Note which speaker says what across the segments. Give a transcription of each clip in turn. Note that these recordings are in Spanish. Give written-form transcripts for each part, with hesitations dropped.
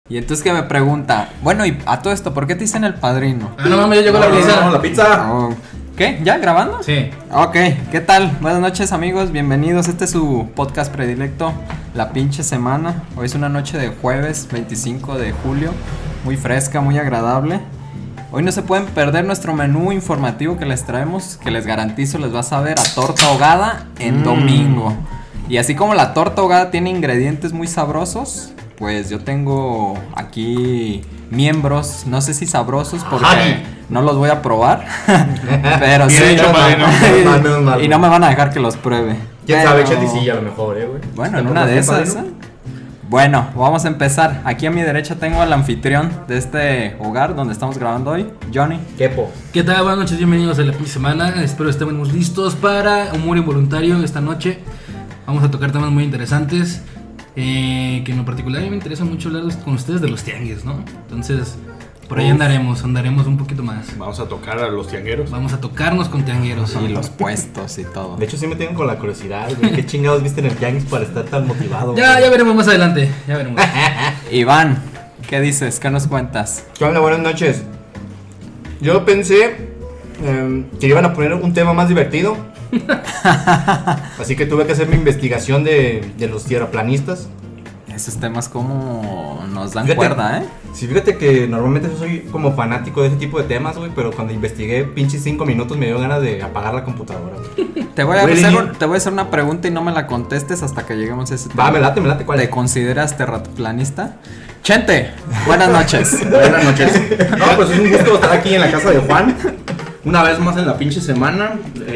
Speaker 1: Y entonces que me pregunta, bueno, y a todo esto, ¿por qué te dicen el padrino?
Speaker 2: Ah, no mames, ya llegó la pizza.
Speaker 3: No, la pizza.
Speaker 1: Oh, ¿qué? ¿Ya grabando?
Speaker 2: Sí.
Speaker 1: Ok, ¿qué tal? Buenas noches amigos, bienvenidos. Este es su podcast predilecto, La Pinche Semana. Hoy es una noche de jueves 25 de julio, muy fresca, muy agradable. Hoy no se pueden perder nuestro menú informativo que les traemos, que les garantizo les va a saber a torta ahogada en domingo. Y así como la torta ahogada tiene ingredientes muy sabrosos, pues yo tengo aquí miembros, no sé si sabrosos porque no los voy a probar, pero sí, y no me van a dejar que los pruebe.
Speaker 3: ¿Quién sabe? Chetty sí, a lo mejor, güey.
Speaker 1: Bueno, en una de esas. Bueno, vamos a empezar. Aquí a mi derecha tengo al anfitrión de este hogar donde estamos grabando hoy, Johnny.
Speaker 3: Quepo.
Speaker 2: ¿Qué tal? Buenas noches, bienvenidos a la Pinche Semana. Espero estemos listos para humor involuntario esta noche. Vamos a tocar temas muy interesantes. Que en lo particular a mí me interesa mucho hablar con ustedes de los tianguis, ¿no? Entonces, por ahí andaremos un poquito más.
Speaker 4: Vamos a tocar a los tiangueros.
Speaker 2: Vamos a tocarnos con tiangueros.
Speaker 1: Y los puestos y todo.
Speaker 3: De hecho, sí me tengo con la curiosidad, güey. ¿Qué chingados viste en el tianguis para estar tan motivado?
Speaker 2: Ya veremos más adelante. Ya veremos.
Speaker 1: Iván, ¿qué dices? ¿Qué nos cuentas?
Speaker 3: ¿Qué onda? Buenas noches. Yo pensé que iban a poner un tema más divertido. Así que tuve que hacer mi investigación de los tierraplanistas.
Speaker 1: Esos temas como nos dan
Speaker 3: Fíjate,
Speaker 1: cuerda, ¿eh?
Speaker 3: Sí, fíjate que normalmente yo soy como fanático de ese tipo de temas, güey. Pero cuando investigué pinches 5 minutos me dio ganas de apagar la computadora.
Speaker 1: Te voy a hacer una pregunta y no me la contestes hasta que lleguemos a ese tema.
Speaker 3: Va, me late, ¿cuál?
Speaker 1: ¿Te consideras terraplanista? Chente, buenas noches.
Speaker 4: Buenas noches. No, pues es un gusto estar aquí en la casa de Juan. Una vez más en la pinche semana.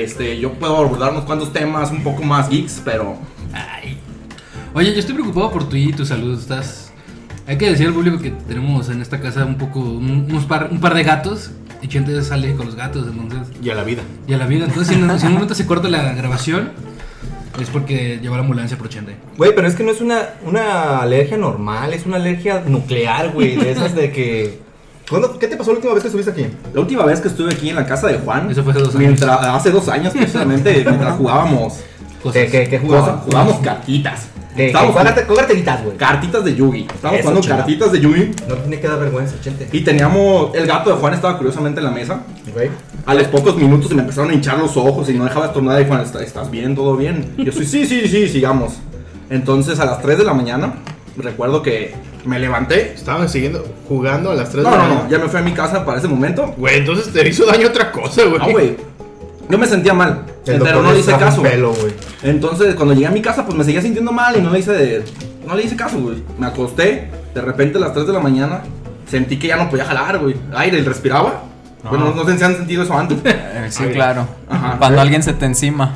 Speaker 4: Yo puedo abordar unos cuantos temas un poco más geeks, pero...
Speaker 2: Ay. Oye, yo estoy preocupado por tu salud. Hay que decir al público que tenemos en esta casa un par de gatos. Y Chente sale con los gatos, entonces...
Speaker 4: Y a la vida.
Speaker 2: Entonces si en un momento se corta la grabación, es porque llevó la ambulancia por Chente.
Speaker 3: Güey, pero es que no es una alergia normal, es una alergia nuclear, güey. De esas de que... ¿Qué te pasó la última vez que estuviste aquí?
Speaker 4: La última vez que estuve aquí en la casa de Juan.
Speaker 2: Eso fue hace 2 años.
Speaker 4: Hace 2 años precisamente, mientras jugábamos.
Speaker 3: ¿Qué jugábamos?
Speaker 4: Jugábamos cartitas.
Speaker 3: ¿Cuál carteritas, güey?
Speaker 4: Cartitas de Yugi. Estábamos
Speaker 3: Eso,
Speaker 4: jugando
Speaker 3: chingado.
Speaker 4: cartitas de Yugi.
Speaker 3: No tiene que dar vergüenza, Chente.
Speaker 4: Y teníamos... El gato de Juan estaba curiosamente en la mesa.
Speaker 3: Güey.
Speaker 4: A los pocos minutos se me empezaron a hinchar los ojos y no dejaba de estornudar. Y Juan, ¿estás bien? ¿Todo bien? Y yo soy, sí, sigamos. Entonces a las 3 de la mañana, recuerdo que me levanté.
Speaker 5: Estaban jugando a las 3 de la mañana.
Speaker 4: No, ya me fui a mi casa para ese momento.
Speaker 5: Güey, entonces te hizo daño otra cosa, güey.
Speaker 4: No, güey. Yo me sentía mal,
Speaker 3: El
Speaker 4: pero
Speaker 3: doctor
Speaker 4: no le hice
Speaker 3: trajo
Speaker 4: caso.
Speaker 3: un pelo, güey.
Speaker 4: Entonces cuando llegué a mi casa, pues me seguía sintiendo mal y no le hice caso, güey. Me acosté, de repente a las 3 de la mañana, sentí que ya no podía jalar, güey. Aire, ¿y respiraba? Bueno, no sé si han sentido eso antes.
Speaker 1: Sí, claro.
Speaker 4: Ajá.
Speaker 1: Cuando alguien se te encima.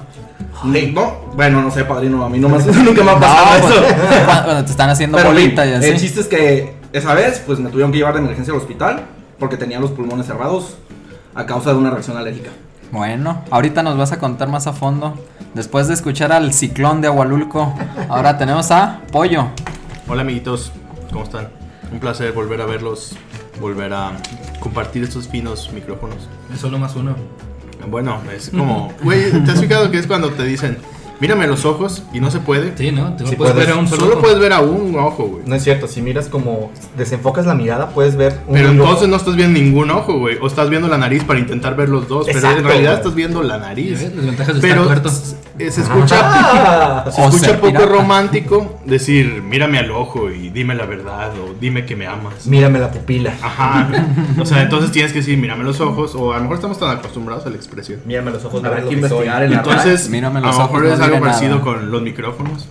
Speaker 4: No, bueno, no sé, padrino, a mí nunca me ha pasado
Speaker 1: No,
Speaker 4: eso.
Speaker 1: cuando te están haciendo
Speaker 4: Pero
Speaker 1: bolita y
Speaker 4: el
Speaker 1: así.
Speaker 4: chiste es que esa vez, pues me tuvieron que llevar de emergencia al hospital porque tenía los pulmones cerrados a causa de una reacción alérgica.
Speaker 1: Bueno, ahorita nos vas a contar más a fondo. Después de escuchar al ciclón de Agualulco, ahora tenemos a Pollo.
Speaker 5: Hola, amiguitos. ¿Cómo están? Un placer volver a verlos, volver a compartir estos finos micrófonos.
Speaker 2: Es solo más uno.
Speaker 5: Bueno, es como... Güey, ¿te has fijado que es cuando te dicen, mírame a los ojos y no se puede?
Speaker 2: Sí, ¿no?
Speaker 3: Sí
Speaker 2: Puedes
Speaker 3: puedes.
Speaker 2: ver a un solo
Speaker 5: Solo
Speaker 2: ojo.
Speaker 5: puedes ver a un ojo, güey.
Speaker 3: No es cierto, si miras como desenfocas la mirada, puedes ver un
Speaker 5: Pero
Speaker 3: ojo.
Speaker 5: entonces no estás viendo ningún ojo, güey. O estás viendo la nariz para intentar ver los dos.
Speaker 3: Exacto,
Speaker 5: pero en realidad
Speaker 3: güey.
Speaker 5: estás viendo la
Speaker 2: ¿Ya
Speaker 5: nariz.
Speaker 2: ves? Las ventajas de
Speaker 5: Pero
Speaker 2: estar tuerto.
Speaker 5: se escucha...
Speaker 3: Ah,
Speaker 5: Se
Speaker 1: O
Speaker 5: escucha
Speaker 1: ser
Speaker 5: poco
Speaker 1: pirata.
Speaker 5: romántico decir, mírame al ojo y dime la verdad o dime que me amas.
Speaker 3: mírame la pupila.
Speaker 5: Ajá. O sea, entonces tienes que decir, mírame los ojos, o a lo mejor estamos tan acostumbrados a la expresión.
Speaker 3: Mírame los ojos.
Speaker 4: Habrá
Speaker 3: verás
Speaker 4: que
Speaker 3: lo que soy.
Speaker 4: investigar en la
Speaker 5: Entonces,
Speaker 1: Mírame
Speaker 5: a
Speaker 1: los
Speaker 5: lo
Speaker 1: ojos,
Speaker 5: mejor
Speaker 1: no
Speaker 5: es algo
Speaker 1: diré
Speaker 5: parecido
Speaker 1: nada.
Speaker 5: con los micrófonos.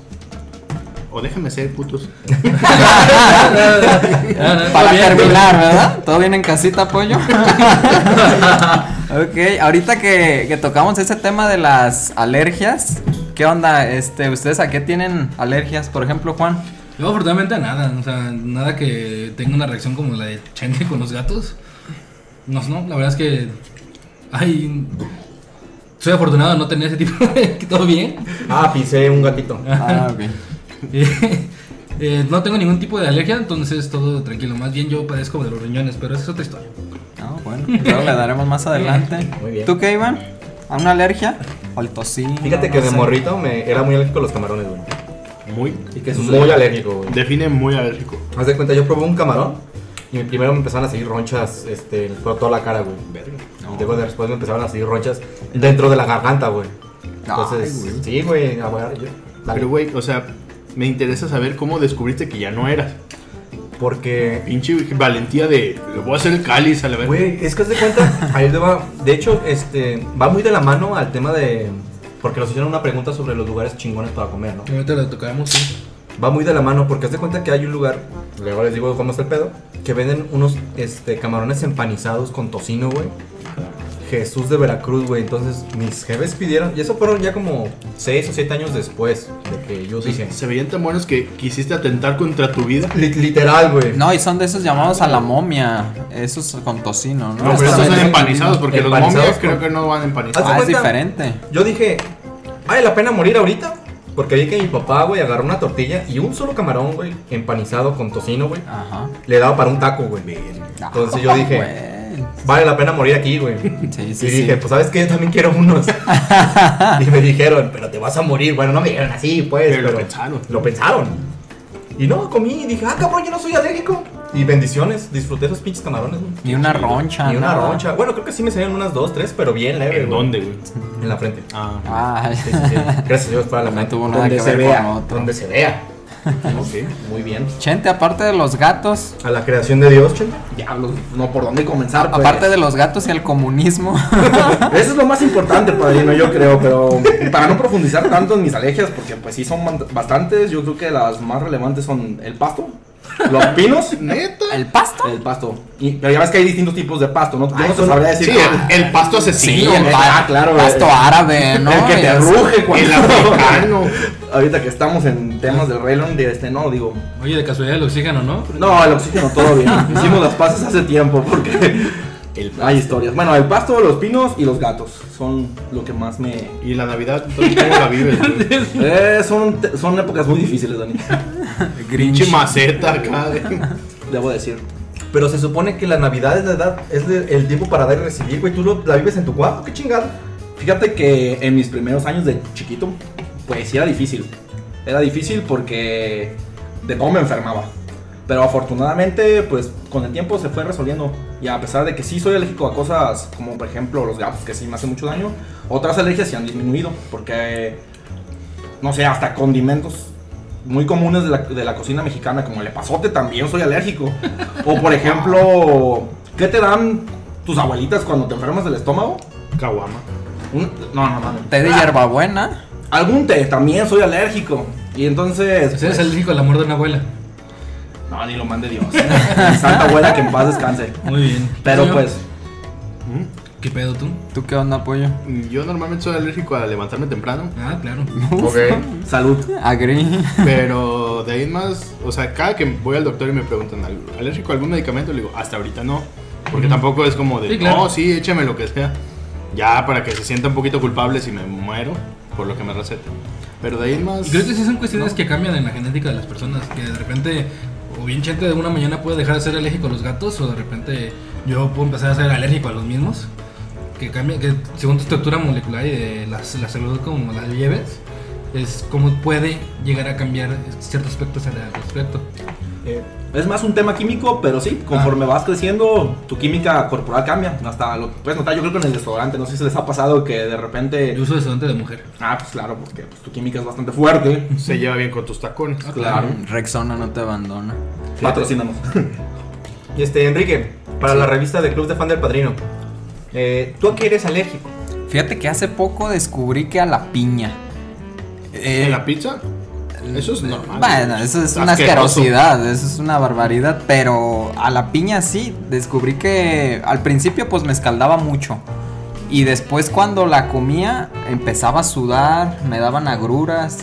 Speaker 5: O déjenme ser putos.
Speaker 1: Para terminar, ¿verdad? ¿Todo bien en casita, Pollo? Ok, ahorita que tocamos ese tema de las alergias, ¿qué onda? ¿Ustedes a qué tienen alergias? Por ejemplo, Juan.
Speaker 2: Yo afortunadamente a nada, o sea, nada que tenga una reacción como la de Chente con los gatos. No, la verdad es que soy afortunado de no tener ese tipo de... ¿Todo bien?
Speaker 3: Pisé un gatito.
Speaker 1: Ah, ok.
Speaker 2: No tengo ningún tipo de alergia, entonces todo tranquilo. Más bien yo padezco de los riñones, pero esa es otra historia.
Speaker 1: Ah, bueno, luego le daremos más adelante.
Speaker 3: Muy bien.
Speaker 1: ¿Tú qué, Iván? ¿A una alergia? ¿O al tocino?
Speaker 3: Fíjate que
Speaker 1: No
Speaker 3: de
Speaker 1: sé.
Speaker 3: morrito era muy alérgico a los camarones, güey.
Speaker 5: Muy.
Speaker 4: ¿Y qué
Speaker 3: Muy alérgico, güey.
Speaker 5: Define muy alérgico.
Speaker 3: Haz de cuenta, yo probé un camarón y primero me empezaron a salir ronchas por toda la cara, güey. Y luego después me empezaron a salir ronchas dentro de la garganta, güey. Entonces, sí, güey.
Speaker 5: Pero, güey, o sea, me interesa saber cómo descubriste que ya no eras.
Speaker 3: Porque,
Speaker 5: Pinche valentía de, le voy a hacer el cáliz a la vez.
Speaker 3: güey, es que haz de cuenta, ahí te va. De hecho, va muy de la mano al tema de... Porque nos hicieron una pregunta sobre los lugares chingones para comer, ¿no?
Speaker 2: Ahorita lo tocamos, sí.
Speaker 3: Va muy de la mano porque haz de cuenta que hay un lugar, luego les digo cómo está el pedo, que venden unos camarones empanizados con tocino, güey. Jesús de Veracruz, güey. Entonces mis jefes pidieron, y eso fueron ya como 6 o 7 años después de que yo dije.
Speaker 5: Se veían tan buenos que quisiste atentar contra tu vida.
Speaker 3: Literal, güey.
Speaker 1: No, y son de esos llamados a la momia. Esos con tocino, ¿no?
Speaker 5: No, pero estos son
Speaker 3: Exactamente.
Speaker 5: empanizados porque los
Speaker 3: Empanizados
Speaker 5: momias creo
Speaker 3: con-
Speaker 5: que no van empanizados.
Speaker 3: ¿Haz de
Speaker 1: Ah, es
Speaker 3: cuenta?
Speaker 1: diferente.
Speaker 3: Yo dije, ¿vale la pena morir ahorita? Porque vi que mi papá, güey, agarró una tortilla y un solo camarón, güey, empanizado con tocino, güey,
Speaker 1: Ajá.
Speaker 3: le daba para un taco, güey. Entonces yo dije,
Speaker 1: Güey.
Speaker 3: vale la pena morir aquí, güey.
Speaker 1: Sí, sí,
Speaker 3: Y
Speaker 1: sí.
Speaker 3: dije, pues sabes que yo también quiero unos. Y me dijeron, pero te vas a morir. Bueno, no me dijeron así, pues.
Speaker 5: Pero lo pensaron.
Speaker 3: Lo pensaron. Y no, comí y dije, cabrón, yo no soy alérgico. Y bendiciones, disfruté esos pinches camarones, güey.
Speaker 1: Ni una roncha.
Speaker 3: Ni una
Speaker 1: nada.
Speaker 3: roncha. Bueno, creo que sí me salieron unas 2, 3, pero bien leve.
Speaker 5: ¿En
Speaker 3: güey.
Speaker 5: dónde, güey?
Speaker 3: En la frente.
Speaker 5: Ah,
Speaker 1: Ay.
Speaker 3: Sí, sí, sí. Gracias a Dios para la
Speaker 1: No
Speaker 3: frente.
Speaker 1: tuvo nada
Speaker 3: Donde
Speaker 1: que
Speaker 3: se
Speaker 1: ver
Speaker 3: vea.
Speaker 1: con otro.
Speaker 3: Donde se vea. Ok, muy bien.
Speaker 1: Chente, aparte de los gatos,
Speaker 3: A la creación de Dios, Chen.
Speaker 4: Diablos, no por dónde comenzar. Pues.
Speaker 1: aparte de los gatos y el comunismo.
Speaker 4: Eso es lo más importante, padrino, yo creo, pero para no profundizar tanto en mis alergias, porque pues sí son bastantes, yo creo que las más relevantes son el pasto, los pinos,
Speaker 5: ¿neta?
Speaker 1: ¿El pasto?
Speaker 4: el pasto. Pero ya ves que hay distintos tipos de pasto, ¿no? Yo no te
Speaker 3: son-
Speaker 4: sabría decir.
Speaker 5: Sí, el pasto asesino.
Speaker 1: Sí, el
Speaker 4: claro,
Speaker 1: pasto árabe, ¿no?
Speaker 4: El que te
Speaker 1: Es-
Speaker 4: ruge cuando...
Speaker 5: El africano.
Speaker 4: Ahorita que estamos en temas del Rey León, no, digo...
Speaker 2: Oye, de casualidad el oxígeno, ¿no?
Speaker 4: No, el oxígeno todo bien. Hicimos las paces hace tiempo porque hay historias. Bueno, el pasto, los pinos y los gatos son lo que más me...
Speaker 5: Y la Navidad, entonces, ¿cómo la vives, güey?
Speaker 4: son épocas muy difíciles, Dani.
Speaker 5: Pinche maceta acá, güey.
Speaker 4: Debo decir.
Speaker 3: Pero se supone que la Navidad es la edad, el tiempo para dar y recibir, güey. ¿Tú la vives en tu cuarto? ¿Qué chingado?
Speaker 4: Fíjate que en mis primeros años de chiquito, pues sí era difícil. Era difícil porque de todo me enfermaba. Pero afortunadamente, pues con el tiempo se fue resolviendo. Y a pesar de que sí soy alérgico a cosas como por ejemplo los gatos, que sí me hacen mucho daño, otras alergias sí han disminuido. Porque, no sé, hasta condimentos muy comunes de la cocina mexicana, como el epazote, también soy alérgico. O por ejemplo, ¿qué te dan tus abuelitas cuando te enfermas del estómago?
Speaker 5: Caguama.
Speaker 4: No.
Speaker 1: Té de hierbabuena.
Speaker 4: Algún té, también soy alérgico. Y entonces.
Speaker 2: Pues eres alérgico al amor de una abuela.
Speaker 4: No, ni lo mande Dios. Mi santa abuela que en paz descanse.
Speaker 2: Muy bien.
Speaker 4: Pero
Speaker 2: Pollo,
Speaker 4: pues.
Speaker 2: ¿Qué pedo tú?
Speaker 1: ¿Tú qué onda, pollo?
Speaker 5: Yo normalmente soy alérgico a levantarme temprano.
Speaker 2: Ah, claro.
Speaker 3: Ok.
Speaker 4: Salud.
Speaker 1: Agri.
Speaker 5: Pero de ahí en más, o sea, cada que voy al doctor y me preguntan, ¿alérgico a algún medicamento? Le digo, hasta ahorita no. Porque tampoco es como de,
Speaker 2: Sí, claro.
Speaker 5: no, sí, échame lo que sea. Ya para que se sienta un poquito culpable si me muero por lo que me receta. Pero de ahí en más.
Speaker 2: Y creo que sí son cuestiones que cambian en la genética de las personas. Que de repente, o bien Chente de una mañana puede dejar de ser alérgico a los gatos, o de repente yo puedo empezar a ser alérgico a los mismos. Que cambia, que según tu estructura molecular y de la salud como la lleves, es como puede llegar a cambiar ciertos aspectos al respecto.
Speaker 4: Es más un tema químico, pero sí, conforme vas creciendo, tu química corporal cambia. Hasta lo puedes notar, yo creo que en el desodorante, no sé si les ha pasado que de repente.
Speaker 2: Yo uso desodorante de mujer.
Speaker 4: Ah, pues claro, porque pues, tu química es bastante fuerte.
Speaker 5: Se lleva bien con tus tacones.
Speaker 4: Claro.
Speaker 1: Rexona no te abandona.
Speaker 4: Patrocínanos.
Speaker 3: Y Enrique, para la revista de Club de Fan del Padrino, ¿tú a qué eres alérgico?
Speaker 1: Fíjate que hace poco descubrí que a la piña.
Speaker 5: ¿En la pizza? Eso es normal.
Speaker 1: Bueno, eso es una
Speaker 5: Asqueroso.
Speaker 1: asquerosidad, eso es una barbaridad, pero a la piña sí, descubrí que al principio pues me escaldaba mucho y después cuando la comía empezaba a sudar, me daban agruras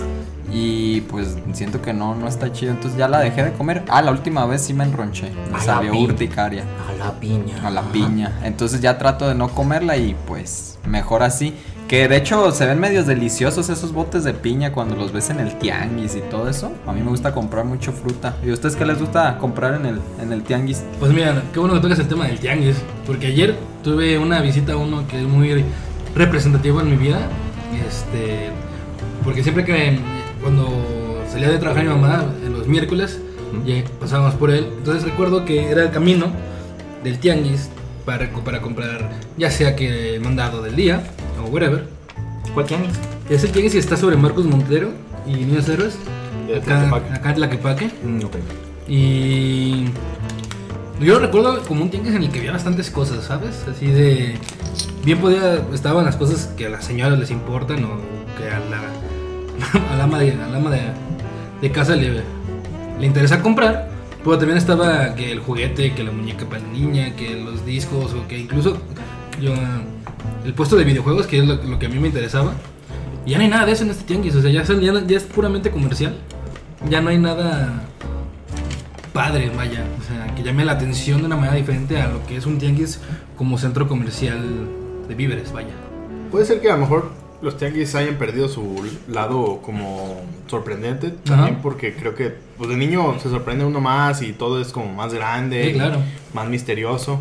Speaker 1: y pues siento que no está chido, entonces ya la dejé de comer. La última vez sí me enronché, me
Speaker 3: A la
Speaker 1: salió
Speaker 3: piña.
Speaker 1: urticaria.
Speaker 3: A la piña.
Speaker 1: A la piña. Entonces ya trato de no comerla y pues mejor así. Que de hecho se ven medios deliciosos esos botes de piña cuando los ves en el tianguis y todo eso. A mí me gusta comprar mucho fruta. ¿Y a ustedes qué les gusta comprar en el tianguis?
Speaker 2: Pues mira, qué bueno que tocas el tema del tianguis, porque ayer tuve una visita a uno que es muy representativo en mi vida, porque siempre que cuando salía de trabajar mi mamá en los miércoles, y pasábamos por él. Entonces recuerdo que era el camino del tianguis para comprar, ya sea que el mandado del día o whatever.
Speaker 3: ¿Cuál tianguis?
Speaker 2: Es el tianguis que está sobre Marcos Montero y Niños Héroes, acá en Tlaquepaque.
Speaker 3: Ok.
Speaker 2: Y yo lo recuerdo como un tianguis en el que había bastantes cosas, ¿sabes? Así de... Bien estaban las cosas que a las señoras les importan o que al ama de casa le interesa comprar. Pero también estaba que el juguete, que la muñeca para la niña, que los discos o que incluso el puesto de videojuegos, que es lo que a mí me interesaba. Y ya no hay nada de eso en este tianguis, o sea, ya es puramente comercial. Ya no hay nada padre, vaya, o sea, que llame la atención de una manera diferente a lo que es un tianguis como centro comercial de víveres, vaya.
Speaker 5: Puede ser que a lo mejor los tianguis hayan perdido su lado como sorprendente también, porque creo que pues de niño se sorprende uno más y todo es como más grande,
Speaker 2: Sí, claro.
Speaker 5: más misterioso.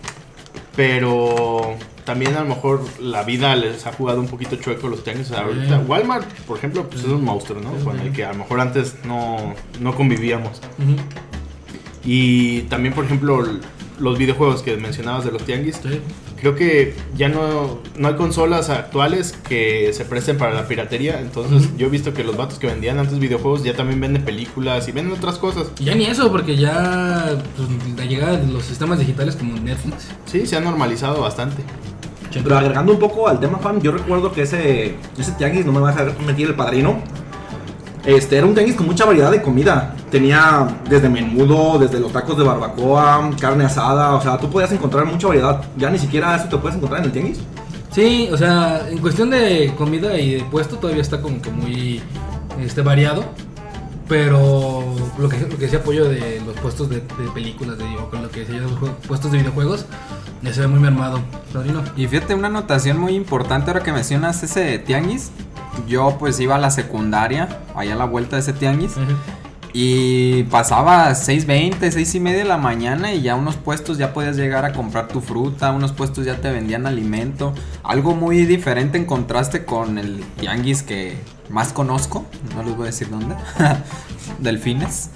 Speaker 5: Pero también a lo mejor la vida les ha jugado un poquito chueco a los tianguis. O sea, ahorita Walmart, por ejemplo, pues es un monstruo, ¿no? Con el que a lo mejor antes no convivíamos. Y también, por ejemplo, los videojuegos que mencionabas de los tianguis.
Speaker 2: Sí.
Speaker 5: Creo que ya no hay consolas actuales que se presten para la piratería. Entonces yo he visto que los vatos que vendían antes videojuegos ya también venden películas y venden otras cosas.
Speaker 2: Y ya ni eso, porque ya pues, la llegada de los sistemas digitales como Netflix.
Speaker 5: Sí, se ha normalizado bastante.
Speaker 4: Pero agregando un poco al tema, fan, yo recuerdo que ese tianguis, no me va a dejar mentir el padrino, era un tianguis con mucha variedad de comida. Tenía desde menudo, desde los tacos de barbacoa, carne asada, o sea, tú podías encontrar mucha variedad. Ya ni siquiera eso te puedes encontrar en el tianguis.
Speaker 2: Sí, o sea, en cuestión de comida y de puesto todavía está como que muy variado. Pero lo que decía Pollo de los puestos de películas, o con lo que decía los puestos de videojuegos, ya se ve muy mermado, padrino.
Speaker 1: Y fíjate, una anotación muy importante ahora que mencionas ese tianguis. Yo pues iba a la secundaria, allá a la vuelta de ese tianguis. Y pasaba 6:20, 6:30 de la mañana y ya unos puestos ya podías llegar a comprar tu fruta, unos puestos ya te vendían alimento. Algo muy diferente en contraste con el tianguis que más conozco, no les voy a decir dónde, Delfines.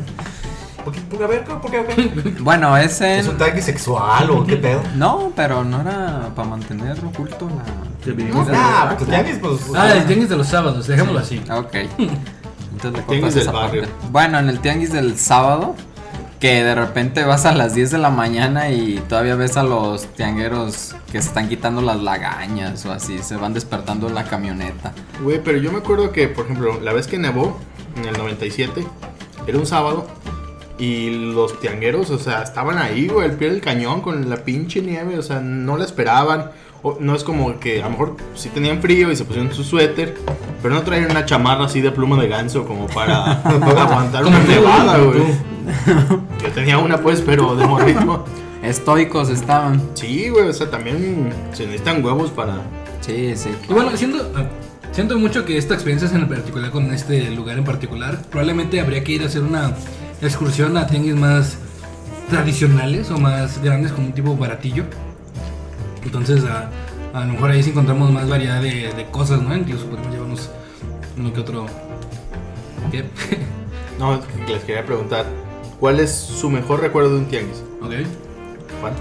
Speaker 3: A ver, ¿por qué?
Speaker 1: Bueno, es en...
Speaker 3: ¿Es un tianguis sexual o qué pedo?
Speaker 1: No, pero no era para mantener oculto la...
Speaker 3: Pues tianguis, pues...
Speaker 2: El tianguis de los sábados, dejémoslo así.
Speaker 1: Ok. Entonces le
Speaker 5: Tianguis
Speaker 1: cortas
Speaker 5: del
Speaker 1: esa
Speaker 5: barrio.
Speaker 1: parte. Bueno, en el tianguis del sábado, que de repente vas a las 10 de la mañana y todavía ves a los tiangueros que se están quitando las lagañas o así, se van despertando en la camioneta.
Speaker 5: Güey, pero yo me acuerdo que, por ejemplo, la vez que nevó, en el 97, era un sábado, y los tiangueros, o sea, estaban ahí, güey, al pie del cañón con la pinche nieve, o sea, no la esperaban. No es como que a lo mejor sí tenían frío y se pusieron su suéter, pero no traían una chamarra así de pluma de ganso como para aguantar una nevada, güey. Yo tenía una pues, pero de morrito.
Speaker 1: Estoicos estaban.
Speaker 5: Sí, güey, o sea, también se necesitan huevos para...
Speaker 1: Sí, sí.
Speaker 2: Y bueno, siento mucho que esta experiencia es en particular con este lugar en particular. Probablemente habría que ir a hacer una excursión a tianguis más tradicionales o más grandes con un tipo baratillo. Entonces a lo mejor ahí sí encontramos más variedad de cosas, ¿no? Incluso podemos llevarnos uno que otro. ¿Qué?
Speaker 5: No, es que les quería preguntar, ¿cuál es su mejor recuerdo de un tianguis?
Speaker 2: Ok.
Speaker 5: ¿Cuál?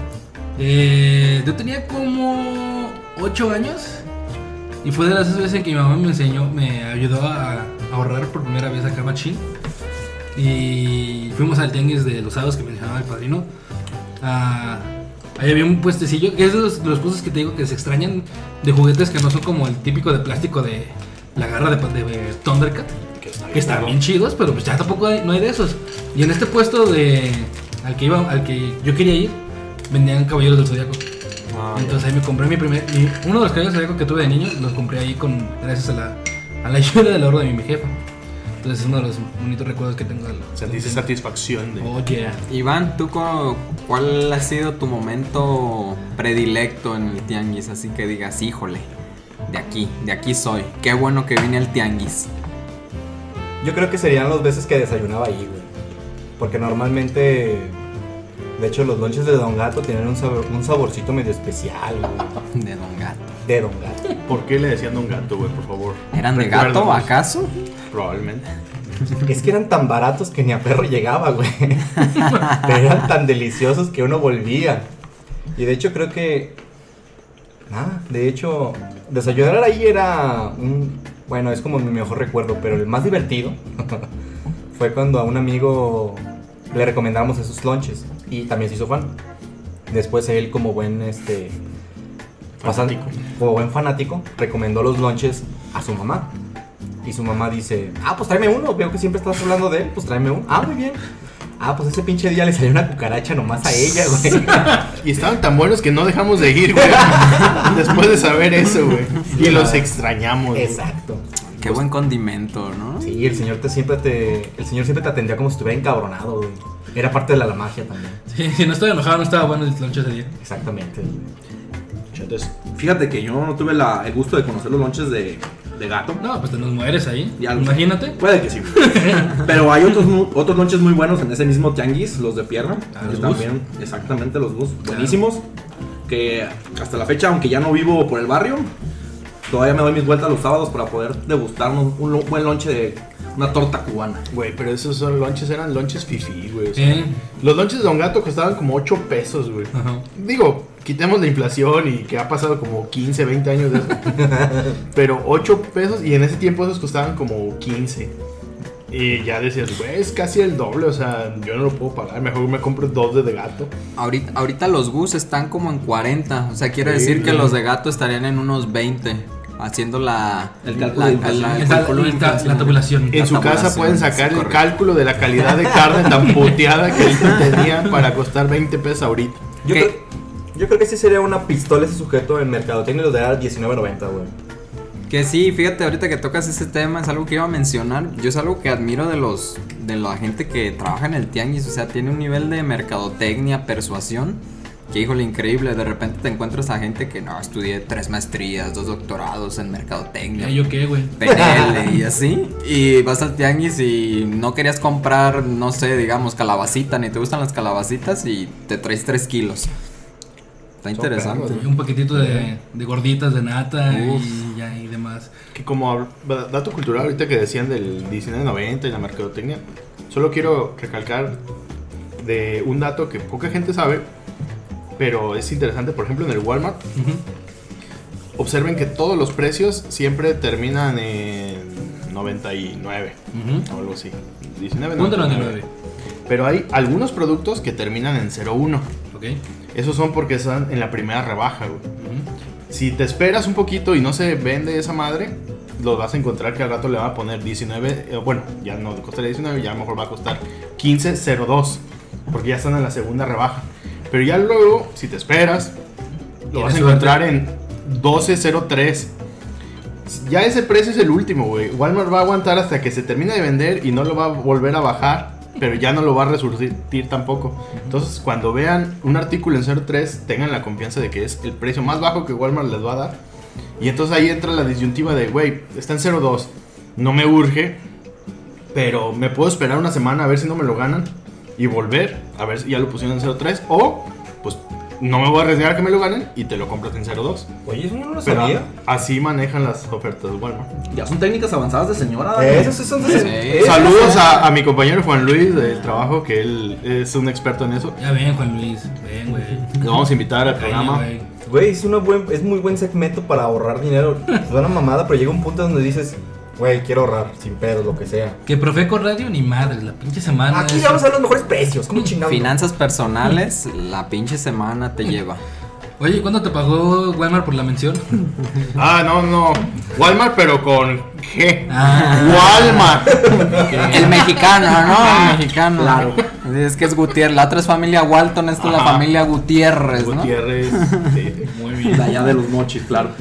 Speaker 2: Yo tenía como 8 años y fue de las veces en que mi mamá me ayudó a ahorrar por primera vez acá machín. Y fuimos al tianguis de los sábados que mencionaba el padrino. Ahí había un puestecillo, que es de los puestos que te digo que se extrañan, de juguetes que no son como el típico de plástico de la garra de Thundercat, que están bien chidos, pero pues ya tampoco no hay de esos. Y en este puesto al que yo quería ir, vendían Caballeros del Zodiaco. Entonces ahí me compré uno de los Caballeros del Zodiaco que tuve de niño, los compré ahí gracias a la ayuda del ahorro de mi jefa. Entonces es uno de los bonitos recuerdos que tengo.
Speaker 5: Sentiste satisfacción de...
Speaker 2: Oh, yeah.
Speaker 1: Iván, ¿tú cuál ha sido tu momento predilecto en el tianguis? Así que digas, híjole, de aquí soy. Qué bueno que vine al tianguis.
Speaker 3: Yo creo que serían las veces que desayunaba ahí, güey. Porque normalmente, de hecho, los lonches de Don Gato tienen un saborcito medio especial, güey.
Speaker 1: De Don Gato.
Speaker 3: De Don Gato.
Speaker 5: ¿Por qué le decían Don Gato, güey, por favor?
Speaker 1: ¿Eran de gato,
Speaker 5: Recuérdanos.
Speaker 1: acaso?
Speaker 5: Probablemente.
Speaker 3: Es que eran tan baratos que ni a perro llegaba, güey. Pero eran tan deliciosos que uno volvía. Y de hecho creo que... Nada, de hecho, desayunar ahí era bueno, es como mi mejor recuerdo, pero el más divertido fue cuando a un amigo le recomendamos esos lunches y también se hizo fan. Después él, como buen como buen fanático, recomendó los lunches a su mamá. Y su mamá dice, pues tráeme uno, veo que siempre estás hablando de él, pues tráeme uno. Muy bien. Pues ese pinche día le salió una cucaracha nomás a ella, güey.
Speaker 5: Y estaban tan buenos que no dejamos de ir, güey. Después de saber eso, güey. Y los extrañamos, güey.
Speaker 3: Exacto.
Speaker 1: Qué buen condimento, ¿no?
Speaker 3: Sí, el señor siempre te atendía como si estuviera encabronado, güey. Era parte de la magia también.
Speaker 2: Sí, si no estaba enojado, no estaba bueno el lonche ese día.
Speaker 3: Exactamente.
Speaker 4: Entonces, fíjate que yo no tuve el gusto de conocer los lonches de gato.
Speaker 2: No, pues te nos mueres ahí.
Speaker 4: Ya lo
Speaker 2: Imagínate.
Speaker 4: sé. Puede que sí. Pero hay otros lonches muy buenos en ese mismo tianguis, los de pierna. Que
Speaker 2: los
Speaker 4: también, exactamente, los bus. Buenísimos. Que hasta la fecha, aunque ya no vivo por el barrio, todavía me doy mis vueltas los sábados para poder degustarnos un buen lonche de una torta cubana.
Speaker 5: Güey, pero esos eran lonches fifí, güey. O sea, los lonches de Don Gato costaban como 8 pesos, güey.
Speaker 2: Ajá.
Speaker 5: Digo, quitemos la inflación y que ha pasado como 15, 20 años de eso. Pero 8 pesos y en ese tiempo esos costaban como 15. Y ya decías, güey, es casi el doble, o sea, yo no lo puedo pagar, mejor me compro 2 de gato.
Speaker 1: Ahorita los Gus están como en 40, o sea, quiere decir que los de gato estarían en unos 20, haciendo el cálculo de inflación.
Speaker 2: La tabulación.
Speaker 5: En su casa
Speaker 1: tabulación,
Speaker 5: pueden sacar
Speaker 1: es
Speaker 5: el
Speaker 1: correcto.
Speaker 5: cálculo de la calidad de carne tan puteada que tenía para costar 20 pesos ahorita.
Speaker 3: Yo creo que sí sería una pistola ese sujeto en mercadotecnia y los de $19.90, güey.
Speaker 1: Que sí, fíjate, ahorita que tocas ese tema, es algo que iba a mencionar. Yo es algo que admiro de la gente que trabaja en el tianguis. O sea, tiene un nivel de mercadotecnia, persuasión, que híjole, increíble. De repente te encuentras a gente que no, estudié 3 maestrías, 2 doctorados en mercadotecnia.
Speaker 2: ¿Yo qué, güey?
Speaker 1: PNL y así. Y vas al tianguis y no querías comprar, no sé, digamos, calabacita, ni te gustan las calabacitas y te traes 3 kilos. Está interesante.
Speaker 2: Y un paquetito de gorditas de nata y demás.
Speaker 5: Que como dato cultural, ahorita que decían del 1990 y la mercadotecnia, solo quiero recalcar de un dato que poca gente sabe, pero es interesante. Por ejemplo, en el Walmart, observen que todos los precios siempre terminan en 99 o algo así. 19.99. Pero hay algunos productos que terminan en 01.
Speaker 2: Ok.
Speaker 5: Esos son porque están en la primera rebaja, güey. Si te esperas un poquito y no se vende esa madre, los vas a encontrar que al rato le van a poner 19, bueno, ya no costaría 19, ya a lo mejor va a costar 15.02, porque ya están en la segunda rebaja. Pero ya luego, si te esperas, lo vas a encontrar en 12.03. Ya ese precio es el último, güey. Walmart va a aguantar hasta que se termine de vender y no lo va a volver a bajar, pero ya no lo va a resurgir tampoco. Entonces, cuando vean un artículo en 03, tengan la confianza de que es el precio más bajo que Walmart les va a dar. Y entonces ahí entra la disyuntiva de, güey, está en 02, no me urge, pero me puedo esperar una semana a ver si no me lo ganan y volver a ver si ya lo pusieron en 03, o pues no me voy a arriesgar a que me lo ganen y te lo compras en 02.
Speaker 3: Oye, eso no lo
Speaker 5: Pero
Speaker 3: sabía.
Speaker 5: así manejan las ofertas de Walmart.
Speaker 4: Ya son técnicas avanzadas de señora.
Speaker 3: Esos son de...
Speaker 5: Saludos a mi compañero Juan Luis del trabajo, que él es un experto en eso.
Speaker 2: Ya ven, Juan Luis. Ven, güey.
Speaker 5: Lo vamos a invitar al programa.
Speaker 2: Güey.
Speaker 3: Güey, es muy buen segmento para ahorrar dinero. Es una mamada, pero llega un punto donde dices, güey, quiero ahorrar, sin pedos, lo que sea.
Speaker 2: Que Profeco Radio ni madres, la pinche semana.
Speaker 3: Aquí vamos a ver los mejores precios, como chingados.
Speaker 1: Finanzas personales, la pinche semana te lleva.
Speaker 2: Oye, ¿cuándo te pagó Walmart por la mención?
Speaker 5: No. Walmart, pero con G.
Speaker 2: Ah.
Speaker 5: Walmart.
Speaker 1: El mexicano, ¿no? El mexicano. Claro. Es que es Gutiérrez. La otra es familia Walton, esta es la familia Gutiérrez, ¿no?
Speaker 5: Gutiérrez. Sí.
Speaker 2: Muy bien.
Speaker 4: De allá de los mochis, claro.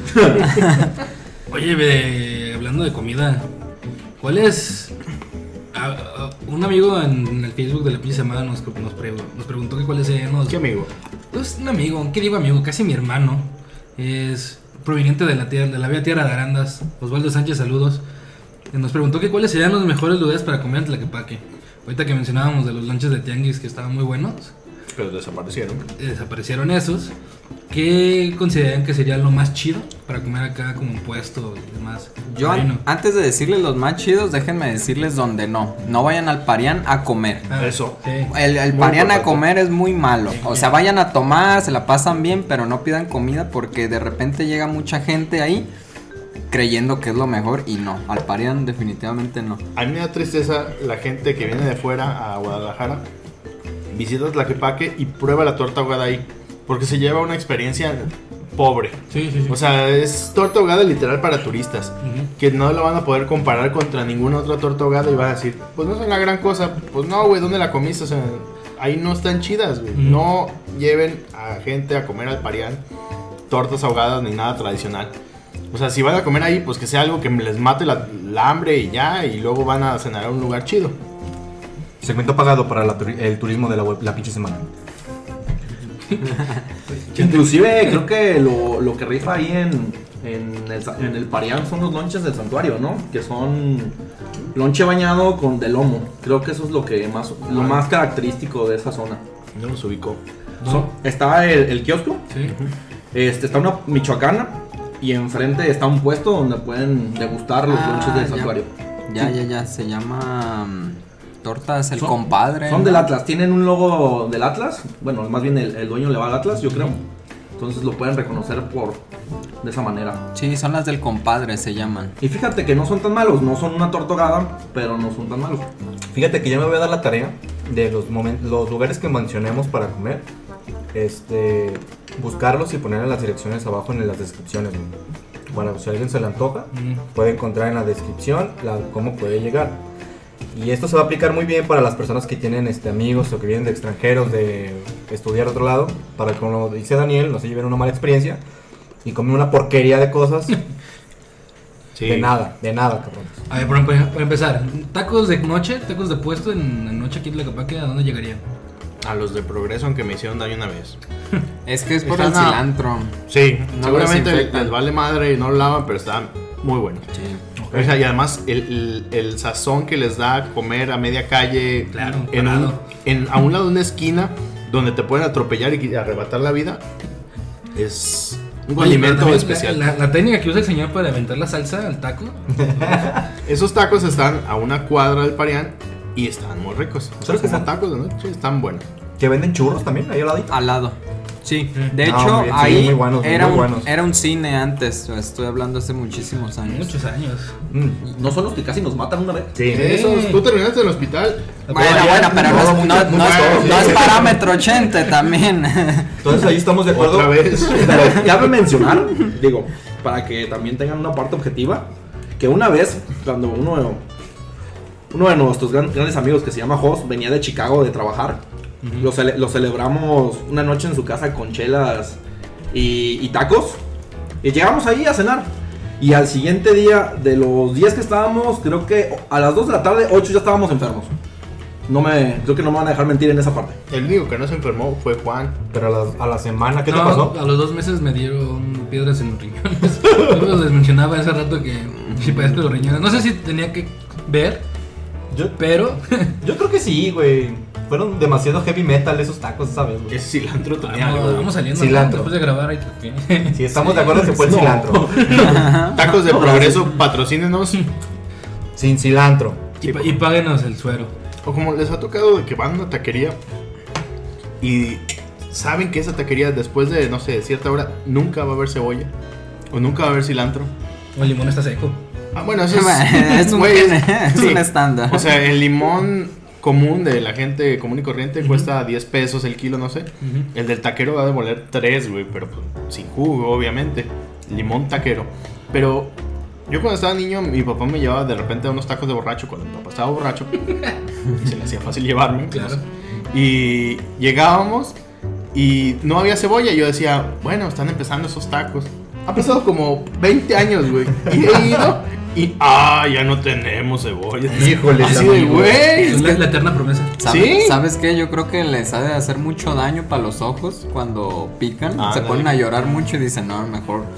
Speaker 2: Oye, hablando de comida, ¿cuál es? Un amigo en el Facebook de la pinche semana nos preguntó que cuáles eran los...
Speaker 5: ¿Qué amigo?
Speaker 2: Pues un amigo, ¿qué digo amigo? Casi mi hermano. Es proveniente de la bella tierra de Arandas. Osvaldo Sánchez, saludos. Nos preguntó que cuáles serían los mejores lugares para comer en Tlaquepaque. Ahorita que mencionábamos de los lunches de tianguis que estaban muy buenos.
Speaker 5: Pero
Speaker 2: desaparecieron esos. ¿Qué consideran que sería lo más chido para comer acá como un puesto y demás?
Speaker 1: Yo, antes de decirles los más chidos, déjenme decirles donde no. No vayan al Parián a comer.
Speaker 5: Eso.
Speaker 2: Sí.
Speaker 1: El
Speaker 5: Muy
Speaker 1: Parián a
Speaker 5: importante.
Speaker 1: comer es muy malo. O sea, vayan a tomar, se la pasan bien, pero no pidan comida porque de repente llega mucha gente ahí creyendo que es lo mejor y no. Al Parián definitivamente no.
Speaker 5: A mí me da tristeza la gente que viene de fuera a Guadalajara, visita Tlaquepaque y prueba la torta ahogada ahí. Porque se lleva una experiencia pobre.
Speaker 2: Sí.
Speaker 5: O sea, es torta ahogada literal para turistas. Que no lo van a poder comparar contra ninguna otra torta ahogada y van a decir, pues no es una gran cosa. Pues no, güey, ¿dónde la comiste? O sea, ahí no están chidas, güey. No lleven a gente a comer al Parián tortas ahogadas ni nada tradicional. O sea, si van a comer ahí, pues que sea algo que les mate la hambre y ya. Y luego van a cenar a un lugar chido.
Speaker 3: Segmento pagado para el turismo de la pinche semana.
Speaker 4: Inclusive creo que lo que rifa ahí en el Parián son los lonches del santuario, ¿no? Que son lonche bañado con de lomo. Creo que eso es lo más característico de esa zona.
Speaker 5: No los ubicó.
Speaker 4: Está el kiosco,
Speaker 2: Sí.
Speaker 4: está una michoacana y enfrente está un puesto donde pueden degustar los lonches del santuario.
Speaker 1: Ya, se llama Tortas el
Speaker 4: Son-
Speaker 1: Compadre.
Speaker 4: Son
Speaker 1: ¿no?
Speaker 4: del Atlas, tienen un logo del Atlas. Bueno, más bien el dueño le va al Atlas, yo creo. Entonces lo pueden reconocer de esa manera.
Speaker 1: Sí, son las del Compadre, se llaman.
Speaker 4: Y fíjate que no son tan malos, no son una torta ahogada, pero no son tan malos.
Speaker 3: Fíjate que yo me voy a dar la tarea de los lugares que mencionemos para comer. Buscarlos y poner en las direcciones abajo en las descripciones, güey. Bueno, si a alguien se le antoja, puede encontrar en la descripción cómo puede llegar. Y esto se va a aplicar muy bien para las personas que tienen amigos o que vienen de extranjeros, de estudiar a otro lado, para que, como dice Daniel, no se lleven una mala experiencia y comen una porquería de cosas.
Speaker 5: Sí.
Speaker 3: De nada, cabrones.
Speaker 2: A ver, para empezar, tacos de noche, tacos de puesto en la noche aquí en Tlaquepaque, ¿a dónde llegarían?
Speaker 5: A los de Progreso, aunque me hicieron daño una vez.
Speaker 1: Es que es por
Speaker 5: Están
Speaker 1: el
Speaker 5: a-
Speaker 1: cilantro.
Speaker 5: Sí,
Speaker 1: No
Speaker 5: seguramente
Speaker 1: lo desinfectan.
Speaker 5: les vale madre y no lo lavan, pero están muy buenos.
Speaker 1: Sí.
Speaker 5: O sea, y además el sazón que les da comer a media calle,
Speaker 2: Claro,
Speaker 5: a un lado de una esquina donde te pueden atropellar y arrebatar la vida, es un
Speaker 2: Oye, pero
Speaker 5: alimento
Speaker 2: también
Speaker 5: especial.
Speaker 2: La técnica que usa el señor para aventar la salsa al taco.
Speaker 5: Esos tacos están a una cuadra del Parián y están muy ricos. O sea,
Speaker 3: ¿Sabes que
Speaker 5: como
Speaker 3: están?
Speaker 5: tacos de noche están buenos.
Speaker 3: Que venden churros también, ahí al ladito.
Speaker 1: Al lado. Sí, de
Speaker 3: Ah,
Speaker 1: hecho,
Speaker 3: muy bien, sí,
Speaker 1: ahí
Speaker 3: muy buenos,
Speaker 1: era,
Speaker 3: muy
Speaker 1: un,
Speaker 3: buenos.
Speaker 1: era un cine antes. Estoy hablando hace muchísimos años.
Speaker 2: Muchos años.
Speaker 4: ¿No son los que casi nos matan una vez?
Speaker 3: Sí.
Speaker 5: Esos, tú terminaste en el hospital.
Speaker 1: Bueno, pero
Speaker 3: No,
Speaker 1: no es parámetro 80 también.
Speaker 3: Entonces ahí estamos de acuerdo.
Speaker 5: Otra vez.
Speaker 4: Pero ya me mencionaron, digo, para que también tengan una parte objetiva, que una vez, cuando uno de nuestros grandes amigos que se llama Jos venía de Chicago de trabajar, lo celebramos una noche en su casa con chelas y tacos, y llegamos ahí a cenar. Y al siguiente día, de los 10 que estábamos, creo que a las 2 de la tarde, 8 ya estábamos enfermos. Creo que no me van a dejar mentir en esa parte.
Speaker 5: El único que no se enfermó fue Juan.
Speaker 3: Pero a la semana, ¿qué te
Speaker 2: No,
Speaker 3: pasó?
Speaker 2: a los 2 meses me dieron piedras en los riñones. Yo les mencionaba hace rato que sí padezco los riñones. No sé si tenía que ver,
Speaker 3: Yo,
Speaker 2: pero
Speaker 3: yo creo que sí, güey. Fueron demasiado heavy metal esos tacos, ¿sabes? güey?
Speaker 5: Ese cilantro tenía algo.
Speaker 2: vamos saliendo
Speaker 3: Cilantro.
Speaker 2: después de grabar ahí.
Speaker 3: Sí, estamos de acuerdo que fue el
Speaker 4: No.
Speaker 3: cilantro.
Speaker 5: Tacos de Progreso, patrocínenos.
Speaker 3: Sin cilantro.
Speaker 2: Y páguenos el suero.
Speaker 5: O como les ha tocado de que van a una taquería y saben que esa taquería después de, no sé, cierta hora nunca va a haber cebolla o nunca va a haber cilantro.
Speaker 2: O el limón está seco.
Speaker 5: Ah, bueno, eso
Speaker 1: Es un,
Speaker 5: güey,
Speaker 1: es
Speaker 5: sí.
Speaker 1: un estándar.
Speaker 5: O sea, el limón común de la gente común y corriente cuesta 10 pesos el kilo, no sé. El del taquero va a demoler 3, güey, pero pues, sin jugo, obviamente. Limón taquero. Pero yo cuando estaba niño, mi papá me llevaba de repente a unos tacos de borracho cuando mi papá estaba borracho. Y se le hacía fácil llevarme.
Speaker 2: Claro.
Speaker 5: Y llegábamos y no había cebolla. Y yo decía, bueno, están empezando esos tacos. Ha pasado como 20 años, güey. Y he ido y, ya no tenemos cebolla.
Speaker 3: Híjole,
Speaker 5: Así de,
Speaker 3: amigo.
Speaker 5: güey.
Speaker 2: Es la eterna promesa.
Speaker 5: ¿Sí?
Speaker 1: ¿Sabes qué? Yo creo que les ha de hacer mucho daño para los ojos cuando pican. Se
Speaker 5: Ándale.
Speaker 1: ponen a llorar mucho y dicen, no, mejor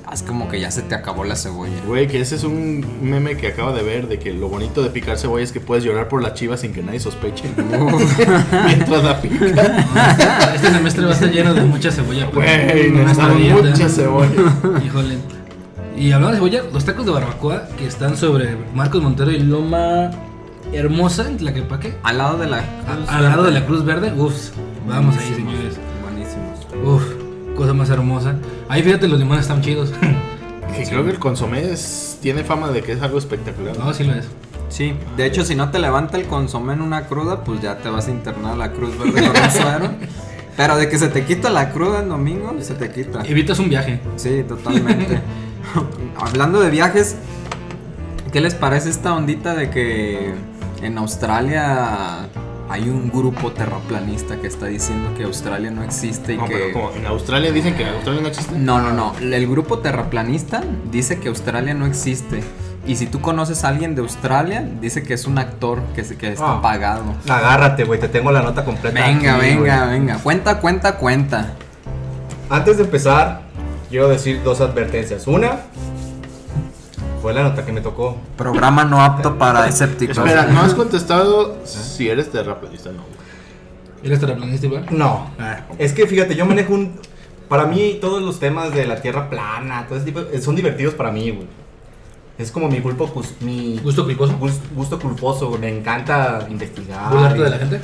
Speaker 1: es como que ya se te acabó la cebolla.
Speaker 5: Güey, que ese es un meme que acabo de ver, de que lo bonito de picar cebolla es que puedes llorar por la chiva sin que nadie sospeche. Mientras la pica.
Speaker 2: Este semestre va a estar lleno de mucha cebolla.
Speaker 5: Güey,
Speaker 2: nuestra
Speaker 5: necesitamos
Speaker 2: dieta.
Speaker 5: mucha cebolla.
Speaker 2: Híjole. Y hablando de cebolla, los tacos de barbacoa que están sobre Marcos Montero y Loma Hermosa en Tlaquepaque,
Speaker 1: Al lado de la
Speaker 2: al lado de la Cruz Verde, uff, vamos ahí, señores.
Speaker 1: Buenísimos.
Speaker 2: Uff, cosa más hermosa. Ahí fíjate, los limones están chidos.
Speaker 5: Que creo que el consomé tiene fama de que es algo espectacular.
Speaker 2: No, sí lo es.
Speaker 1: Sí, de hecho, si no te levanta el consomé en una cruda, pues ya te vas a internar a la Cruz Verde con un suero. Pero de que se te quita la cruda en domingo, se te quita.
Speaker 2: Evitas un viaje.
Speaker 1: Sí, totalmente. Hablando de viajes, ¿qué les parece esta ondita de que en Australia hay un grupo terraplanista que está diciendo que Australia no existe y
Speaker 5: No,
Speaker 1: que...
Speaker 5: pero como en Australia dicen que Australia no existe.
Speaker 1: No. El grupo terraplanista dice que Australia no existe. Y si tú conoces a alguien de Australia, dice que es un actor que está pagado.
Speaker 3: Agárrate, güey, te tengo la nota completa.
Speaker 1: Venga,
Speaker 3: aquí,
Speaker 1: venga. Cuenta.
Speaker 3: Antes de empezar, quiero decir dos advertencias. Una, fue la nota que me tocó.
Speaker 1: Programa no apto para escépticos.
Speaker 5: Espera, no has contestado si eres terraplanista, no.
Speaker 2: ¿Eres terraplanista igual?
Speaker 3: No,
Speaker 2: Ah.
Speaker 3: es que fíjate, yo manejo un... Para mí todos los temas de la tierra plana, todo ese tipo, son divertidos para mí, güey. Es como mi
Speaker 2: ¿Gusto culposo?
Speaker 3: gusto culposo, güey. Me encanta investigar.
Speaker 2: ¿Burlarte de la gente?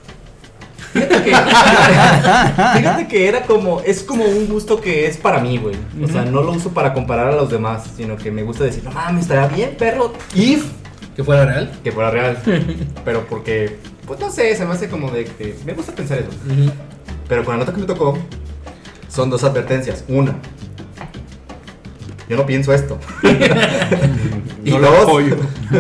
Speaker 3: Fíjate que es como un gusto que es para mí, güey. O sea, no lo uso para comparar a los demás, sino que me gusta decir, no mames, estaría bien, perro. If
Speaker 2: ¿Que fuera real?
Speaker 3: que fuera real. Pero porque, pues no sé, se me hace como de que me gusta pensar eso. Pero con la nota que me tocó, son dos advertencias. Una, yo no pienso esto. Y
Speaker 5: No lo
Speaker 3: dos,
Speaker 5: apoyo.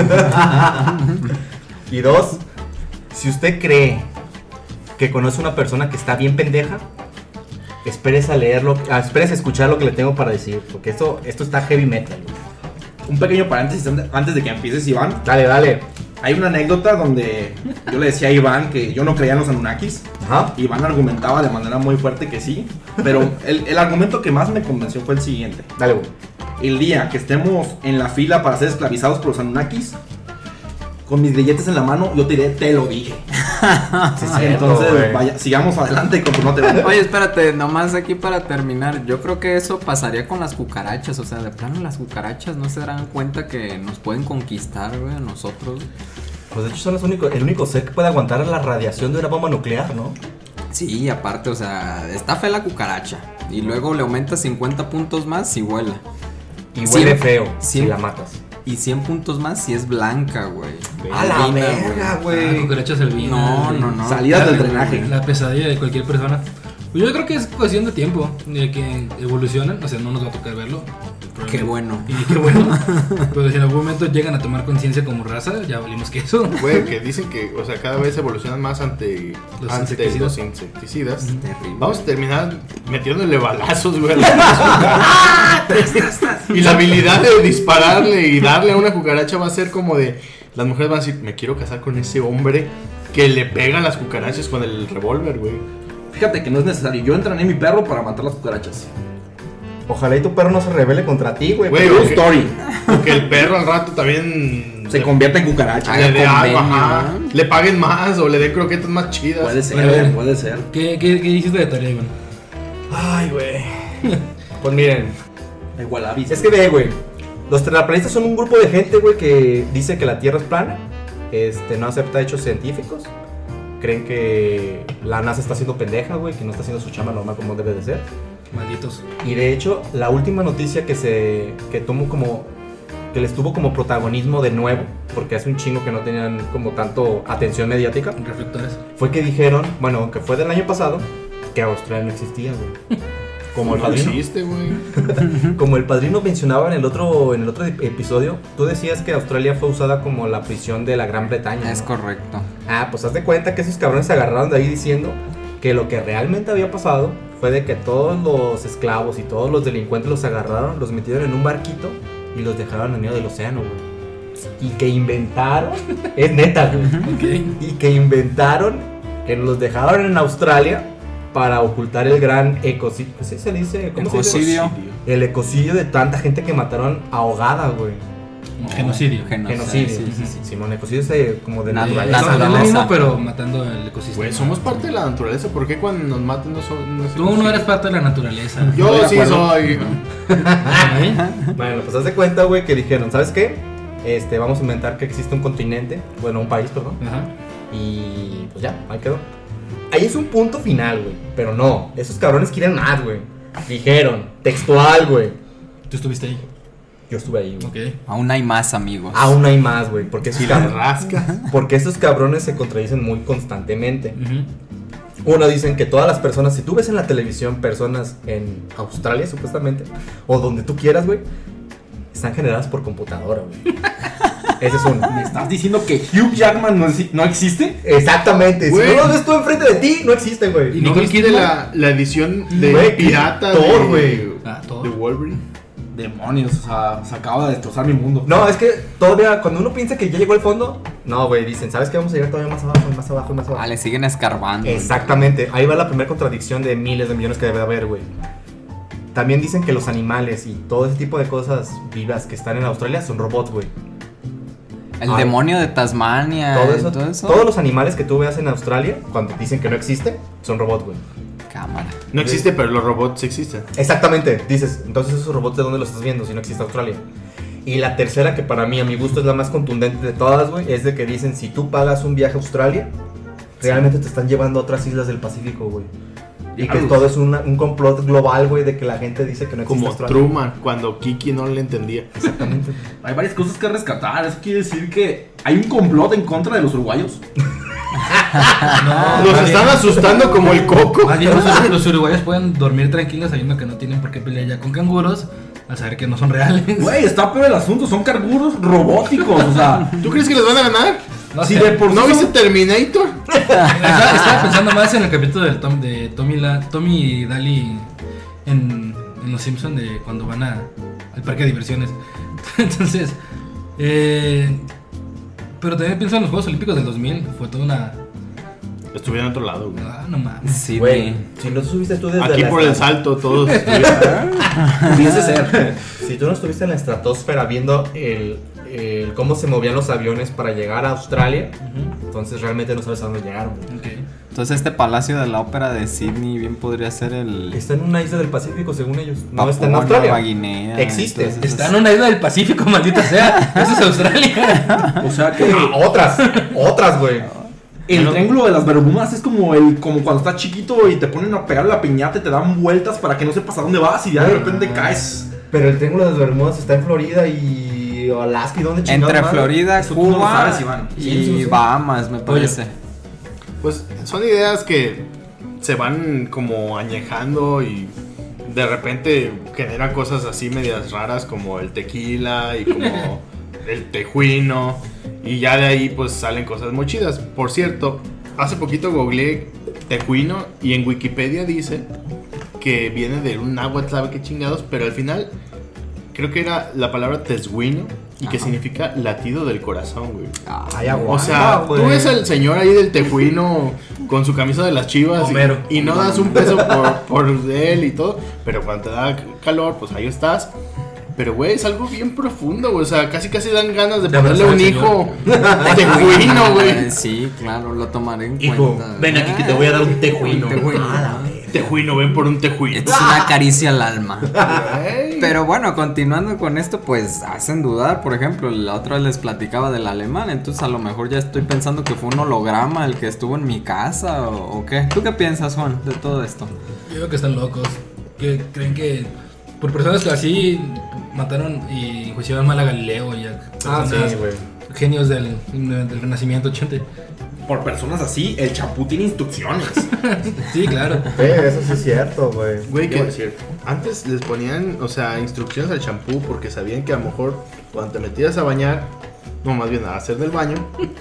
Speaker 3: y dos, si usted cree que conoce una persona que está bien pendeja, espérese a escuchar lo que le tengo para decir, porque esto está heavy metal.
Speaker 4: Un pequeño paréntesis antes de que empieces, Iván.
Speaker 3: Dale.
Speaker 4: Hay una anécdota donde yo le decía a Iván que yo no creía en los Anunnakis.
Speaker 3: Ajá.
Speaker 4: Iván argumentaba de manera muy fuerte que sí, pero el argumento que más me convenció fue el siguiente.
Speaker 3: Dale, güey.
Speaker 4: El día que estemos en la fila para ser esclavizados por los Anunnakis, con mis grilletes en la mano, yo te diré, te lo dije.
Speaker 3: Sí, es cierto,
Speaker 4: Entonces,
Speaker 3: güey.
Speaker 4: vaya, sigamos adelante con tu nota.
Speaker 1: Oye, espérate, nomás aquí para terminar. Yo creo que eso pasaría con las cucarachas. O sea, de plano las cucarachas no se darán cuenta que nos pueden conquistar, güey, a nosotros.
Speaker 3: Pues de hecho son el único ser que puede aguantar la radiación de una bomba nuclear, ¿no?
Speaker 1: Sí, aparte, o sea, está fea la cucaracha. Y luego le aumentas 50 puntos más y vuela.
Speaker 3: Y huele
Speaker 1: Cien-
Speaker 3: feo si
Speaker 1: cien-
Speaker 3: la matas.
Speaker 1: Y 100 puntos más si es blanca, güey.
Speaker 3: A la
Speaker 1: Albina,
Speaker 3: verga, güey.
Speaker 2: Cucarachas albinas.
Speaker 1: No.
Speaker 4: Salidas del drenaje.
Speaker 2: La pesadilla de cualquier persona. Pues yo creo que es cuestión de tiempo, de que evolucionan, o sea, no nos va a tocar verlo.
Speaker 1: Qué bueno.
Speaker 2: Y qué bueno. Pero si en algún momento llegan a tomar conciencia como raza, ya valimos que eso.
Speaker 5: Güey, que dicen que, o sea, cada vez evolucionan más ante
Speaker 2: Los
Speaker 5: los insecticidas.
Speaker 1: Terrible.
Speaker 5: Vamos a terminar metiéndole balazos, güey. Y la habilidad de dispararle y darle a una cucaracha va a ser como de... Las mujeres van a decir, me quiero casar con ese hombre que le pega a las cucarachas con el revólver, güey.
Speaker 4: Fíjate que no es necesario. Yo entrené a mi perro para matar las cucarachas.
Speaker 3: Ojalá y tu perro no se rebele contra ti, güey.
Speaker 5: Güey,
Speaker 3: Pero-
Speaker 5: ok.
Speaker 4: Story.
Speaker 5: Que el perro al rato también...
Speaker 4: Se convierte en cucaracha.
Speaker 5: le dé algo,
Speaker 1: convenio,
Speaker 5: ajá.
Speaker 1: ¿no?
Speaker 5: Le paguen más o le den croquetas más chidas.
Speaker 4: Puede
Speaker 2: Bueno,
Speaker 4: ser,
Speaker 2: bueno.
Speaker 4: puede ser.
Speaker 2: ¿Qué hiciste de tarea, Iván?
Speaker 3: Ay, güey. Pues miren,
Speaker 4: El wallaby.
Speaker 3: es que ve, güey. Los terraplanistas son un grupo de gente, güey, que dice que la Tierra es plana. No acepta hechos científicos. Creen que la NASA está haciendo pendeja, güey, que no está haciendo su chamba normal como debe de ser.
Speaker 2: Malditos.
Speaker 3: Y de hecho, la última noticia que tomó como que les tuvo como protagonismo de nuevo, porque hace un chingo que no tenían como tanto atención mediática,
Speaker 2: Reflectores.
Speaker 3: fue que dijeron, bueno, que fue del año pasado, que Australia no existía, güey. Como el
Speaker 5: No
Speaker 3: padrino.
Speaker 5: existe, güey.
Speaker 3: Como el padrino mencionaba en el otro episodio, tú decías que Australia fue usada como la prisión de la Gran Bretaña,
Speaker 1: Es
Speaker 3: ¿no?
Speaker 1: correcto.
Speaker 3: Ah, pues haz de cuenta que esos cabrones se agarraron de ahí diciendo que lo que realmente había pasado fue de que todos los esclavos y todos los delincuentes los agarraron, los metieron en un barquito y los dejaron en medio del océano, güey. Y que inventaron, es neta, güey.
Speaker 2: Ok.
Speaker 3: Y que inventaron que los dejaron en Australia para ocultar el gran ecocidio. ¿Sí se dice? ¿Cómo se dice?
Speaker 1: Ecocidio.
Speaker 3: el ecocidio de tanta gente que mataron ahogada, güey.
Speaker 2: Genocidio.
Speaker 3: Genocidio.
Speaker 1: Sí.
Speaker 3: Simón, ecocidio es como de
Speaker 1: Naturaleza.
Speaker 3: naturaleza.
Speaker 2: Es lo mismo, pero matando el ecosistema.
Speaker 5: Güey, somos parte de la naturaleza. ¿Por qué cuando nos matan no son?
Speaker 2: Tú no eres parte de la naturaleza.
Speaker 5: Yo sí soy.
Speaker 2: ¿Eh?
Speaker 3: Bueno, pues haz de cuenta, güey, que dijeron, ¿sabes qué? Vamos a inventar que existe un continente, bueno, un país, perdón.
Speaker 2: Ajá.
Speaker 3: Y pues ya, ahí quedó. Ahí es un punto final, güey. Pero no, esos cabrones quieren más, güey. Dijeron, textual, güey.
Speaker 2: Tú estuviste ahí.
Speaker 3: Yo estuve ahí, güey.
Speaker 2: Ok.
Speaker 1: Aún hay más, amigos.
Speaker 3: Aún hay más, güey. Porque esos
Speaker 5: Si la
Speaker 3: cabrones,
Speaker 5: rasca.
Speaker 3: porque estos cabrones se contradicen muy constantemente.
Speaker 2: Ujú.
Speaker 3: Uno, dicen que todas las personas, si tú ves en la televisión personas en Australia, supuestamente, o donde tú quieras, güey, están generadas por computadora, güey. Ese es uno.
Speaker 4: ¿Me estás diciendo que Hugh Jackman no existe?
Speaker 3: Exactamente.
Speaker 5: Güey.
Speaker 3: Si no lo ves tú enfrente de ti, no existe, güey.
Speaker 2: ¿Y
Speaker 5: ¿No
Speaker 2: Nicole
Speaker 5: viste
Speaker 2: Kidman?
Speaker 5: la edición de
Speaker 3: Güey,
Speaker 5: pirata
Speaker 3: Thor,
Speaker 5: de
Speaker 3: güey.
Speaker 2: Ah, Thor.
Speaker 5: de Wolverine?
Speaker 4: Demonios, o sea, se acaba de destrozar mi mundo.
Speaker 3: No, es que todavía, cuando uno piensa que ya llegó al fondo, no, güey, dicen, ¿sabes qué? Vamos a llegar todavía más abajo, y más abajo, y más abajo.
Speaker 1: Ah, le siguen escarbando.
Speaker 3: Exactamente. Ahí va la primera contradicción de miles de millones que debe haber, güey. También dicen que los animales y todo ese tipo de cosas vivas que están en Australia son robots, güey.
Speaker 1: El
Speaker 3: Ay.
Speaker 1: demonio de Tasmania.
Speaker 3: Todo eso. Todos los animales que tú veas en Australia, cuando dicen que no existe, son robots, güey.
Speaker 1: Cámara.
Speaker 5: No existe, pero los robots existen.
Speaker 3: Exactamente. Dices, entonces esos robots, ¿de dónde los estás viendo si no existe Australia? Y la tercera, que para mí, a mi gusto, es la más contundente de todas, güey, es de que dicen, si tú pagas un viaje a Australia, realmente te están llevando a otras islas del Pacífico, güey. Y que
Speaker 4: Diablos.
Speaker 3: todo es un complot global, güey, de que la gente dice que no existe
Speaker 5: Como
Speaker 3: Australia.
Speaker 5: Truman, cuando Kiki no le entendía.
Speaker 3: Exactamente.
Speaker 4: Hay varias cosas que rescatar. Eso quiere decir que hay un complot en contra de los uruguayos.
Speaker 2: No,
Speaker 5: Nos
Speaker 2: más
Speaker 5: están
Speaker 2: bien-
Speaker 5: asustando como el coco.
Speaker 2: Más bien los uruguayos pueden dormir tranquilos sabiendo que no tienen por qué pelear ya con canguros, al saber que no son reales.
Speaker 4: Güey, está peor el asunto. Son carguros robóticos. O sea,
Speaker 5: ¿Tú crees que les van a ganar?
Speaker 2: No
Speaker 4: si
Speaker 2: sé.
Speaker 4: de por sí
Speaker 5: ¿No
Speaker 4: son-
Speaker 5: viste Terminator?
Speaker 2: Estaba pensando más en el capítulo del Tommy y Daly en Los Simpsons, de cuando van al parque de diversiones. Entonces, pero también pienso en los Juegos Olímpicos del 2000. Fue toda una...
Speaker 5: Estuvieron en otro lado, güey.
Speaker 2: Ah, no mames.
Speaker 1: Sí,
Speaker 3: Güey, si no subiste tú desde
Speaker 5: Aquí
Speaker 3: la
Speaker 5: por el
Speaker 3: estra-
Speaker 5: salto todos estuvieron.
Speaker 4: pudiese ser.
Speaker 3: Si tú no estuviste en la estratosfera viendo cómo se movían los aviones para llegar a Australia, entonces realmente no sabes a dónde llegaron, güey.
Speaker 2: Ok.
Speaker 1: Entonces este palacio de la ópera de Sydney bien podría ser el...
Speaker 3: Está en una isla del Pacífico, según ellos. No
Speaker 1: Papúa
Speaker 3: está en Australia.
Speaker 1: Nueva Guinea.
Speaker 3: Existe.
Speaker 1: Entonces,
Speaker 2: Está en una isla del Pacífico, maldita sea. Eso es Australia.
Speaker 4: O sea que
Speaker 3: Otras, güey.
Speaker 4: el triángulo de las Bermudas es como cuando estás chiquito y te ponen a pegar la piñata y te dan vueltas para que no sepas a dónde vas y ya de repente caes.
Speaker 3: Pero el Triángulo de las Bermudas está en Florida y Alaska y dónde chingados
Speaker 1: Entre
Speaker 3: más?
Speaker 1: Florida,
Speaker 4: Eso tú no lo
Speaker 1: Cuba
Speaker 4: sabes, Iván.
Speaker 1: y
Speaker 3: Sí.
Speaker 1: Bahamas, me parece.
Speaker 5: Pues son ideas que se van como añejando y de repente generan cosas así medias raras como el tequila y como el tejuino. Y ya de ahí pues salen cosas muy chidas. Por cierto, hace poquito googleé tejuino y en Wikipedia dice que viene de un náhuatl, sabe qué chingados, pero al final creo que era la palabra tesguino y que significa latido del corazón, güey.
Speaker 3: Ay,
Speaker 5: O sea,
Speaker 3: güey.
Speaker 5: tú ves al señor ahí del tejuino con su camisa de las Chivas
Speaker 4: Homero.
Speaker 5: y no das un peso por él y todo, pero cuando te da calor, pues ahí estás. Pero, güey, es algo bien profundo, güey. O sea, casi dan ganas de ponerle
Speaker 2: abrazar
Speaker 5: un
Speaker 2: al
Speaker 5: hijo tejuino, güey.
Speaker 1: Sí, claro, lo tomaré en
Speaker 3: Hijo,
Speaker 1: cuenta.
Speaker 3: ven aquí que te voy a dar un tejuino.
Speaker 1: Tejuino.
Speaker 5: Tejuino, ven por un tejuino.
Speaker 1: Es una caricia al alma.
Speaker 5: Güey.
Speaker 1: Pero bueno, continuando con esto, pues hacen dudar. Por ejemplo, la otra vez les platicaba del alemán. Entonces a lo mejor ya estoy pensando que fue un holograma el que estuvo en mi casa o qué. ¿Tú qué piensas, Juan, de todo esto?
Speaker 2: Yo creo que están locos. Que creen que por personas que así mataron y enjuiciaron mal a Galileo y a
Speaker 3: Ah,
Speaker 2: personas,
Speaker 3: sí, güey.
Speaker 2: genios del Renacimiento 80.
Speaker 4: Por personas así, el champú tiene instrucciones.
Speaker 2: Sí, claro.
Speaker 3: Eso sí es cierto, güey.
Speaker 5: Güey,
Speaker 4: ¿Qué va a
Speaker 5: que
Speaker 4: decir?
Speaker 5: antes les ponían, o sea, instrucciones al champú porque sabían que a lo mejor cuando te metías a bañar, no, más bien a hacer del baño,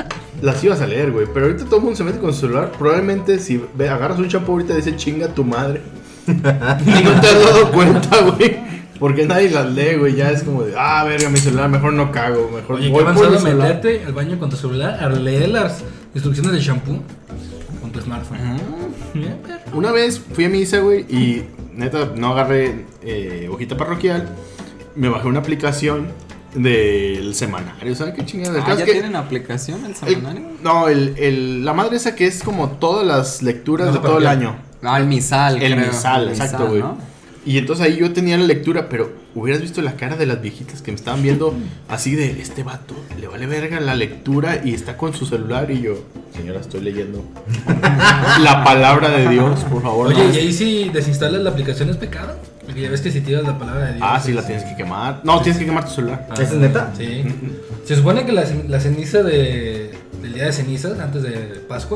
Speaker 5: las ibas a leer, güey. Pero ahorita todo el mundo se mete con su celular. Probablemente si agarras un champú ahorita dice chinga tu madre. Y no te has dado cuenta, güey. Porque nadie las lee, güey. Ya es como de, verga, mi celular, mejor no cago. Mejor
Speaker 2: Oye, qué
Speaker 5: voy por
Speaker 2: avanzado
Speaker 5: mi celular.
Speaker 2: meterte al baño con tu celular a leer las instrucciones del shampoo con tu smartphone.
Speaker 5: Una vez fui a misa, güey, y neta, no agarré hojita parroquial. Me bajé una aplicación del semanario. ¿Sabes qué chingada? El caso
Speaker 1: ¿ya
Speaker 5: es que
Speaker 1: tienen aplicación el semanario?
Speaker 5: no, la madre esa que es como todas las lecturas
Speaker 2: No,
Speaker 5: de todo el
Speaker 2: parroquial.
Speaker 5: año.
Speaker 1: Ah, el misal,
Speaker 5: El
Speaker 1: creo.
Speaker 5: misal, exacto, güey.
Speaker 1: ¿no?
Speaker 5: Y entonces ahí yo tenía la lectura, pero hubieras visto la cara de las viejitas que me estaban viendo así de, este vato le vale verga la lectura y está con su celular y yo, señora, estoy leyendo la palabra de Dios, por favor.
Speaker 2: Oye,
Speaker 5: no.
Speaker 2: ¿y ahí si desinstalas la aplicación es pecado? Porque ya ves que si tiras la palabra de Dios.
Speaker 5: Ah, sí, la tienes que quemar. No, tienes que quemar tu celular.
Speaker 2: Ah,
Speaker 3: ¿Esa es neta?
Speaker 2: Sí. Se supone que la ceniza del día de cenizas, antes de Pascua,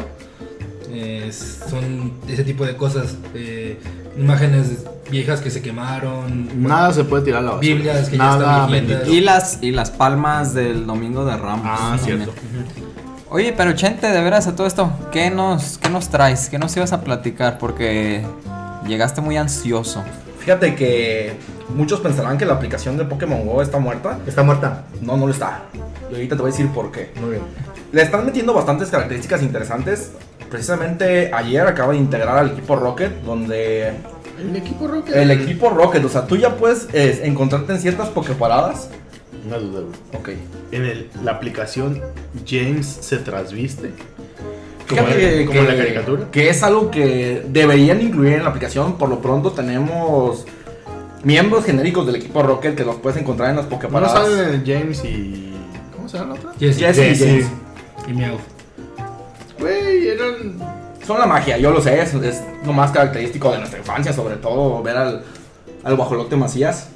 Speaker 2: son ese tipo de cosas. Imágenes viejas que se quemaron.
Speaker 5: Nada se puede tirar a la basura.
Speaker 2: Biblias que ya
Speaker 5: Nada
Speaker 2: están viejitas.
Speaker 5: bendito.
Speaker 1: Y las palmas del domingo de Ramos.
Speaker 5: Ah,
Speaker 1: también.
Speaker 5: cierto.
Speaker 1: Oye, pero Chente, de veras, a todo esto, ¿qué nos traes? ¿Qué nos ibas a platicar? Porque llegaste muy ansioso.
Speaker 4: Fíjate que muchos pensarán que la aplicación de Pokémon GO está muerta.
Speaker 3: ¿Está muerta?
Speaker 4: No, no lo está. Y ahorita te voy a decir por qué.
Speaker 3: Muy bien.
Speaker 4: Le están metiendo bastantes características interesantes. Precisamente ayer acaba de integrar al equipo Rocket, donde
Speaker 5: El equipo Rocket.
Speaker 4: el equipo Rocket, o sea, tú ya puedes encontrarte en ciertas Poképaradas.
Speaker 5: Una duda, güey.
Speaker 4: Ok.
Speaker 5: En la aplicación James se trasviste.
Speaker 4: Fíjate
Speaker 5: Como la caricatura.
Speaker 4: Que es algo que deberían incluir en la aplicación. Por lo pronto tenemos miembros genéricos del equipo Rocket que los puedes encontrar en las
Speaker 5: No
Speaker 4: Poképaradas.
Speaker 5: salen el James y. ¿Cómo se llama la otra?
Speaker 2: Jesse.
Speaker 4: Jesse y James.
Speaker 2: Y Meow.
Speaker 5: Güey, eran.
Speaker 4: Son la magia, yo lo sé, es lo más característico de nuestra infancia, sobre todo ver al guajolote Macías.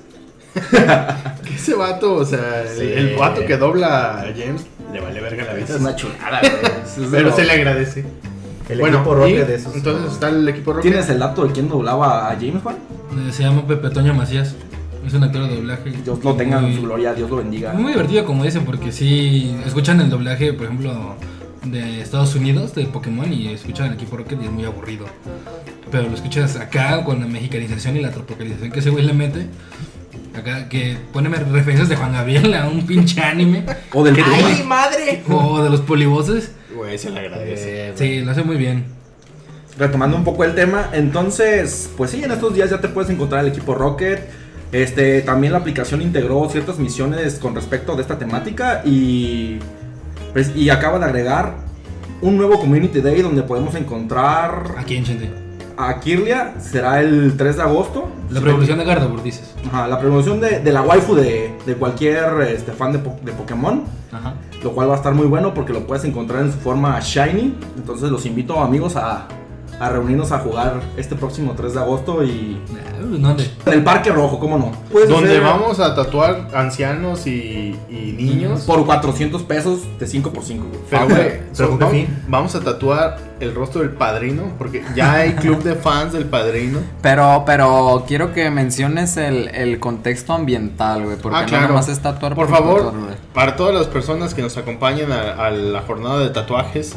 Speaker 5: Ese vato, o sea,
Speaker 3: Sí.
Speaker 5: el vato que dobla a James le vale verga la vida.
Speaker 4: Es una chulada, güey. Es de
Speaker 5: Pero
Speaker 4: lo-
Speaker 5: se le agradece.
Speaker 3: El equipo Rocket
Speaker 5: y
Speaker 3: de esos.
Speaker 5: entonces está el equipo Rocket.
Speaker 4: ¿Tienes el dato de quién doblaba a James, Juan?
Speaker 2: Se llama Pepe Toño Macías. Es un actor de doblaje.
Speaker 4: Dios lo tenga en
Speaker 2: Muy-
Speaker 4: su gloria, Dios lo bendiga.
Speaker 2: Muy divertido, como dicen, porque si escuchan el doblaje, por ejemplo, de Estados Unidos, de Pokémon, y escuchan el equipo Rocket y es muy aburrido. Pero lo escuchas acá con la mexicanización y la tropicalización que ese güey le mete. Acá que pone referencias de Juan Gabriel a un pinche anime.
Speaker 4: O del
Speaker 3: ¡Ay, madre!
Speaker 2: O de los polivoces.
Speaker 5: Güey, se le agradece.
Speaker 2: Sí, lo hace muy bien.
Speaker 4: Retomando un poco el tema, entonces, pues sí, en estos días ya te puedes encontrar el equipo Rocket. También la aplicación integró ciertas misiones con respecto de esta temática y acaba de agregar un nuevo Community Day donde podemos encontrar
Speaker 2: Aquí en Chente.
Speaker 4: a Kirlia. Será el 3 de agosto.
Speaker 2: La revolución de Gardevoir, dices.
Speaker 4: Ajá, la promoción de la waifu de cualquier fan de Pokémon.
Speaker 2: Ajá.
Speaker 4: Lo cual va a estar muy bueno porque lo puedes encontrar en su forma shiny. Entonces los invito, amigos, a reunirnos a jugar este próximo 3 de agosto y
Speaker 2: ¿Dónde?
Speaker 4: en el Parque Rojo, ¿cómo no? Puedes
Speaker 5: Donde
Speaker 4: hacer
Speaker 5: vamos a tatuar ancianos y niños.
Speaker 4: por 400 pesos de 5x5, güey.
Speaker 5: Pero, güey,
Speaker 3: pero
Speaker 5: vamos,
Speaker 3: fin.
Speaker 5: vamos a tatuar el rostro del padrino. Porque ya hay club de fans del padrino.
Speaker 1: Pero quiero que menciones el contexto ambiental, güey. Porque
Speaker 5: claro.
Speaker 1: no nomás es tatuar
Speaker 5: Por favor,
Speaker 1: tatuar, güey.
Speaker 5: para todas las personas que nos acompañan a la jornada de tatuajes,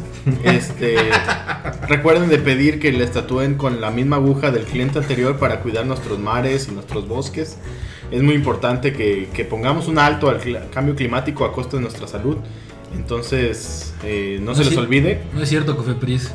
Speaker 5: recuerden de pedir que les tatúen con la misma aguja del cliente anterior para cuidar nuestros mares y nuestros bosques. Es muy importante que pongamos un alto al cambio climático a costa de nuestra salud. Entonces, no se les olvide.
Speaker 2: No es cierto, Cofepris.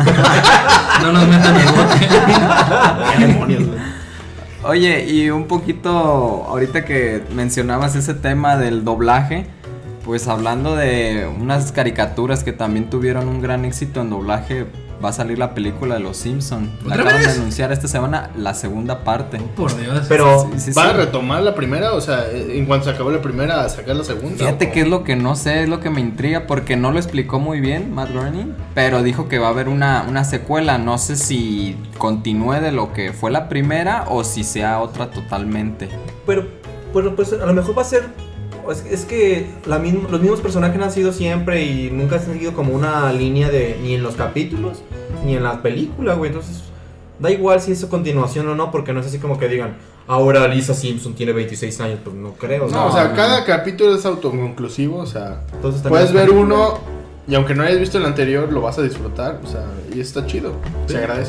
Speaker 2: No nos metan el bote.
Speaker 5: ¡Qué demonios, güey!
Speaker 1: Oye, y un poquito, ahorita que mencionabas ese tema del doblaje, pues hablando de unas caricaturas que también tuvieron un gran éxito en doblaje, va a salir la película de Los Simpson. La
Speaker 2: ¿Otra
Speaker 1: acaban de
Speaker 2: vez?
Speaker 1: anunciar esta semana la segunda parte.
Speaker 2: Por Dios.
Speaker 3: Pero
Speaker 1: Sí,
Speaker 5: ¿Va a
Speaker 1: sí.
Speaker 5: retomar la primera? O sea, en cuanto se acabó la primera, a sacar la segunda.
Speaker 1: Fíjate
Speaker 5: ¿o
Speaker 1: que es lo que no sé, es lo que me intriga, porque no lo explicó muy bien Matt Groening, pero dijo que va a haber una secuela. No sé si continúe de lo que fue la primera o si sea otra totalmente.
Speaker 3: Pero pues a lo mejor va a ser. Es que los mismos personajes han sido siempre y nunca han seguido como una línea ni en los capítulos ni en la película, güey. Entonces, da igual si es su continuación o no, porque no es así como que digan, ahora Lisa Simpson tiene 26 años, pues no creo.
Speaker 5: No, o sea, cada capítulo es autoconclusivo, o sea,
Speaker 3: Entonces, también
Speaker 5: puedes
Speaker 3: la
Speaker 5: ver
Speaker 3: película-
Speaker 5: uno y aunque no hayas visto el anterior, lo vas a disfrutar, o sea, y está chido, se agradece.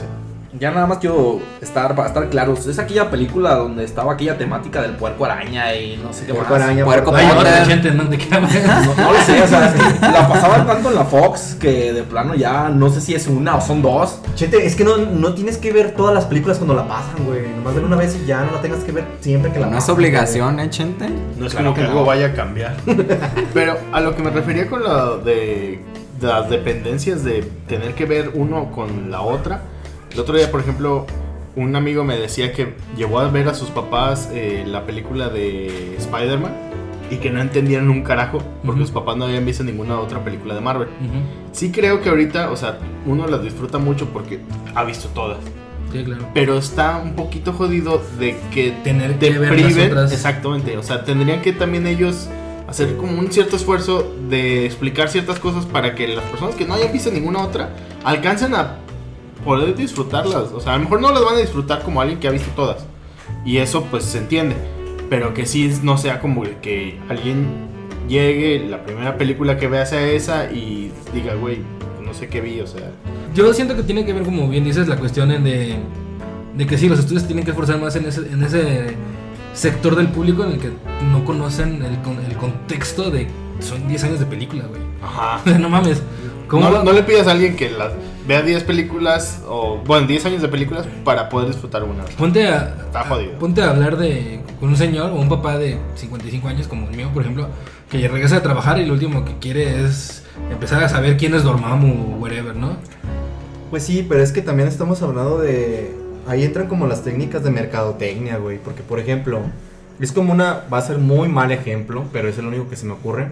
Speaker 4: Ya nada más quiero estar claros. Es aquella película donde estaba aquella temática del puerco araña y no sé qué
Speaker 3: Puerco
Speaker 4: más.
Speaker 3: araña,
Speaker 1: Puerco
Speaker 2: Hay
Speaker 1: Potter.
Speaker 2: otra gente, ¿no? ¿De qué hablas?
Speaker 4: No lo sé, o sea, es que la pasaban tanto en la Fox que de plano ya no sé si es una o son dos.
Speaker 3: Chente, es que no tienes que ver todas las películas cuando la pasan, güey. Nomás ver una vez y ya no la tengas que ver siempre que la
Speaker 1: No es
Speaker 3: pasan,
Speaker 1: obligación, Chente.
Speaker 5: No es
Speaker 4: Claro
Speaker 5: como que
Speaker 4: que
Speaker 5: algo
Speaker 4: no.
Speaker 5: vaya a cambiar. Pero a lo que me refería con lo de las dependencias de tener que ver uno con la otra. El otro día, por ejemplo, un amigo me decía que llevó a ver a sus papás la película de Spider-Man y que no entendieron un carajo porque
Speaker 2: Ujú.
Speaker 5: sus papás no habían visto ninguna otra película de Marvel.
Speaker 2: Ujú.
Speaker 5: Sí creo que ahorita, o sea, uno las disfruta mucho porque ha visto todas.
Speaker 2: Sí, claro.
Speaker 5: Pero está un poquito jodido de que
Speaker 2: Tener
Speaker 5: te
Speaker 2: que ver las
Speaker 5: priven.
Speaker 2: otras.
Speaker 5: Exactamente, o sea, tendrían que también ellos hacer como un cierto esfuerzo de explicar ciertas cosas para que las personas que no hayan visto ninguna otra alcancen a poder disfrutarlas. O sea, a lo mejor no las van a disfrutar como alguien que ha visto todas. Y eso pues se entiende. Pero que sí no sea como que alguien llegue, la primera película que vea sea esa y diga, güey, no sé qué vi, o sea.
Speaker 2: Yo siento que tiene que ver, como bien dices, la cuestión de que sí, los estudios tienen que esforzar más en ese sector del público en el que no conocen el contexto de son 10 años de película, güey.
Speaker 5: Ajá.
Speaker 2: O sea, no mames. ¿Cómo
Speaker 5: No,
Speaker 2: va?
Speaker 5: no le pidas a alguien que las vea 10 películas o, bueno, 10 años de películas para poder disfrutar una.
Speaker 2: Ponte
Speaker 5: Está jodido.
Speaker 2: ponte a hablar con un señor o un papá de 55 años como el mío, por ejemplo, que regresa de trabajar y lo último que quiere es empezar a saber quién es Dormammu o whatever, ¿no?
Speaker 3: Pues sí, pero es que también estamos hablando de... Ahí entran como las técnicas de mercadotecnia, güey. Porque, por ejemplo, es como va a ser muy mal ejemplo, pero es el único que se me ocurre.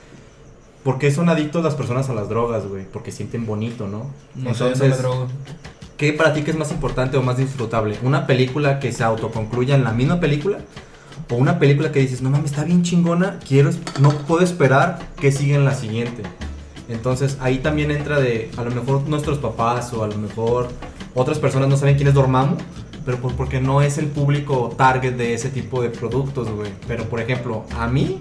Speaker 3: ¿Por qué son adictos las personas a las drogas, güey? Porque sienten bonito, ¿no?
Speaker 2: No sé, no me drogo.
Speaker 3: ¿Qué para ti que es más importante o más disfrutable? ¿Una película que se autoconcluya en la misma película? ¿O una película que dices, no mames, está bien chingona, no puedo esperar que siga en la siguiente? Entonces ahí también entra a lo mejor nuestros papás o a lo mejor otras personas no saben quién es Dormammu, pero porque no es el público target de ese tipo de productos, güey. Pero por ejemplo, a mí,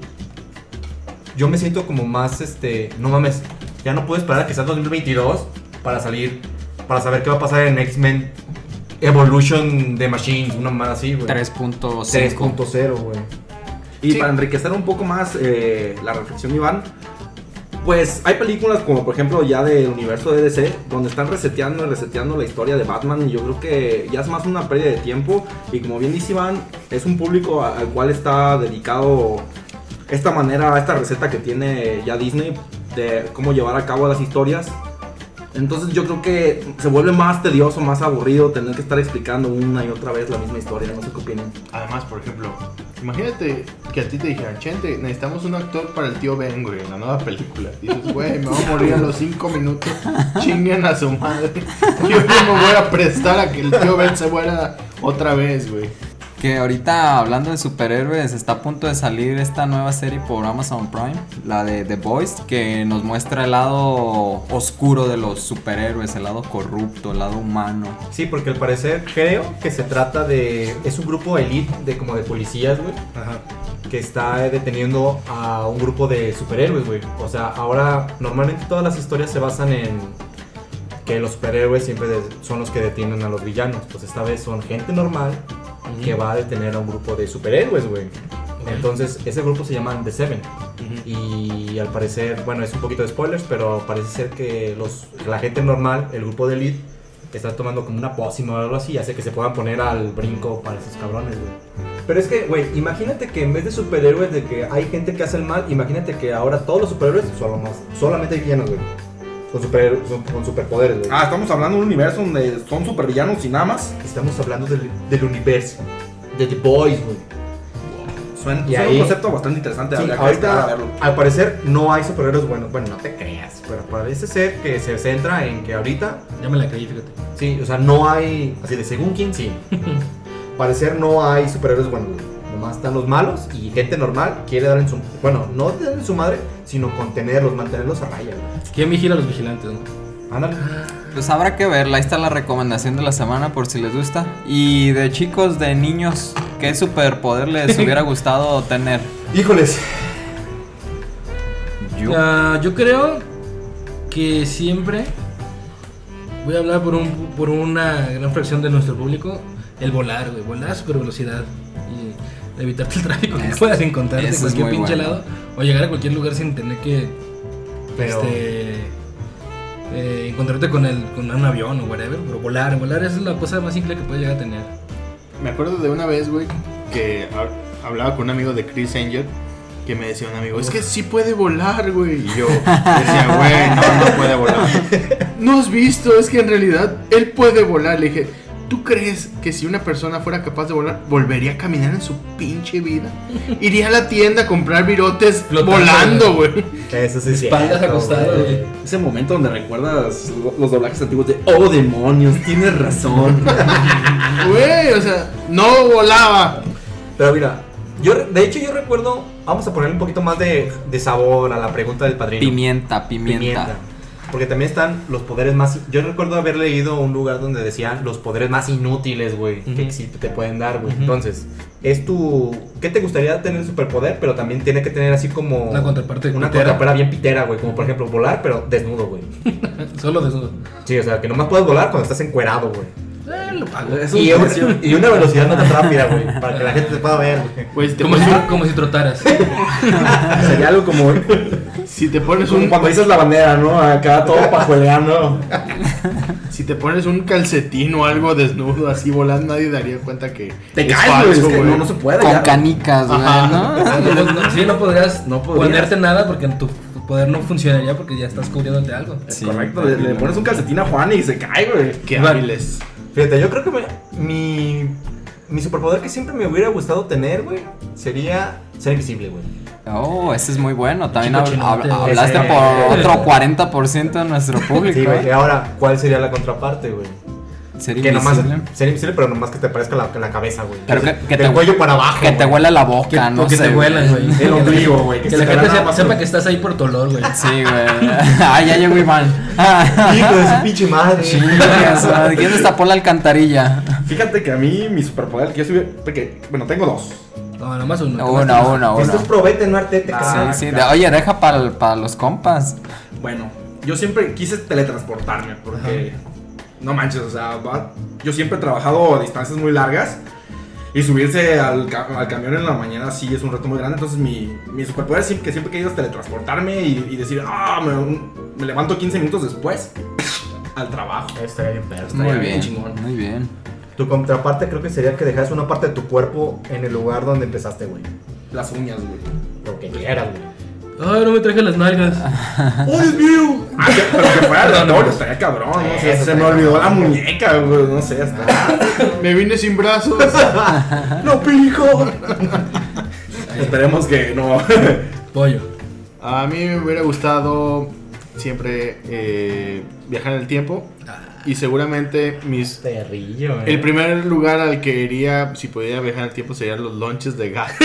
Speaker 3: yo me siento como más, no mames, ya no puedo esperar a que sea 2022 para saber qué va a pasar en X-Men Evolution the Machines, una más así, güey.
Speaker 1: 3.5.
Speaker 3: 3.0, güey.
Speaker 4: Y
Speaker 5: Sí.
Speaker 4: para enriquecer un poco más la reflexión, Iván, pues hay películas como por ejemplo ya del universo de DC donde están reseteando y reseteando la historia de Batman y yo creo que ya es más una pérdida de tiempo y como bien dice Iván, es un público al cual está dedicado esta manera, esta receta que tiene ya Disney de cómo llevar a cabo las historias. Entonces yo creo que se vuelve más tedioso, más aburrido tener que estar explicando una y otra vez la misma historia, no sé qué opinan.
Speaker 5: Además, por ejemplo, imagínate que a ti te dijeran, Chente, necesitamos un actor para el tío Ben, güey, en la nueva película. Dices, güey, me voy a morir a los 5 minutos, chinguen a su madre. Yo no me voy a prestar a que el tío Ben se muera otra vez, güey.
Speaker 1: Que ahorita hablando de superhéroes está a punto de salir esta nueva serie por Amazon Prime, la de The Boys, que nos muestra el lado oscuro de los superhéroes, el lado corrupto, el lado humano.
Speaker 3: Sí, porque al parecer creo que se trata es un grupo elite como de policías, güey,
Speaker 2: Ajá.
Speaker 3: que está deteniendo a un grupo de superhéroes, güey. O sea, ahora normalmente todas las historias se basan en que los superhéroes siempre son los que detienen a los villanos. Pues esta vez son gente normal que va a detener a un grupo de superhéroes, güey. Entonces, ese grupo se llama The Seven. Y al parecer, bueno, es un poquito de spoilers, pero parece ser que la gente normal, el grupo de elite, está tomando como una pócima o algo así, hace que se puedan poner al brinco para esos cabrones, güey. Pero es que, güey, imagínate que en vez de superhéroes, de que hay gente que hace el mal, imagínate que ahora todos los superhéroes solamente hay villanos, güey. Con superpoderes, güey.
Speaker 4: Estamos hablando de un universo donde son supervillanos y nada más.
Speaker 3: Estamos hablando del universo, de The Boys, güey.
Speaker 4: Suena
Speaker 3: Y
Speaker 4: un
Speaker 3: ahí-
Speaker 4: concepto bastante interesante.
Speaker 3: Sí,
Speaker 4: habría que esperar a
Speaker 3: ahorita,
Speaker 4: verlo.
Speaker 3: al parecer, no hay superhéroes buenos. Bueno, no te creas, pero parece ser que se centra en que ahorita,
Speaker 2: Ya me la creí, fíjate.
Speaker 3: sí, o sea, no hay, así de según quién, sí. Parecer no hay superhéroes buenos, güey. Nomás están los malos y gente normal quiere dar bueno, no darle en su madre, sino contenerlos, mantenerlos a raya, güey.
Speaker 2: ¿Quién vigila a los vigilantes, no?
Speaker 3: Ándale.
Speaker 1: Pues habrá que verla, ahí está la recomendación de la semana por si les gusta. Y de chicos, de niños, ¿qué superpoder les hubiera gustado tener?
Speaker 3: Híjoles.
Speaker 1: Yo.
Speaker 2: Yo creo que siempre voy a hablar por una gran fracción de nuestro público. El volar, güey. Volar a super velocidad. Y evitarte el tráfico que puedas encontrarte en cualquier pinche lado. O llegar a cualquier lugar sin tener que.
Speaker 3: Pero...
Speaker 2: encontrarte con un avión o whatever. Pero volar es la cosa más simple que puedes llegar a tener.
Speaker 5: Me acuerdo de una vez, güey, que hablaba con un amigo de Chris Angel. Que me decía un amigo, es que sí puede volar, güey. Y yo decía, güey, no puede volar. No has visto, es que en realidad él puede volar. Le dije, ¿tú crees que si una persona fuera capaz de volar, volvería a caminar en su pinche vida? Iría a la tienda a comprar virotes volando, güey.
Speaker 3: Eso sí es
Speaker 2: espaldas
Speaker 3: cierto,
Speaker 2: acostadas, güey.
Speaker 4: Ese momento donde recuerdas los doblajes antiguos de oh demonios, tienes razón.
Speaker 5: Güey, o sea, no volaba.
Speaker 3: Pero mira, de hecho yo recuerdo, vamos a ponerle un poquito más de sabor a la pregunta del padrino.
Speaker 1: Pimienta.
Speaker 3: Porque también están los poderes más... Yo recuerdo haber leído un lugar donde decían los poderes más inútiles, güey, que sí te pueden dar, güey. Entonces, es tu... ¿Qué te gustaría tener superpoder? Pero también tiene que tener así como...
Speaker 2: Una contraparte
Speaker 3: Una
Speaker 2: pitera.
Speaker 3: contraparte bien pitera, güey. Como por ejemplo volar, pero desnudo, güey.
Speaker 2: Solo desnudo.
Speaker 3: Sí, o sea, que nomás puedes volar cuando estás encuerado, güey.
Speaker 2: Lo pago.
Speaker 3: Y una velocidad no tan rápida, güey. Para que la gente te pueda ver, güey.
Speaker 5: Güey, si te
Speaker 2: Como,
Speaker 5: pones
Speaker 2: como si trotaras.
Speaker 4: Sería algo como
Speaker 5: si te pones
Speaker 4: como
Speaker 5: un
Speaker 4: cuando dices la bandera, ¿no? Acá todo pajueleando.
Speaker 5: si te pones un calcetín o algo desnudo así volando, nadie daría cuenta que
Speaker 4: Te
Speaker 5: es
Speaker 4: caes,
Speaker 5: falso,
Speaker 4: güey. Es que
Speaker 5: güey.
Speaker 4: no se puede.
Speaker 1: Con
Speaker 4: ya.
Speaker 1: canicas, güey,
Speaker 5: Ajá.
Speaker 1: ¿no?
Speaker 2: Sí, no podrías
Speaker 4: podrías.
Speaker 2: ponerte nada porque tu poder no funcionaría porque ya estás cubriéndote algo.
Speaker 1: Sí,
Speaker 4: Correcto, le pones un calcetín a Juan y se cae, güey.
Speaker 5: Qué
Speaker 2: Iván.
Speaker 5: hábiles.
Speaker 3: Fíjate, yo creo que mi superpoder que siempre me hubiera gustado tener, güey, sería ser invisible, güey.
Speaker 1: Oh, ese es muy bueno. También
Speaker 2: Chico chinote,
Speaker 1: hablaste
Speaker 3: ese.
Speaker 1: por otro 40% de nuestro público.
Speaker 3: Sí, güey. Y ahora, ¿cuál sería la contraparte, güey?
Speaker 1: Ser
Speaker 3: Que nomás
Speaker 1: invisible.
Speaker 3: ser invisible, pero nomás que te parezca la cabeza, güey.
Speaker 1: Pero que
Speaker 3: Del
Speaker 1: te
Speaker 3: cuello para abajo.
Speaker 1: Que te
Speaker 3: güey.
Speaker 1: huela la boca, no
Speaker 2: O que
Speaker 1: sé.
Speaker 2: te huelan, güey.
Speaker 4: El ombligo, güey.
Speaker 2: Que la gente sepa que estás ahí por tu olor, güey.
Speaker 1: Sí, güey. Ah, ya llegó Iván.
Speaker 3: Hijo de su pinche madre.
Speaker 1: Chingas, ¿quién destapó la alcantarilla?
Speaker 4: Fíjate que a mí mi superpoder que yo subí, porque, bueno, tengo dos.
Speaker 2: No, nomás uno.
Speaker 1: Uno.
Speaker 3: Esto es probete, no artete, cabrón.
Speaker 1: Sí. Oye, deja para los compas.
Speaker 4: Bueno, yo siempre quise teletransportarme porque no manches, o sea, yo siempre he trabajado a distancias muy largas y subirse al camión en la mañana sí es un reto muy grande. Entonces mi superpoder es que siempre he querido es teletransportarme y decir, me levanto 15 minutos después al trabajo.
Speaker 3: Estaría bien perro.
Speaker 1: Muy
Speaker 4: bien
Speaker 1: bien,
Speaker 4: chingón.
Speaker 1: muy bien.
Speaker 3: Tu contraparte creo que sería que dejas una parte de tu cuerpo en el lugar donde empezaste, güey.
Speaker 4: Las uñas, güey.
Speaker 3: Lo que quieras, güey.
Speaker 2: Ay, no me traje las nalgas.
Speaker 3: ¡Oh, Dios mío!
Speaker 4: Pero que fuera aleatorio, estaría cabrón, ¿no? O sea,
Speaker 3: Eso
Speaker 4: se me
Speaker 3: estaría
Speaker 4: olvidó la
Speaker 3: cabrón.
Speaker 4: muñeca, güey, no sé, hasta...
Speaker 5: Me vine sin brazos.
Speaker 3: ¡No, pico!
Speaker 4: Esperemos que no.
Speaker 2: Pollo.
Speaker 5: A mí me hubiera gustado siempre viajar en el tiempo. Y seguramente
Speaker 3: Perrillo,
Speaker 5: el primer lugar al que iría, si pudiera viajar en el tiempo, serían los lunches de gato.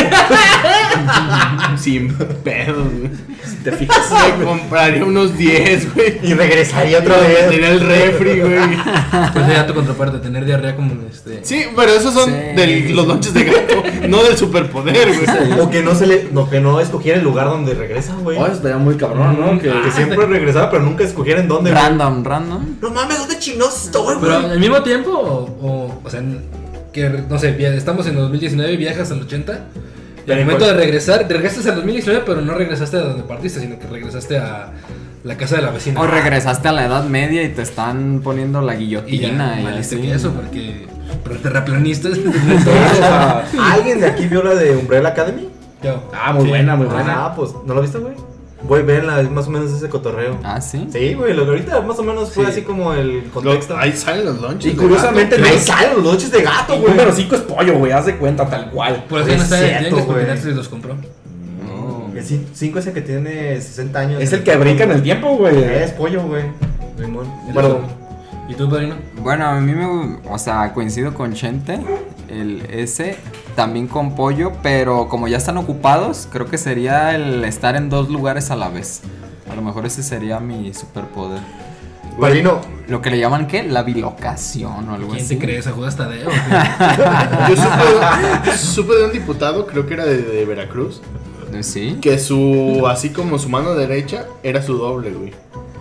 Speaker 5: Sin pedos, güey.
Speaker 4: Si te fijas.
Speaker 5: Me compraría unos 10, güey.
Speaker 3: Y regresaría otra vez.
Speaker 5: Tenía el refri, güey.
Speaker 2: Pues ya tu contraparte, tener diarrea como
Speaker 5: Sí, pero esos son
Speaker 1: Sí.
Speaker 5: de los lunches de gato, no del superpoder, güey.
Speaker 3: O que no escogiera el lugar donde regresa, güey.
Speaker 4: Oh, eso estaría muy cabrón, ¿no?
Speaker 3: Que siempre regresaba, pero nunca escogiera en dónde. güey.
Speaker 1: Random.
Speaker 3: No mames, ¿dónde chingados estoy,
Speaker 2: Pero
Speaker 3: güey?
Speaker 2: al mismo tiempo, o sea, que no sé, estamos en 2019 y viajas al 80. Y
Speaker 3: Pero
Speaker 2: al momento
Speaker 3: igual-
Speaker 2: de regresaste al 2019, pero no regresaste a donde partiste, sino que regresaste a la casa de la vecina.
Speaker 1: O regresaste a la Edad Media y te están poniendo la
Speaker 2: Y ya,
Speaker 1: guillotina y
Speaker 2: valiste
Speaker 1: así.
Speaker 2: que eso, porque terraplanistas.
Speaker 4: O sea,
Speaker 3: ¿Alguien de aquí vio la de Umbrella Academy?
Speaker 2: Yo.
Speaker 4: muy buena, muy buena.
Speaker 3: Ah, pues, ¿no lo viste, güey? Güey, véanla, es más o menos ese cotorreo.
Speaker 1: Ah, sí.
Speaker 3: Sí, güey, lo que ahorita más o menos fue
Speaker 5: Sí.
Speaker 3: así como el contexto.
Speaker 5: Ahí salen los lunches.
Speaker 4: Y
Speaker 5: de
Speaker 4: curiosamente,
Speaker 5: gato.
Speaker 3: Ahí salen los lonches de gato,
Speaker 4: Y
Speaker 3: güey.
Speaker 4: número 5 es pollo, güey, haz de cuenta, tal cual.
Speaker 2: Por eso ya no
Speaker 3: Es
Speaker 2: está en
Speaker 3: cierto,
Speaker 2: tianguis porque
Speaker 3: güey.
Speaker 2: Netflix los compró.
Speaker 3: El 5 es el que tiene 60 años.
Speaker 4: Es el que brinca en el tiempo, güey.
Speaker 3: Es pollo, güey. Simón.
Speaker 4: Bueno,
Speaker 2: ¿Y tú, padrino?
Speaker 1: Bueno, a mí o sea, coincido con Chente, ese, también con Pollo, pero como ya están ocupados, creo que sería el estar en dos lugares a la vez. A lo mejor ese sería mi superpoder.
Speaker 3: Padrino,
Speaker 1: Lo que le llaman, ¿qué? La bilocación o algo
Speaker 2: ¿Quién
Speaker 1: así.
Speaker 2: te crees? ¿A Judas Tadeo?
Speaker 5: Yo supe de un diputado, creo que era de Veracruz,
Speaker 1: Sí.
Speaker 5: que así como su mano derecha era su doble, güey.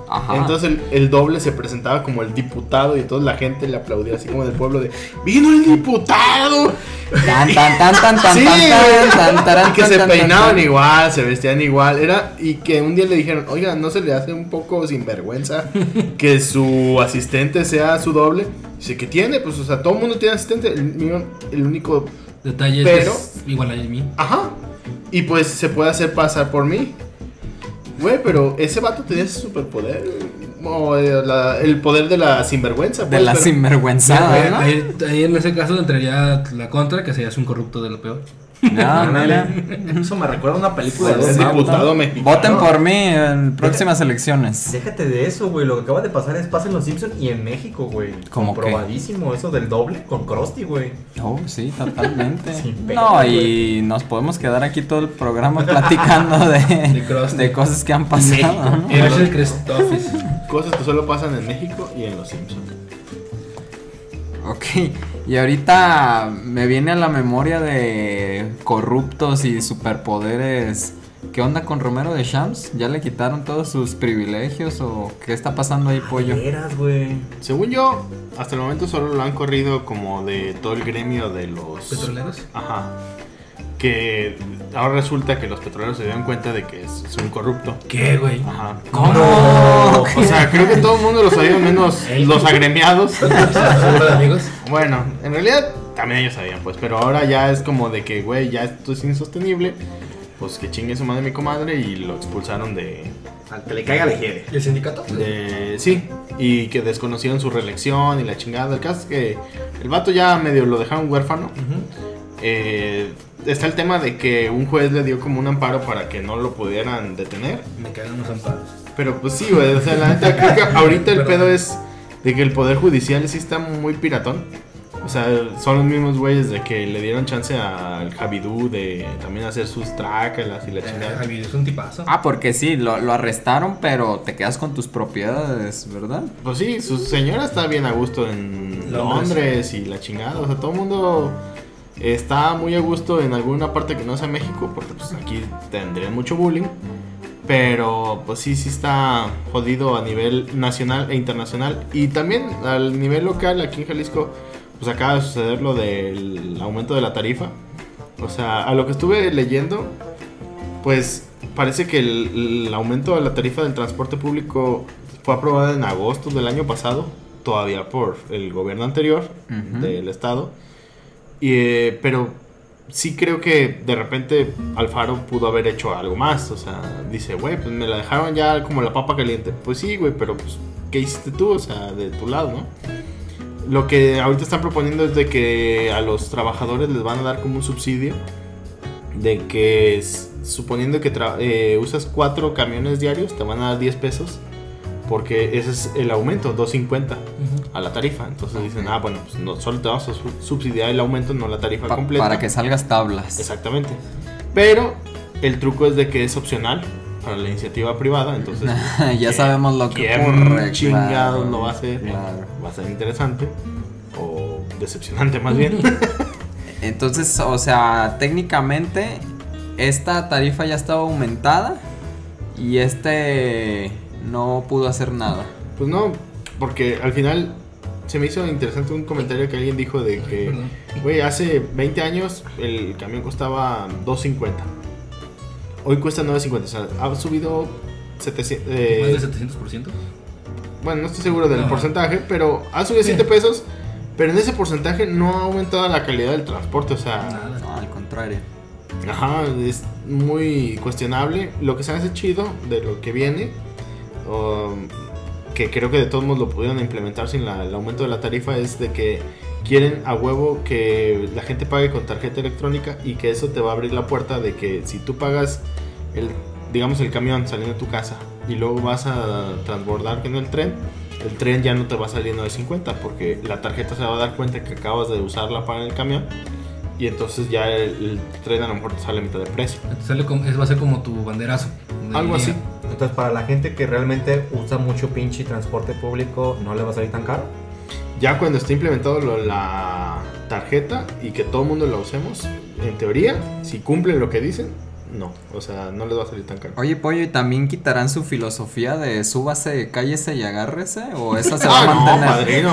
Speaker 1: Ajá.
Speaker 5: Entonces el doble se presentaba como el diputado y toda la gente le aplaudía así como del pueblo de ¡vino el diputado!
Speaker 1: Tan, tan, tan, tan, tan,
Speaker 5: Sí,
Speaker 1: tan,
Speaker 5: güey.
Speaker 1: tan, tan,
Speaker 5: Y que
Speaker 1: tan,
Speaker 5: se
Speaker 1: tan,
Speaker 5: peinaban
Speaker 1: tan.
Speaker 5: igual, se vestían igual. Y que un día le dijeron, oiga, ¿no se le hace un poco sinvergüenza que su asistente sea su doble? Dice, ¿qué tiene? Pues, o sea, todo el mundo tiene asistente. El único...
Speaker 2: Detalle
Speaker 5: Pero-
Speaker 2: es que es igual a mí.
Speaker 5: Ajá. Y pues se puede hacer pasar por mí. Güey, pero ese vato tenía ese superpoder. O el poder de la sinvergüenza.
Speaker 1: De
Speaker 5: pues,
Speaker 1: la
Speaker 5: pero-
Speaker 1: sinvergüenzada, ¿no?
Speaker 2: Ahí en ese caso entraría la contra, que serías un corrupto de lo peor.
Speaker 1: No, mira.
Speaker 4: Eso me recuerda a una película
Speaker 5: Es
Speaker 4: de
Speaker 5: diputado mexicano.
Speaker 1: Voten por mí en próximas elecciones.
Speaker 3: Déjate de eso, güey. Lo que acaba de pasar pasa en Los Simpsons y en México, güey.
Speaker 1: ¿Cómo qué?
Speaker 3: Comprobadísimo eso del doble con Krusty, güey.
Speaker 1: Oh, sí, totalmente.
Speaker 3: Sin pedo,
Speaker 1: No,
Speaker 3: güey.
Speaker 1: y nos podemos quedar aquí todo el programa platicando
Speaker 2: Krusty.
Speaker 1: de cosas que han pasado, ¿no?
Speaker 2: Es el Crest Office.
Speaker 5: Cosas que solo pasan en México y en Los Simpsons.
Speaker 1: Ok, y ahorita me viene a la memoria de corruptos y superpoderes. ¿Qué onda con Romero de Champs? ¿Ya le quitaron todos sus privilegios o qué está pasando ahí, pollo?
Speaker 3: Eras, güey.
Speaker 5: Según yo, hasta el momento solo lo han corrido como de todo el gremio de los...
Speaker 2: ¿Petroleros?
Speaker 5: Ajá. Que ahora resulta que los petroleros se dieron cuenta de que es un corrupto.
Speaker 2: ¿Qué, güey?
Speaker 5: Ajá.
Speaker 1: ¿Cómo?
Speaker 5: O sea, creo que todo el mundo lo sabía, menos los agremiados.
Speaker 2: ¿Seguro de amigos?
Speaker 5: Bueno, en realidad también ellos sabían, pues. Pero ahora ya es como de que, güey, ya esto es insostenible. Pues que chingue su madre mi comadre y lo expulsaron de...
Speaker 4: Al que le caiga le hiede.
Speaker 2: ¿Y el sindicato?
Speaker 5: Sí, y que desconocieron su reelección y la chingada. El caso es que el vato ya medio lo dejaron huérfano. Está el tema de que un juez le dio como un amparo para que no lo pudieran detener.
Speaker 2: Me cagan los amparos.
Speaker 5: Pero pues sí, güey, o sea, la neta, creo que ahorita el
Speaker 2: Perdón.
Speaker 5: pedo es de que el poder judicial sí está muy piratón. O sea, son los mismos güeyes de que le dieron chance al Javidú de también hacer sus trácalas y la chingada.
Speaker 2: Javier es un tipazo.
Speaker 1: Ah, porque sí, lo arrestaron, pero te quedas con tus propiedades, ¿verdad?
Speaker 5: Pues sí, su señora está bien a gusto en Londres y la chingada. O sea, todo el mundo está muy a gusto en alguna parte que no sea México, porque pues aquí tendrían mucho bullying. Pero pues sí está jodido a nivel nacional e internacional. Y también al nivel local, aquí en Jalisco, pues acaba de suceder lo del aumento de la tarifa. O sea, a lo que estuve leyendo, pues parece que el aumento de la tarifa del transporte público fue aprobado en agosto del año pasado, todavía por el gobierno anterior del estado. Pero sí creo que de repente Alfaro pudo haber hecho algo más. O sea, dice, güey, pues me la dejaron ya como la papa caliente. Pues sí, güey, pero pues, ¿qué hiciste tú? O sea, de tu lado, ¿no? Lo que ahorita están proponiendo es de que a los trabajadores les van a dar como un subsidio. De que suponiendo que usas 4 camiones diarios, te van a dar 10 pesos. Porque ese es el aumento, 2.50 a la tarifa. Entonces dicen, bueno, pues no, solo te vamos a subsidiar el aumento, no la tarifa completa.
Speaker 1: Para que salgas tablas.
Speaker 5: Exactamente. Pero el truco es de que es opcional para la iniciativa privada. Entonces
Speaker 1: Ya sabemos lo que
Speaker 5: ¿quién
Speaker 1: ocurre.
Speaker 5: chingados
Speaker 1: claro,
Speaker 5: lo va a hacer?
Speaker 1: claro.
Speaker 5: Va a ser interesante. O decepcionante más bien.
Speaker 1: Entonces, o sea, técnicamente esta tarifa ya estaba aumentada y no pudo hacer nada.
Speaker 5: Pues no, porque al final se me hizo interesante un comentario que alguien dijo de que,
Speaker 2: Perdón.
Speaker 5: güey, hace 20 años el camión costaba $2.50. Hoy cuesta $9.50. O sea, ha subido 700.
Speaker 2: ¿Más de 700%?
Speaker 5: Bueno, no estoy seguro del
Speaker 2: No.
Speaker 5: porcentaje, pero ha subido 7 pesos. Pero en ese porcentaje no ha aumentado la calidad del transporte. O sea,
Speaker 2: Nada.
Speaker 1: No, al contrario.
Speaker 5: ajá, es muy cuestionable. Lo que se hace chido de lo que viene, que creo que de todos modos lo pudieron implementar sin el aumento de la tarifa, es de que quieren a huevo que la gente pague con tarjeta electrónica y que eso te va a abrir la puerta de que si tú pagas digamos el camión saliendo de tu casa y luego vas a transbordar en el tren ya no te va a salir 9.50 porque la tarjeta se va a dar cuenta que acabas de usarla para el camión y entonces ya el tren a lo mejor te sale a mitad de precio.
Speaker 2: Va a ser como tu banderazo. del
Speaker 5: Algo
Speaker 2: día.
Speaker 5: así.
Speaker 3: Entonces, para la gente que realmente usa mucho pinche transporte público, ¿no le va a salir tan caro?
Speaker 5: Ya cuando esté implementado la tarjeta y que todo el mundo la usemos, en teoría, si cumplen lo que dicen, no. O sea, no les va a salir tan caro.
Speaker 1: Oye, Pollo, ¿y también quitarán su filosofía de súbase, cállese y agárrese? ¿O esa se va a
Speaker 5: No,
Speaker 1: mantener?
Speaker 5: padrino.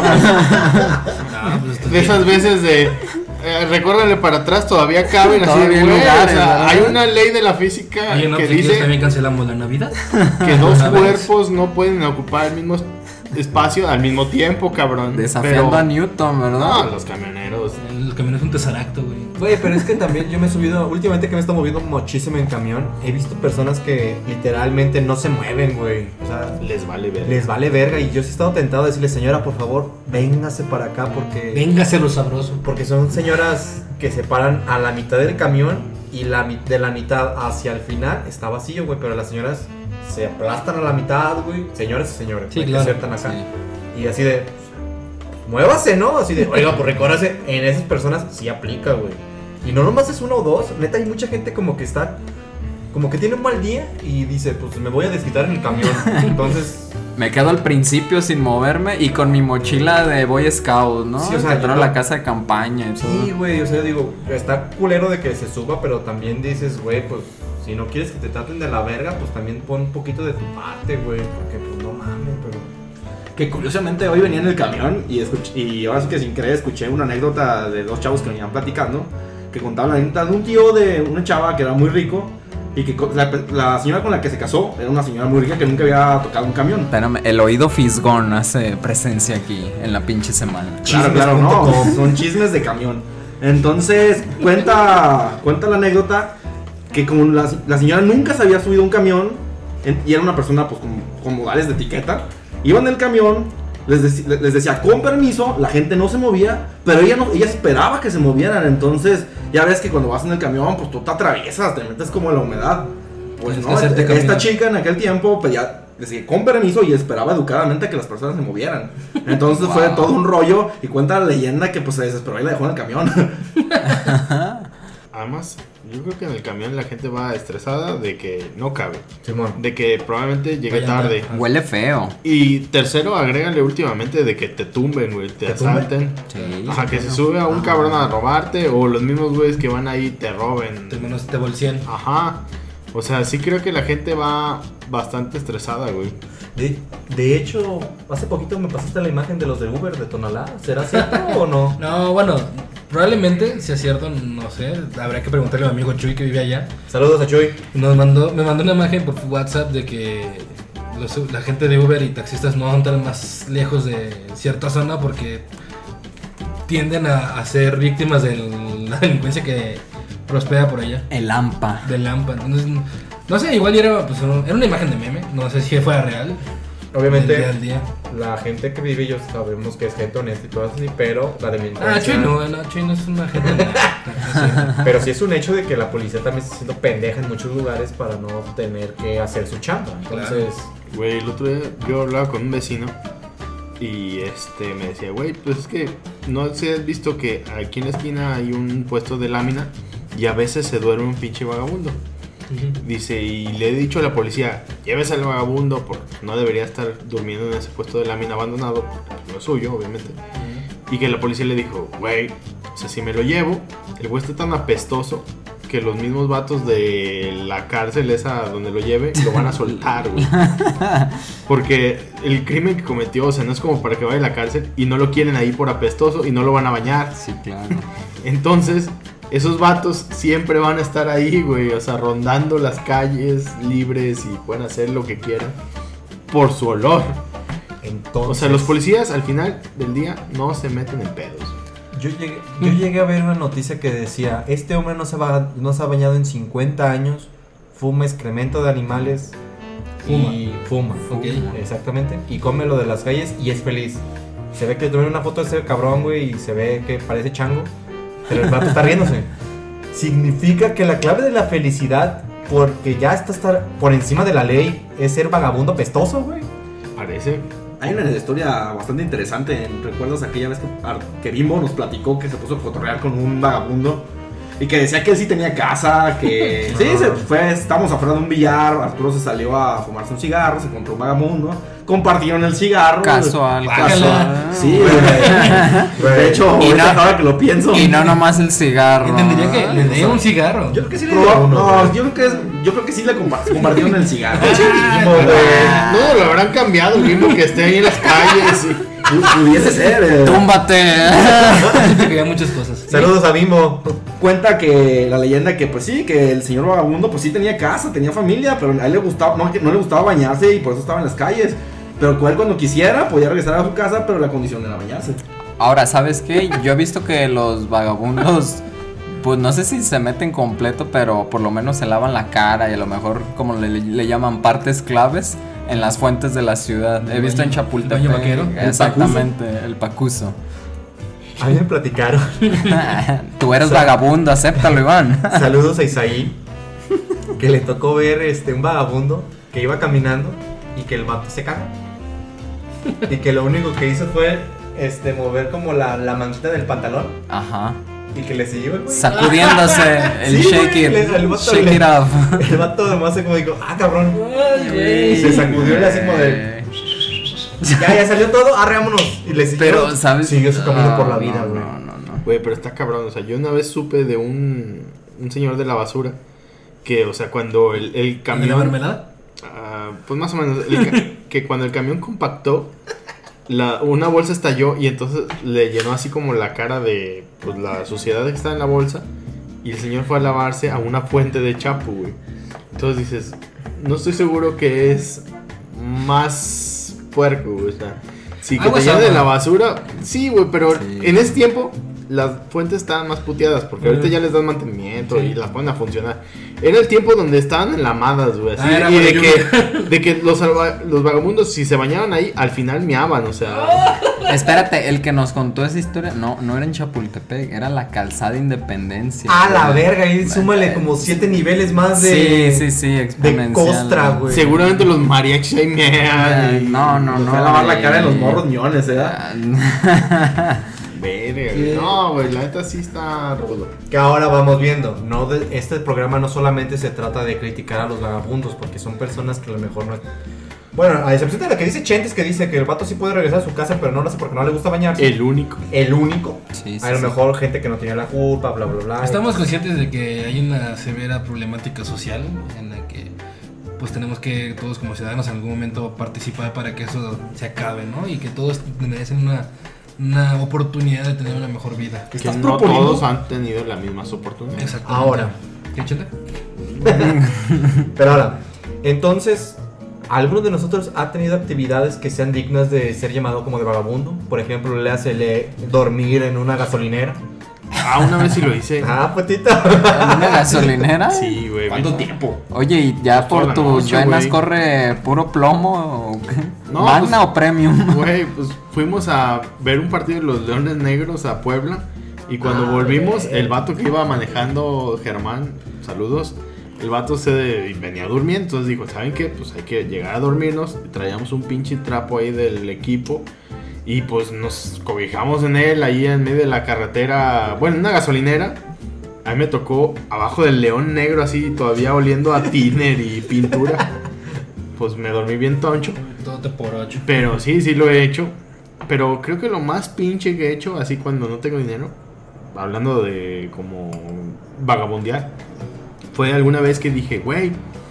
Speaker 2: Pues,
Speaker 5: De esas veces de... recuérdale para atrás, todavía caben así.
Speaker 1: Todavía hay
Speaker 5: güey,
Speaker 1: lugares,
Speaker 5: o sea,
Speaker 1: ¿verdad?
Speaker 5: hay una ley de la física
Speaker 2: Oye, no,
Speaker 5: que
Speaker 2: pues,
Speaker 5: dice
Speaker 2: también cancelamos la Navidad.
Speaker 5: que dos
Speaker 2: Una vez.
Speaker 5: cuerpos no pueden ocupar el mismo espacio al mismo tiempo, cabrón.
Speaker 1: Desafiando
Speaker 5: Pero-
Speaker 1: a Newton, ¿verdad?
Speaker 5: No, los camioneros.
Speaker 2: El camino es un tesaracto, güey.
Speaker 3: Güey, pero es que también yo me he subido, últimamente que me he estado moviendo muchísimo en camión, he visto personas que literalmente no se mueven, güey. O sea,
Speaker 5: Les vale ver.
Speaker 3: les vale verga y yo sí he estado tentado de decirle, señora, por favor, véngase para acá porque...
Speaker 2: Véngase lo sabroso.
Speaker 3: Porque son señoras que se paran a la mitad del camión y de la mitad hacia el final está vacío, güey, pero las señoras se aplastan a la mitad, güey. Señores y señores,
Speaker 2: Sí,
Speaker 3: güey,
Speaker 2: claro.
Speaker 3: que aceptan acá.
Speaker 1: Sí.
Speaker 3: Y así de, muévase, ¿no? Así de, oiga, pues recórrase. En esas personas sí aplica, güey. Y no nomás es uno o dos. Neta, hay mucha gente como que está, como que tiene un mal día y dice, pues me voy a desquitar en el camión. Entonces,
Speaker 1: Me quedo al principio sin moverme y con mi mochila de Boy Scout, ¿no?
Speaker 3: Sí, o sea,
Speaker 1: que entró
Speaker 3: yo-
Speaker 1: a la casa de campaña y todo.
Speaker 3: sí, güey, o sea, digo, está culero de que se suba, pero también dices, güey, pues si no quieres que te traten de la verga, pues también pon un poquito de tu parte, güey, porque pues no mames, pero...
Speaker 4: Que curiosamente hoy venía en el camión y ahora sí que sin querer escuché una anécdota de dos chavos que venían platicando, que contaban la anécdota de un tío de una chava que era muy rico y que la señora con la que se casó era una señora muy rica que nunca había tocado un camión.
Speaker 1: Espérame, el oído fisgón hace presencia aquí en la pinche semana.
Speaker 4: Claro, no, son chismes de camión. Entonces cuenta la anécdota que como la señora nunca se había subido a un camión y era una persona pues con modales de etiqueta, iba en el camión, les decía con permiso, la gente no se movía, pero ella esperaba que se movieran. Entonces ya ves que cuando vas en el camión pues tú te atraviesas, te metes como en la humedad. Pues
Speaker 2: Tienes
Speaker 4: no,
Speaker 2: que hacerte
Speaker 4: esta
Speaker 2: caminar.
Speaker 4: chica en aquel tiempo pedía, decía con permiso y esperaba educadamente que las personas se movieran. Entonces fue
Speaker 1: Wow.
Speaker 4: todo un rollo y cuenta la leyenda que pues se desesperó y la dejó en el camión.
Speaker 5: Además, yo creo que en el camión la gente va estresada de que no cabe.
Speaker 3: Simón.
Speaker 5: De que probablemente llegue
Speaker 2: Vaya
Speaker 5: tarde.
Speaker 2: andar.
Speaker 1: Huele feo.
Speaker 5: Y tercero, agrégale últimamente de que te tumben, güey, te asalten.
Speaker 1: Sí.
Speaker 5: Ajá, que se sube a un cabrón a robarte o los mismos güeyes que van ahí te roben.
Speaker 2: Te bolsían.
Speaker 5: Ajá. O sea, sí creo que la gente va bastante estresada, güey.
Speaker 3: De hecho, hace poquito me pasaste la imagen de los de Uber de Tonalá. ¿Será cierto o no?
Speaker 2: No, bueno, probablemente sea cierto, no sé. Habrá que preguntarle a mi amigo Chuy que vive allá.
Speaker 3: Saludos a Chuy.
Speaker 2: Me mandó una imagen por WhatsApp de que la gente de Uber y taxistas no andan más lejos de cierta zona porque tienden a ser víctimas de la delincuencia que prospera por allá.
Speaker 1: El AMPA.
Speaker 2: Del Lampa. Entonces, no sé, igual era, pues, era una imagen de meme. No sé si fuera real.
Speaker 3: Obviamente,
Speaker 2: Del día al día.
Speaker 3: la gente que vive, ellos sabemos que es gente honesta y todo así, pero la delincuencia...
Speaker 2: Ah, Chuy no es una gente.
Speaker 3: Pero sí es un hecho de que la policía también está siendo pendeja en muchos lugares para no tener que hacer su chamba. Entonces,
Speaker 5: Güey, el otro día yo hablaba con un vecino y me decía, güey, pues es que no sé si has visto que aquí en la esquina hay un puesto de lámina y a veces se duerme un pinche vagabundo. Dice, y le he dicho a la policía, llévese al vagabundo porque no debería estar durmiendo en ese puesto de lámina abandonado, porque no es suyo, obviamente. Y que la policía le dijo, güey, o sea, si me lo llevo, el güey está tan apestoso que los mismos vatos de la cárcel esa donde lo lleve lo van a soltar, güey. Porque el crimen que cometió, o sea, no es como para que vaya a la cárcel y no lo quieren ahí por apestoso y no lo van a bañar.
Speaker 1: Sí, claro.
Speaker 5: Entonces, esos vatos siempre van a estar ahí, güey, o sea, rondando las calles libres y pueden hacer lo que quieran por su olor.
Speaker 3: entonces...
Speaker 5: O sea, los policías al final del día no se meten en pedos.
Speaker 3: Yo llegué a ver una noticia que decía, este hombre no se ha bañado en 50 años, fuma excremento de animales y fuma.
Speaker 2: Ok.
Speaker 3: Exactamente. Y come lo de las calles y es feliz. Se ve que tomé una foto de ese cabrón, güey, y se ve que parece chango, pero el vato está riéndose. Significa que la clave de la felicidad, porque ya está por encima de la ley, es ser vagabundo apestoso, güey.
Speaker 5: Parece.
Speaker 4: Hay una historia bastante interesante. ¿Recuerdas aquella vez que Bimbo nos platicó que se puso a cotorrear con un vagabundo Y que decía que él sí tenía casa, que... Sí, estábamos afuera de un billar, Arturo se salió a fumarse un cigarro, se encontró un vagabundo, compartieron el cigarro.
Speaker 1: Casual.
Speaker 4: Sí, güey. De hecho, ahora que lo pienso...
Speaker 1: Y no nomás el cigarro.
Speaker 2: Entendería que le dé un cigarro.
Speaker 3: Yo creo que sí le dio uno.
Speaker 4: No, yo creo que sí le compartieron el cigarro.
Speaker 5: No, lo habrán cambiado, el mismo que esté ahí en las calles.
Speaker 4: Pudiese ser.
Speaker 1: ¡Túmbate!
Speaker 2: Te quería muchas cosas.
Speaker 3: Saludos a Bimbo.
Speaker 4: Cuenta que la leyenda que pues sí, que el señor vagabundo pues sí tenía casa, tenía familia, pero a él le gustaba, no le gustaba bañarse y por eso estaba en las calles. Pero él cuando quisiera podía regresar a su casa, pero la condición era bañarse.
Speaker 1: Ahora, ¿sabes qué? Yo he visto que los vagabundos, pues no sé si se meten completo, pero por lo menos se lavan la cara y a lo mejor, como le llaman, partes claves en las fuentes de la ciudad. He visto en Chapultepec.
Speaker 2: ¿El baño vaquero?
Speaker 1: Exactamente, el pacuso.
Speaker 3: A mí me platicaron.
Speaker 1: Tú eres vagabundo, acéptalo, Iván.
Speaker 3: Saludos a Isaí, que le tocó ver un vagabundo que iba caminando y que el vato se caga. Y que lo único que hizo fue mover como la manguita del pantalón.
Speaker 1: Ajá.
Speaker 3: Y que le siguió el güey.
Speaker 1: Ya el
Speaker 3: Sí,
Speaker 1: shake
Speaker 3: güey,
Speaker 1: it.
Speaker 3: el vato
Speaker 1: Shake it off.
Speaker 3: El vato nomás como dijo, cabrón. Y se sacudió y así como de. Ya salió todo, arreámonos. Y le siguió.
Speaker 1: Pero, ¿sabes?
Speaker 3: Siguió su camino por la vida, güey.
Speaker 1: No.
Speaker 5: Güey, pero está cabrón. O sea, yo una vez supe de un señor de la basura que, o sea, cuando el camión.
Speaker 2: ¿La mermelada?
Speaker 5: Pues más o menos. Que cuando el camión compactó, una bolsa estalló y entonces le llenó así como la cara de pues la suciedad que está en la bolsa. Y el señor fue a lavarse a una fuente de Chapu, güey. Entonces dices, no estoy seguro que es más puerco, güey. O sea, sí, que te llene de la basura. Sí, güey, pero
Speaker 1: Sí.
Speaker 5: en ese tiempo las fuentes estaban más puteadas porque ahorita ya les dan mantenimiento y las ponen a funcionar. Era el tiempo donde estaban enlamadas, güey. Así,
Speaker 2: Era
Speaker 5: y
Speaker 2: bueno,
Speaker 5: de que los vagabundos, si se bañaban ahí, al final meaban, o sea.
Speaker 1: Espérate, el que nos contó esa historia no era en Chapultepec, era la calzada Independencia.
Speaker 3: La
Speaker 1: güey.
Speaker 3: verga, y súmale como 7 niveles más de.
Speaker 1: Sí,
Speaker 3: De
Speaker 1: exponencial.
Speaker 3: costra, güey.
Speaker 5: Seguramente los mariachis ahí mean. y-
Speaker 1: No.
Speaker 4: Fue a lavar la
Speaker 1: güey.
Speaker 4: cara de los morros ñones,
Speaker 5: Verga, güey. No, güey, la neta sí está rudo.
Speaker 3: Que ahora vamos viendo. Este programa no solamente se trata de criticar a los vagabundos, porque son personas que a lo mejor no. Bueno, a excepción de la que dice Chentes, que dice que el vato sí puede regresar a su casa, pero no lo hace porque no le gusta bañarse.
Speaker 5: El único.
Speaker 3: El único.
Speaker 1: Sí,
Speaker 3: A lo mejor gente que no tenía la culpa, bla, bla, bla.
Speaker 2: Estamos conscientes de que hay una severa problemática social en la que pues tenemos que todos como ciudadanos en algún momento participar para que eso se acabe, ¿no? Y que todos merecen una oportunidad de tener una mejor vida.
Speaker 3: ¿Qué
Speaker 5: Que
Speaker 3: estás
Speaker 5: no
Speaker 3: proponiendo?
Speaker 5: todos han tenido las mismas oportunidades.
Speaker 2: Exactamente.
Speaker 3: Ahora.
Speaker 2: ¿Qué, Chente?
Speaker 3: Pero ahora, entonces, ¿alguno de nosotros ha tenido actividades que sean dignas de ser llamado como de vagabundo? Por ejemplo, le hace dormir en una gasolinera.
Speaker 5: Una vez sí lo hice.
Speaker 3: Potito.
Speaker 1: ¿En una gasolinera?
Speaker 5: Sí, güey.
Speaker 4: ¿Cuánto tiempo?
Speaker 1: Oye, ¿y ya
Speaker 5: Toda
Speaker 1: por
Speaker 5: la
Speaker 1: tus
Speaker 5: noche,
Speaker 1: venas
Speaker 5: güey.
Speaker 1: corre puro plomo o qué?
Speaker 5: No,
Speaker 1: ¿Magna
Speaker 5: pues-
Speaker 1: o premium?
Speaker 5: Güey, pues fuimos a ver un partido de los Leones Negros a Puebla. Y cuando volvimos, el vato que iba manejando, Germán, saludos, el vato venía durmiendo. Entonces dijo, ¿saben qué? Pues hay que llegar a dormirnos. Y traíamos un pinche trapo ahí del equipo. Y pues nos cobijamos en él, ahí en medio de la carretera. Bueno, en una gasolinera. A mí me tocó abajo del León Negro, así todavía oliendo a tiner y pintura. Pues me dormí bien toncho.
Speaker 2: Todo te por 8.
Speaker 5: Pero sí lo he hecho. Pero creo que lo más pinche que he hecho, así cuando no tengo dinero, hablando de como vagabundear, fue alguna vez que dije, güey,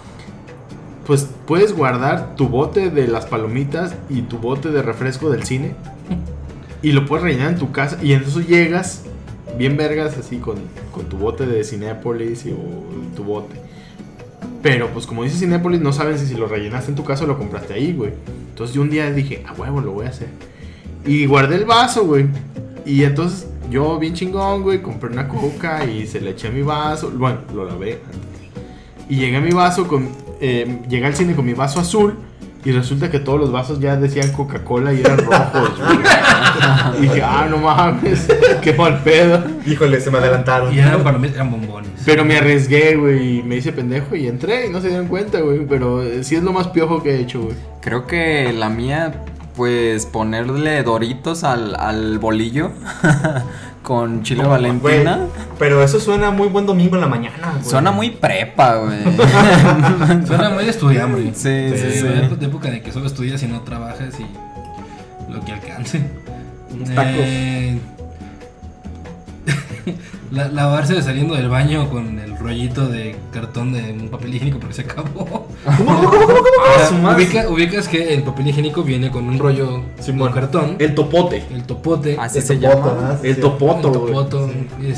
Speaker 5: pues puedes guardar tu bote de las palomitas y tu bote de refresco del cine y lo puedes rellenar en tu casa y entonces llegas bien vergas así con tu bote de Cinépolis o tu bote. Pero pues como dice Cinépolis, no saben si lo rellenaste en tu casa o lo compraste ahí, güey. Entonces yo un día dije, huevo, lo voy a hacer. Y guardé el vaso, güey. Y entonces yo bien chingón, güey, compré una coca y se le eché a mi vaso. Bueno, lo lavé antes. Y llegué a mi vaso llegué al cine con mi vaso azul. Y resulta que todos los vasos ya decían Coca-Cola y eran rojos, güey. Y dije, no mames, qué mal pedo.
Speaker 3: Híjole, se me adelantaron.
Speaker 2: Y eran palomitas, eran bombones.
Speaker 5: Pero me arriesgué, güey, y me hice pendejo y entré y no se dieron cuenta, güey. Pero sí es lo más piojo que he hecho, güey.
Speaker 1: Creo que la mía pues ponerle Doritos al bolillo con chile
Speaker 3: No,
Speaker 1: Valentina.
Speaker 3: güey, pero eso suena muy buen domingo en la mañana, güey.
Speaker 1: Suena muy prepa, güey.
Speaker 2: Suena muy de estudiambre.
Speaker 1: Sí, sí, sí.
Speaker 2: De época de que solo estudias y no trabajas y lo que alcance.
Speaker 4: Unos tacos.
Speaker 2: Lavarse saliendo del baño con el rollito de cartón de un papel higiénico porque se acabó.
Speaker 4: Ah, su madre.
Speaker 2: Ubicas que el papel higiénico viene con un rollo
Speaker 4: Simón.
Speaker 2: con cartón.
Speaker 4: El topote.
Speaker 2: El topote.
Speaker 1: Así
Speaker 3: El
Speaker 1: se
Speaker 3: topoto,
Speaker 1: llama.
Speaker 3: ¿ah? Sí,
Speaker 4: El
Speaker 3: sí.
Speaker 4: topoto,
Speaker 2: El
Speaker 4: güey.
Speaker 2: topoto.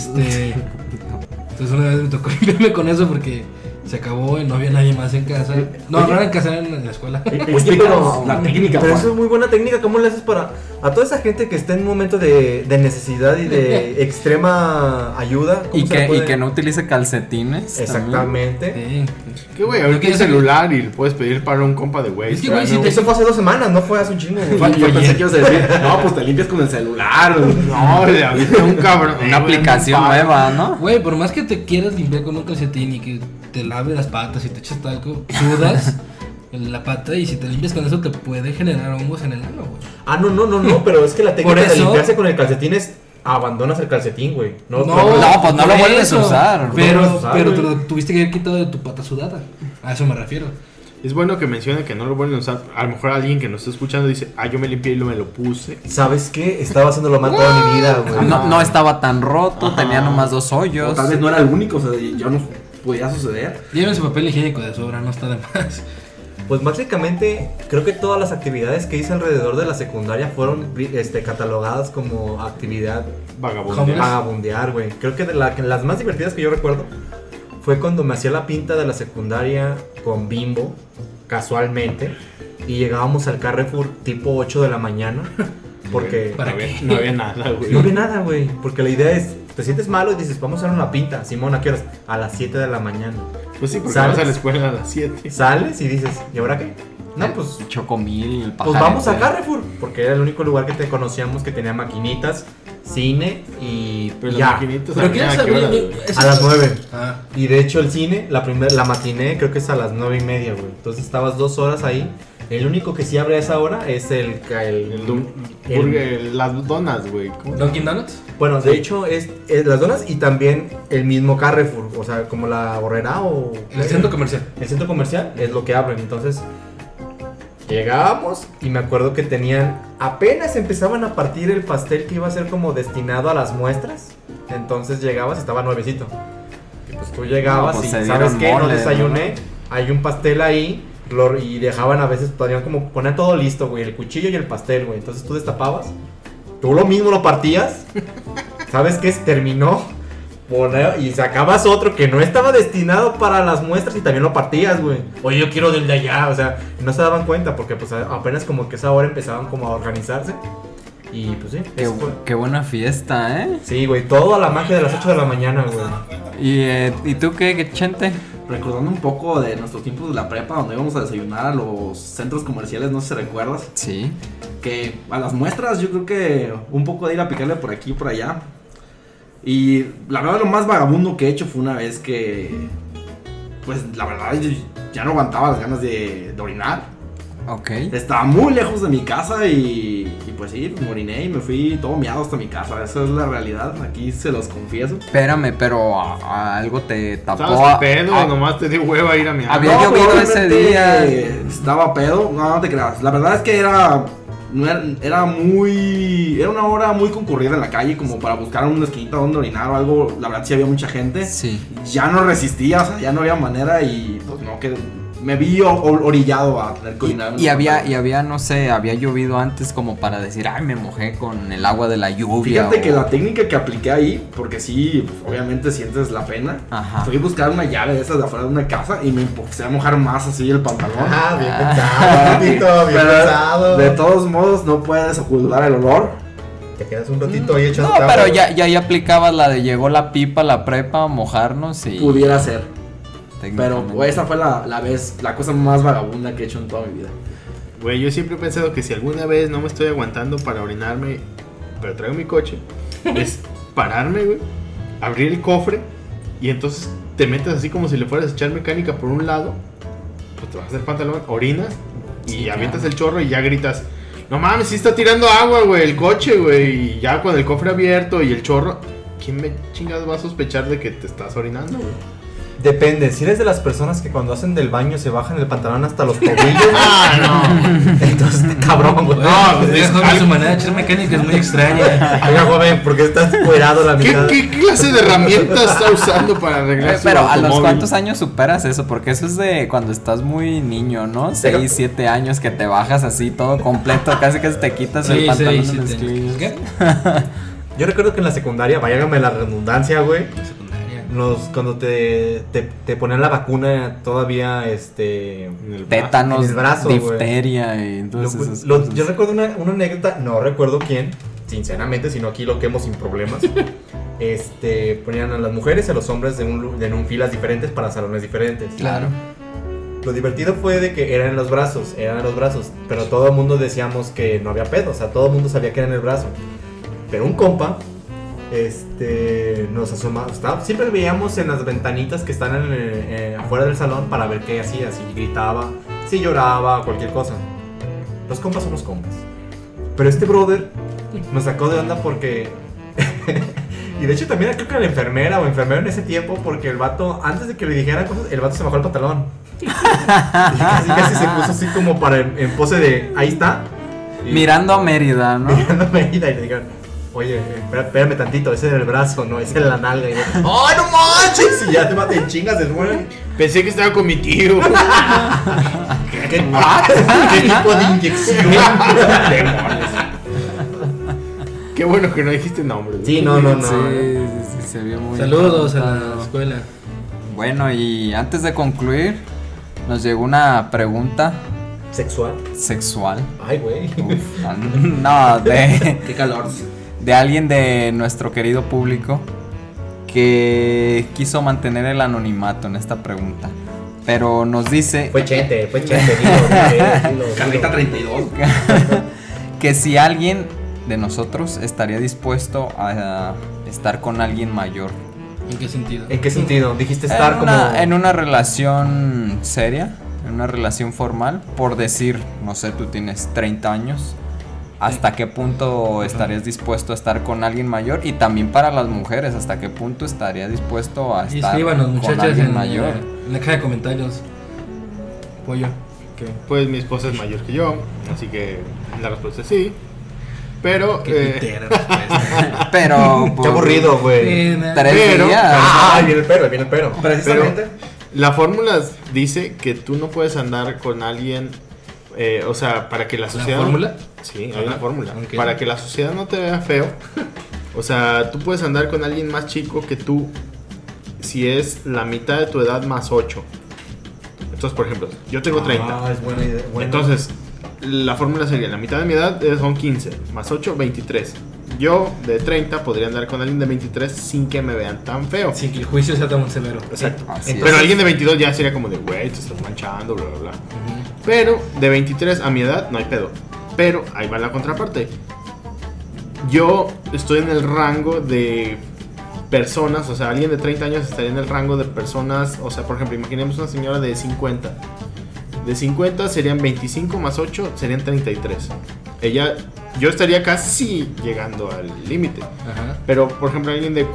Speaker 2: Entonces una vez me tocó limpiarme con eso porque se acabó y no había nadie más en casa. No,
Speaker 3: Oye.
Speaker 2: no era en casa, era en la escuela.
Speaker 4: Explícanos la técnica,
Speaker 3: Pero
Speaker 4: Juan.
Speaker 3: eso es muy buena técnica. ¿Cómo le haces para a toda esa gente que está en un momento de necesidad y de extrema ayuda? ¿Cómo
Speaker 1: Y
Speaker 3: se le
Speaker 1: que,
Speaker 3: puede?
Speaker 1: y que no utilice calcetines.
Speaker 3: Exactamente.
Speaker 2: Sí.
Speaker 5: ¿Qué güey?
Speaker 2: Lo
Speaker 5: Ahorita
Speaker 2: que
Speaker 5: el
Speaker 2: es el-
Speaker 5: celular y le puedes pedir para un compa de güey.
Speaker 2: Es que, güey, si te-
Speaker 3: Eso fue hace 2 semanas, no fue hace un chingo, güey.
Speaker 4: Yo pensé que ibas a decir, no, pues te limpias con el celular.
Speaker 5: No, le avisé a un cabrón.
Speaker 1: Una aplicación nueva, ¿no?
Speaker 2: Güey, por más que te quieras limpiar con un calcetín y que te laves las patas y te echas talco, sudas en la pata y si te limpias con eso te puede generar hongos en el ano, güey.
Speaker 3: Ah, no, pero es que la técnica
Speaker 2: Por
Speaker 3: de
Speaker 2: eso-
Speaker 3: limpiarse con el calcetín es abandonas el calcetín, güey.
Speaker 1: no, pues no lo
Speaker 2: por
Speaker 1: vuelves a usar.
Speaker 3: No lo
Speaker 2: Pero,
Speaker 3: vuelves a usar,
Speaker 2: pero te
Speaker 3: güey.
Speaker 2: lo tuviste que haber quitado de tu pata sudada. A eso me refiero.
Speaker 5: Es bueno que mencione que no lo vuelven a usar. A lo mejor alguien que nos está escuchando dice, yo me limpié y me lo puse.
Speaker 3: ¿Sabes qué? Estaba haciéndolo mal toda mi vida, güey.
Speaker 1: No estaba tan roto, tenía nomás 2
Speaker 4: O
Speaker 1: hoyos.
Speaker 4: tal vez no era el único, o sea, ya no podía suceder.
Speaker 2: Llévense papel higiénico de sobra, no está de más.
Speaker 3: Pues básicamente creo que todas las actividades que hice alrededor de la secundaria fueron catalogadas como actividad
Speaker 5: Vagabundo.
Speaker 2: Homeless.
Speaker 3: vagabundear, güey. Creo que las más divertidas que yo recuerdo fue cuando me hacía la pinta de la secundaria con Bimbo, casualmente, y llegábamos al Carrefour tipo 8 de la mañana, porque
Speaker 2: ¿Para
Speaker 5: No
Speaker 2: qué?
Speaker 5: había, no había nada, güey.
Speaker 3: no ve nada, güey, porque la idea es, te sientes malo y dices, vamos a hacer una pinta, Simón, ¿a qué horas? A las 7 de la mañana.
Speaker 5: Pues sí, porque
Speaker 3: ¿Sales?
Speaker 5: vas a la escuela a las 7.
Speaker 3: Sales y dices, ¿y ahora qué? No, pues
Speaker 1: Chocomil, el
Speaker 3: Pues vamos a
Speaker 1: pajarete.
Speaker 3: Carrefour, porque era el único lugar que te conocíamos que tenía maquinitas, cine y
Speaker 5: Pero las
Speaker 3: ya.
Speaker 5: maquinitas
Speaker 2: Pero
Speaker 5: abrían
Speaker 2: quieres
Speaker 5: ¿a qué hora,
Speaker 2: saber.
Speaker 5: güey?
Speaker 3: A las 9.
Speaker 2: Ah,
Speaker 3: Y de hecho el cine, la matiné creo que es a las 9:30, güey. Entonces estabas 2 horas ahí. El único que sí abre a esa hora es
Speaker 5: El las donas, güey. ¿Cómo?
Speaker 2: Dunkin' Donuts.
Speaker 3: Bueno, de hecho es las donas y también el mismo Carrefour, o sea, como la Borrera o
Speaker 2: El centro comercial.
Speaker 3: el centro comercial es lo que abren. Entonces llegábamos y me acuerdo que apenas empezaban a partir el pastel que iba a ser como destinado a las muestras. Entonces llegabas y estaba nuevecito. Y pues tú llegabas
Speaker 1: No, pues
Speaker 3: y
Speaker 1: se
Speaker 3: ¿sabes
Speaker 1: dieron
Speaker 3: qué? No
Speaker 1: mole,
Speaker 3: desayuné. Hay un pastel ahí. Y dejaban a veces, ponían como, ponían todo listo, güey, el cuchillo y el pastel, güey. Entonces tú destapabas, tú lo mismo lo partías. ¿Sabes qué? Terminó. Y sacabas otro que no estaba destinado para las muestras y también lo partías, güey. Oye, yo quiero del de allá, o sea, no se daban cuenta porque pues apenas como que esa hora empezaban como a organizarse. Y pues sí,
Speaker 1: Qué,
Speaker 3: eso fue.
Speaker 1: qué buena fiesta, ¿eh?
Speaker 3: Sí, güey, todo a la magia de las 8 de la mañana, güey.
Speaker 1: ¿Y tú qué, Chente?
Speaker 4: Recordando un poco de nuestros tiempos de la prepa, donde íbamos a desayunar a los centros comerciales, no sé si recuerdas.
Speaker 1: Sí.
Speaker 4: Que a las muestras yo creo que un poco de ir a picarle por aquí y por allá. Y la verdad lo más vagabundo que he hecho fue una vez que, pues la verdad yo ya no aguantaba las ganas de orinar.
Speaker 1: Ok.
Speaker 4: Estaba muy lejos de mi casa y pues sí, me oriné y me fui todo miado hasta mi casa. Esa es la realidad, aquí se los confieso.
Speaker 1: Espérame, pero algo te tapó.
Speaker 5: ¿Estabas pedo o nomás te dio hueva ir a mi
Speaker 1: Había llovido ese
Speaker 4: probablemente
Speaker 1: día.
Speaker 4: Estaba pedo, no te creas. La verdad es que era una hora muy concurrida en la calle como para buscar una esquinita donde orinar o algo. La verdad sí había mucha gente.
Speaker 1: Sí.
Speaker 4: Ya no resistía, o sea, ya no había manera y pues no, que me vi orillado a tener que orinar.
Speaker 1: Y había, no sé, había llovido antes como para decir, ay, me mojé con el agua de la lluvia.
Speaker 4: Fíjate que
Speaker 1: o-
Speaker 4: la técnica que apliqué ahí, porque sí, pues, obviamente sientes la pena.
Speaker 1: Ajá.
Speaker 4: Fui a buscar una llave de esas de afuera de una casa y me empecé a mojar más así el pantalón.
Speaker 3: Ah, bien pensado, Tito, bien
Speaker 4: Pero,
Speaker 3: pensado.
Speaker 4: de todos modos, no puedes ocultar el olor.
Speaker 3: Te quedas un ratito ahí echando
Speaker 1: No, pero ya aplicabas la de llegó la pipa a la prepa a mojarnos y...
Speaker 4: Pudiera ser. Pero
Speaker 1: técnicamente.
Speaker 4: esa fue la cosa más vagabunda que he hecho en toda mi vida.
Speaker 5: Güey, yo siempre he pensado que si alguna vez no me estoy aguantando para orinarme, pero traigo mi coche, es pararme, güey, abrir el cofre y entonces te metes así como si le fueras a echar mecánica por un lado, pues te bajas el pantalón, orinas y
Speaker 1: Sí,
Speaker 5: avientas
Speaker 1: claro.
Speaker 5: el chorro y ya gritas, No mames, sí está tirando agua, güey, el coche, güey. Y ya con el cofre abierto y el chorro. ¿Quién me chingados va a sospechar de que te estás orinando, güey?
Speaker 3: Depende, si eres de las personas que cuando hacen del baño se bajan el pantalón hasta los tobillos.
Speaker 5: No.
Speaker 3: Entonces, cabrón, güey.
Speaker 2: No, pues es joven, su manera de echar mecánica es muy extraña.
Speaker 3: Oiga, joven, ¿por qué estás cuerado la mitad?
Speaker 5: ¿Qué clase de herramientas está usando para arreglar su
Speaker 1: Pero a los
Speaker 5: automóvil?
Speaker 1: cuántos años superas eso, porque eso es de cuando estás muy niño, ¿no? 6, 7 años que te bajas así todo completo, casi que te quitas el
Speaker 2: Sí,
Speaker 1: pantalón
Speaker 2: 6,
Speaker 1: de
Speaker 2: 7
Speaker 1: mezclilla.
Speaker 2: años. ¿Qué?
Speaker 3: Yo recuerdo que en la secundaria, váyame la redundancia, güey.
Speaker 2: Secundaria.
Speaker 3: Cuando te ponían la vacuna todavía,
Speaker 5: En el
Speaker 1: Tétanos,
Speaker 3: En el brazo, güey.
Speaker 1: difteria y entonces esas cosas.
Speaker 3: yo recuerdo una anécdota, no recuerdo quién, sinceramente, sino aquí lo quemo sin problemas. Ponían a las mujeres y a los hombres en filas diferentes para salones diferentes.
Speaker 1: Claro.
Speaker 3: Lo divertido fue de que eran en los brazos, pero todo el mundo decíamos que no había pedo, o sea, todo el mundo sabía que era en el brazo. Pero un compa, nos asomaba, siempre veíamos en las ventanitas que están afuera del salón para ver qué hacía, si gritaba, si lloraba, cualquier cosa. Los compas son los compas. Pero este brother nos sacó de onda porque... y de hecho también creo que era la enfermera o enfermero en ese tiempo, porque el vato, antes de que le dijeran cosas, el vato se bajó el pantalón. Y casi se puso así como en pose de, ahí está. Y
Speaker 1: Mirando a Mérida, ¿no?
Speaker 3: mirando a Mérida y le dijeron, oye, espérame tantito, ese es el brazo, no, ese es la nalga. Y yo, ¡ay, no manches! Y ya te chingas, desmueven.
Speaker 5: Pensé que estaba con mi tío.
Speaker 3: ¿Qué tipo de inyección? Demonios.
Speaker 5: Qué bueno que no dijiste nombre.
Speaker 3: Sí, no.
Speaker 1: Sí, se vio muy...
Speaker 2: Saludos a la
Speaker 1: espantado.
Speaker 2: escuela.
Speaker 1: Bueno, y antes de concluir, nos llegó una pregunta
Speaker 3: ¿Sexual?
Speaker 1: sexual.
Speaker 3: Ay, güey.
Speaker 1: Uf, no,
Speaker 4: Qué calor.
Speaker 1: de alguien de nuestro querido público que quiso mantener el anonimato en esta pregunta. Pero nos dice
Speaker 3: Fue chente, dilo.
Speaker 4: Carlita 32.
Speaker 1: que si alguien de nosotros estaría dispuesto a estar con alguien mayor.
Speaker 2: ¿En qué sentido?
Speaker 3: ¿En qué sentido? Dijiste estar
Speaker 1: En una relación seria, en una relación formal, por decir, no sé, tú tienes 30 años. ¿Hasta qué punto estarías dispuesto a estar con alguien mayor? Y también para las mujeres, ¿hasta qué punto estaría dispuesto a
Speaker 2: Y
Speaker 1: estar
Speaker 2: escríbanos,
Speaker 1: con
Speaker 2: muchachas,
Speaker 1: alguien
Speaker 2: en
Speaker 1: mayor?
Speaker 2: la caja de comentarios. Pollo. ¿Qué?
Speaker 5: Pues mi esposa es mayor que yo, así que la respuesta es sí. Pero...
Speaker 2: Qué pitera respuesta.
Speaker 1: Pero
Speaker 3: Qué aburrido, güey.
Speaker 2: Sí,
Speaker 1: 3
Speaker 5: Pero-
Speaker 1: días.
Speaker 3: Ah, viene el pero. Precisamente.
Speaker 5: La fórmula dice que tú no puedes andar con alguien, o sea, para que la sociedad...
Speaker 2: fórmula?
Speaker 5: Sí, hay
Speaker 2: Ajá.
Speaker 5: una fórmula.
Speaker 2: Ok.
Speaker 5: Para que la sociedad no te vea feo. O sea, tú puedes andar con alguien más chico que tú si es la mitad de tu edad más 8. Entonces, por ejemplo, yo tengo 30.
Speaker 3: Ah, es buena idea. Bueno.
Speaker 5: Entonces, la fórmula sería, la mitad de mi edad son 15, más 8, 23. Yo, de 30, podría andar con alguien de 23 sin que me vean tan feo.
Speaker 2: Sin que el juicio sea tan severo.
Speaker 5: Exacto.
Speaker 1: Así es.
Speaker 5: Pero alguien de 22 ya sería como de, güey, te estás manchando, bla, bla, bla. Pero de 23 a mi edad no hay pedo. Pero ahí va la contraparte. Yo estoy en el rango de personas, o sea, alguien de 30 años estaría en el rango de personas, o sea, por ejemplo, imaginemos una señora de 50. De 50 serían 25 más 8, serían 33. Yo estaría casi llegando al límite.
Speaker 2: Ajá.
Speaker 5: Pero, por ejemplo, alguien de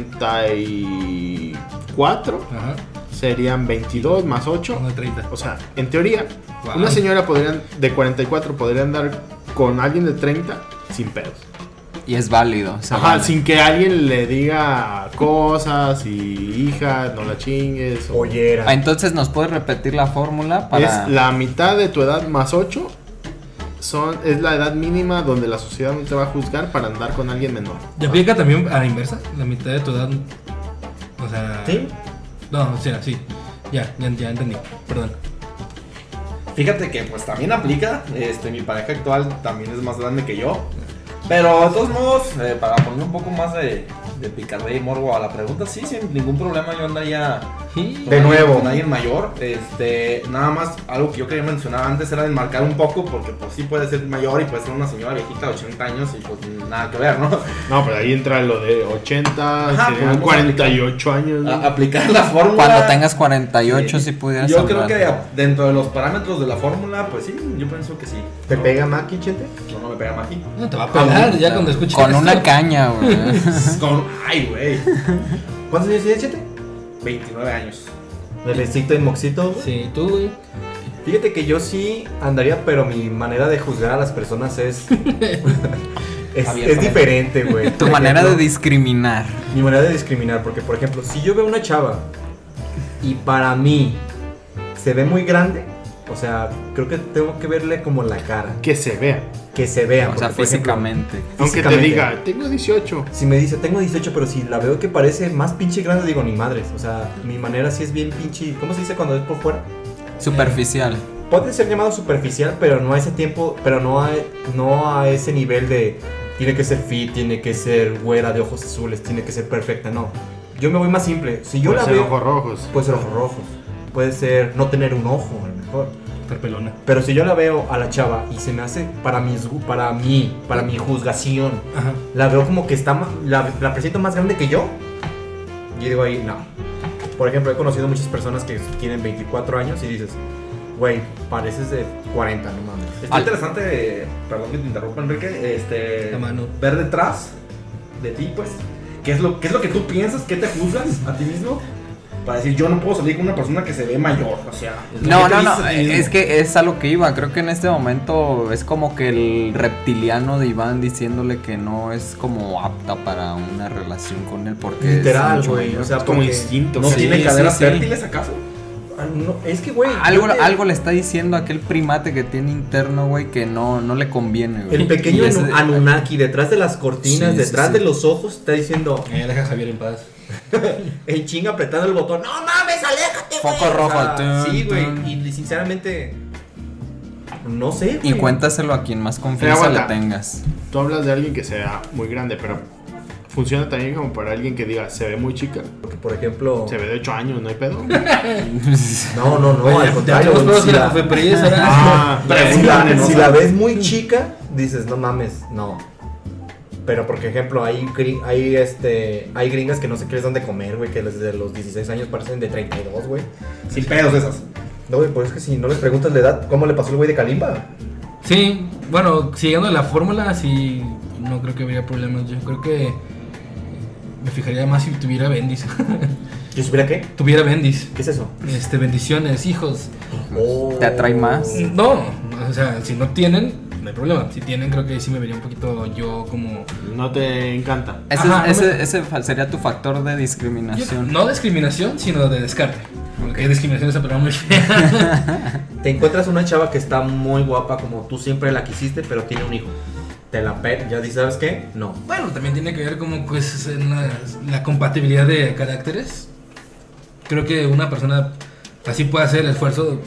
Speaker 5: 44
Speaker 2: Ajá.
Speaker 5: serían 22 más 8.
Speaker 2: Uno de 30.
Speaker 5: O sea, en teoría,
Speaker 2: Wow.
Speaker 5: una señora de 44 podría andar con alguien de 30 sin pedos.
Speaker 1: Y es válido. se
Speaker 5: Ajá,
Speaker 1: vale.
Speaker 5: sin que alguien le diga cosas y hija, no la chingues. O...
Speaker 3: Ollera.
Speaker 1: Ah, entonces, ¿nos puedes repetir la fórmula para...?
Speaker 5: Es la mitad de tu edad más 8. Es la edad mínima donde la sociedad no te va a juzgar para andar con alguien menor.
Speaker 2: ¿Y aplica también a la inversa? La mitad de tu edad. O sea.
Speaker 3: ¿Sí?
Speaker 2: No, o sea, sí. Ya entendí. Perdón.
Speaker 4: Fíjate que pues también aplica, mi pareja actual también es más grande que yo. Pero de todos modos, para poner un poco más de de picardía y morbo a la pregunta, sí, sin ningún problema yo andaría
Speaker 3: De nuevo.
Speaker 4: con alguien mayor. Nada más algo que yo quería mencionar antes era enmarcar un poco, porque pues sí puede ser mayor y puede ser una señora viejita de 80 años y pues nada que ver, ¿no?
Speaker 5: No, pero ahí entra lo de 80,
Speaker 4: Ajá,
Speaker 5: serían
Speaker 4: podemos
Speaker 5: 48 años. ¿no?
Speaker 4: Aplicar la fórmula.
Speaker 1: Cuando tengas 48 si pudieras
Speaker 4: Yo creo
Speaker 1: hablar.
Speaker 4: que dentro de los parámetros de la fórmula, pues sí, yo pienso que sí.
Speaker 3: ¿Te
Speaker 4: ¿No?
Speaker 3: pega Maki, Chente?
Speaker 4: No me pega Maki.
Speaker 2: No te va a pegar ya cuando escuches
Speaker 1: Con
Speaker 2: esto.
Speaker 1: una caña, güey.
Speaker 4: Ay, güey.
Speaker 3: ¿Cuántos años tienes, Chente?
Speaker 4: 29 años.
Speaker 3: Bebecito y moxito.
Speaker 2: Sí, tú, güey.
Speaker 3: Fíjate que yo sí andaría, pero mi manera de juzgar a las personas es diferente, güey.
Speaker 1: Tu
Speaker 3: Por
Speaker 1: manera de
Speaker 3: ejemplo,
Speaker 1: discriminar.
Speaker 3: Mi manera de discriminar, porque por ejemplo, si yo veo una chava y para mí se ve muy grande, o sea, creo que tengo que verle como la cara,
Speaker 5: Que se vea.
Speaker 3: que se vea.
Speaker 1: O sea,
Speaker 3: porque, por ejemplo,
Speaker 1: físicamente.
Speaker 5: Aunque te
Speaker 3: físicamente.
Speaker 5: diga, tengo 18.
Speaker 3: Si me dice, tengo 18, pero si la veo que parece más pinche grande, digo, ni madres. O sea, mi manera sí es bien pinche. ¿Cómo se dice cuando es por fuera?
Speaker 1: Superficial.
Speaker 3: Puede ser llamado superficial, pero no a ese tiempo, pero no a ese nivel de tiene que ser fit, tiene que ser güera de ojos azules, tiene que ser perfecta, no. Yo me voy más simple. Si yo
Speaker 5: Puede
Speaker 3: la
Speaker 5: ser
Speaker 3: veo,
Speaker 5: ojos rojos.
Speaker 3: puede ser ojos rojos, puede ser no tener un ojo, a lo mejor.
Speaker 2: Estar pelona.
Speaker 3: Pero si yo la veo a la chava y se me hace para mi juzgación,
Speaker 2: Ajá.
Speaker 3: la veo como que está la presento más grande que yo digo ahí, no. Por ejemplo, he conocido muchas personas que tienen 24 años y dices, güey, pareces de 40, no mames.
Speaker 4: Está interesante, perdón que te interrumpa, Enrique,
Speaker 2: La mano.
Speaker 4: ver detrás de ti, pues, ¿qué es lo que tú piensas? ¿Qué te juzgas a ti mismo? Para decir, yo no puedo salir con una persona que se ve mayor, o sea.
Speaker 1: No,
Speaker 4: ¿qué te
Speaker 1: no,
Speaker 4: dices
Speaker 1: no,
Speaker 4: a ti mismo?
Speaker 1: es que es a lo que iba. Creo que en este momento es como que el reptiliano de Iván diciéndole que no es como apta para una relación con él porque
Speaker 3: Literal,
Speaker 1: es mucho
Speaker 3: güey.
Speaker 1: mayor.
Speaker 3: O sea,
Speaker 5: Es como
Speaker 3: porque
Speaker 5: instinto.
Speaker 4: ¿No
Speaker 2: Sí,
Speaker 4: tiene caderas
Speaker 2: sí.
Speaker 4: fértiles acaso?
Speaker 3: no, es que, güey,
Speaker 1: Algo le está diciendo a aquel primate que tiene interno, güey, que no le conviene, güey.
Speaker 3: el pequeño
Speaker 1: Y ese-
Speaker 3: Anunnaki detrás de las cortinas,
Speaker 1: Sí,
Speaker 3: detrás
Speaker 1: sí,
Speaker 3: de
Speaker 1: sí.
Speaker 3: los ojos, está diciendo
Speaker 2: Deja a Javier en paz.
Speaker 3: en chinga apretando el botón. No mames, aléjate, güey.
Speaker 1: Foco rojo,
Speaker 3: Sí,
Speaker 1: tun,
Speaker 3: güey.
Speaker 1: tun.
Speaker 3: Y sinceramente, no sé,
Speaker 1: Y
Speaker 3: güey.
Speaker 1: cuéntaselo a quien más confianza le
Speaker 5: aguanta.
Speaker 1: tengas.
Speaker 5: Tú hablas de alguien que sea muy grande, pero funciona también como para alguien que diga, se ve muy chica.
Speaker 3: Porque, por ejemplo,
Speaker 5: Se ve de 8 años, no hay pedo.
Speaker 3: no, al contrario.
Speaker 2: Tenemos pruebas
Speaker 3: si
Speaker 2: de la
Speaker 3: la-
Speaker 2: Cofepris, ¿verdad?
Speaker 5: Ah,
Speaker 3: si la ves muy chica, dices, no mames, no. Pero, por ejemplo, hay gringas que no sé qué les dan de comer, güey, que desde los 16 años parecen de 32, güey.
Speaker 4: Sin pedos esas.
Speaker 3: No, güey, pues es que si no les preguntas la edad, ¿cómo le pasó el güey de Kalimba?
Speaker 2: Sí, bueno, siguiendo la fórmula, sí, no creo que habría problemas. Yo creo que me fijaría más si tuviera bendis.
Speaker 3: ¿Yo supiera qué?
Speaker 2: Tuviera bendis.
Speaker 3: ¿Qué es eso?
Speaker 2: Bendiciones, hijos.
Speaker 1: ¿Te atrae más?
Speaker 2: No, o sea, si no tienen, no hay problema. Si tienen, creo que sí me vería un poquito yo como...
Speaker 5: no te encanta.
Speaker 1: Ese,
Speaker 2: Ajá,
Speaker 1: ese sería tu factor de discriminación.
Speaker 2: No discriminación, sino de descarte. Porque discriminación es una palabra muy fea.
Speaker 3: Te encuentras una chava que está muy guapa, como tú siempre la quisiste, pero tiene un hijo. Te la ya dices, ¿sabes qué? No.
Speaker 2: Bueno, también tiene que ver como pues en la compatibilidad de caracteres. Creo que una persona así puede hacer el esfuerzo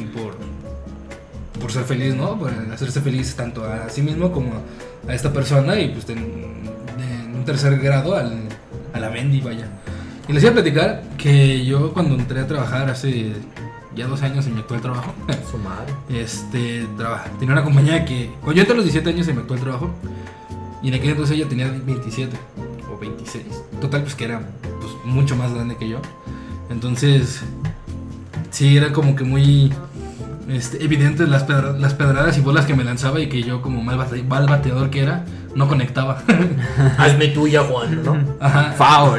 Speaker 2: por ser feliz, ¿no? Por hacerse feliz tanto a sí mismo como a esta persona y pues en un tercer grado a la Mendy, vaya. Y les iba a platicar que yo cuando entré a trabajar hace ya 2 años en mi actual trabajo,
Speaker 3: Su madre.
Speaker 2: tenía una compañía que, cuando yo entré a los 17 años en mi actual trabajo, y en aquel entonces ella tenía 27 o 26. Total, pues que era pues, mucho más grande que yo. Entonces, sí, era como que muy evidente las pedradas y bolas que me lanzaba y que yo como mal bateador que era, no conectaba.
Speaker 3: Hazme tuya, Juan, ¿no?
Speaker 2: Ajá.
Speaker 1: Foul.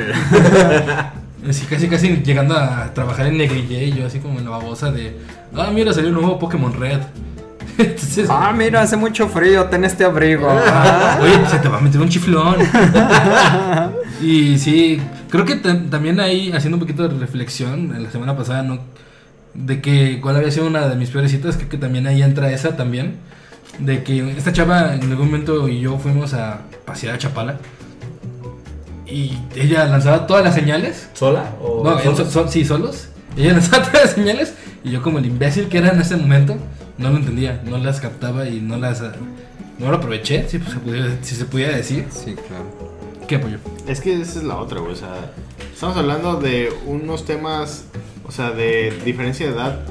Speaker 2: Así, casi llegando a trabajar en Negrillé, yo así como en la babosa de, mira, salió un nuevo Pokémon Red. Entonces,
Speaker 1: Mira, hace mucho frío, ten este abrigo.
Speaker 2: oye, se te va a meter un chiflón. Y sí, creo que también ahí, haciendo un poquito de reflexión, la semana pasada, ¿no? De que cuál había sido una de mis peores citas, creo que también ahí entra esa también. De que esta chava en algún momento y yo fuimos a pasear a Chapala. Y ella lanzaba todas las señales.
Speaker 3: ¿Sola? ¿O
Speaker 2: No,
Speaker 3: solos?
Speaker 2: sí, solos. Ella lanzaba todas las señales. Y yo como el imbécil que era en ese momento, no lo entendía, no las captaba y no lo aproveché, si se pudiera decir.
Speaker 1: Sí, claro.
Speaker 2: ¿Qué apoyo?
Speaker 5: Es que esa es la otra, güey. O sea, estamos hablando de unos temas, o sea, de diferencia de edad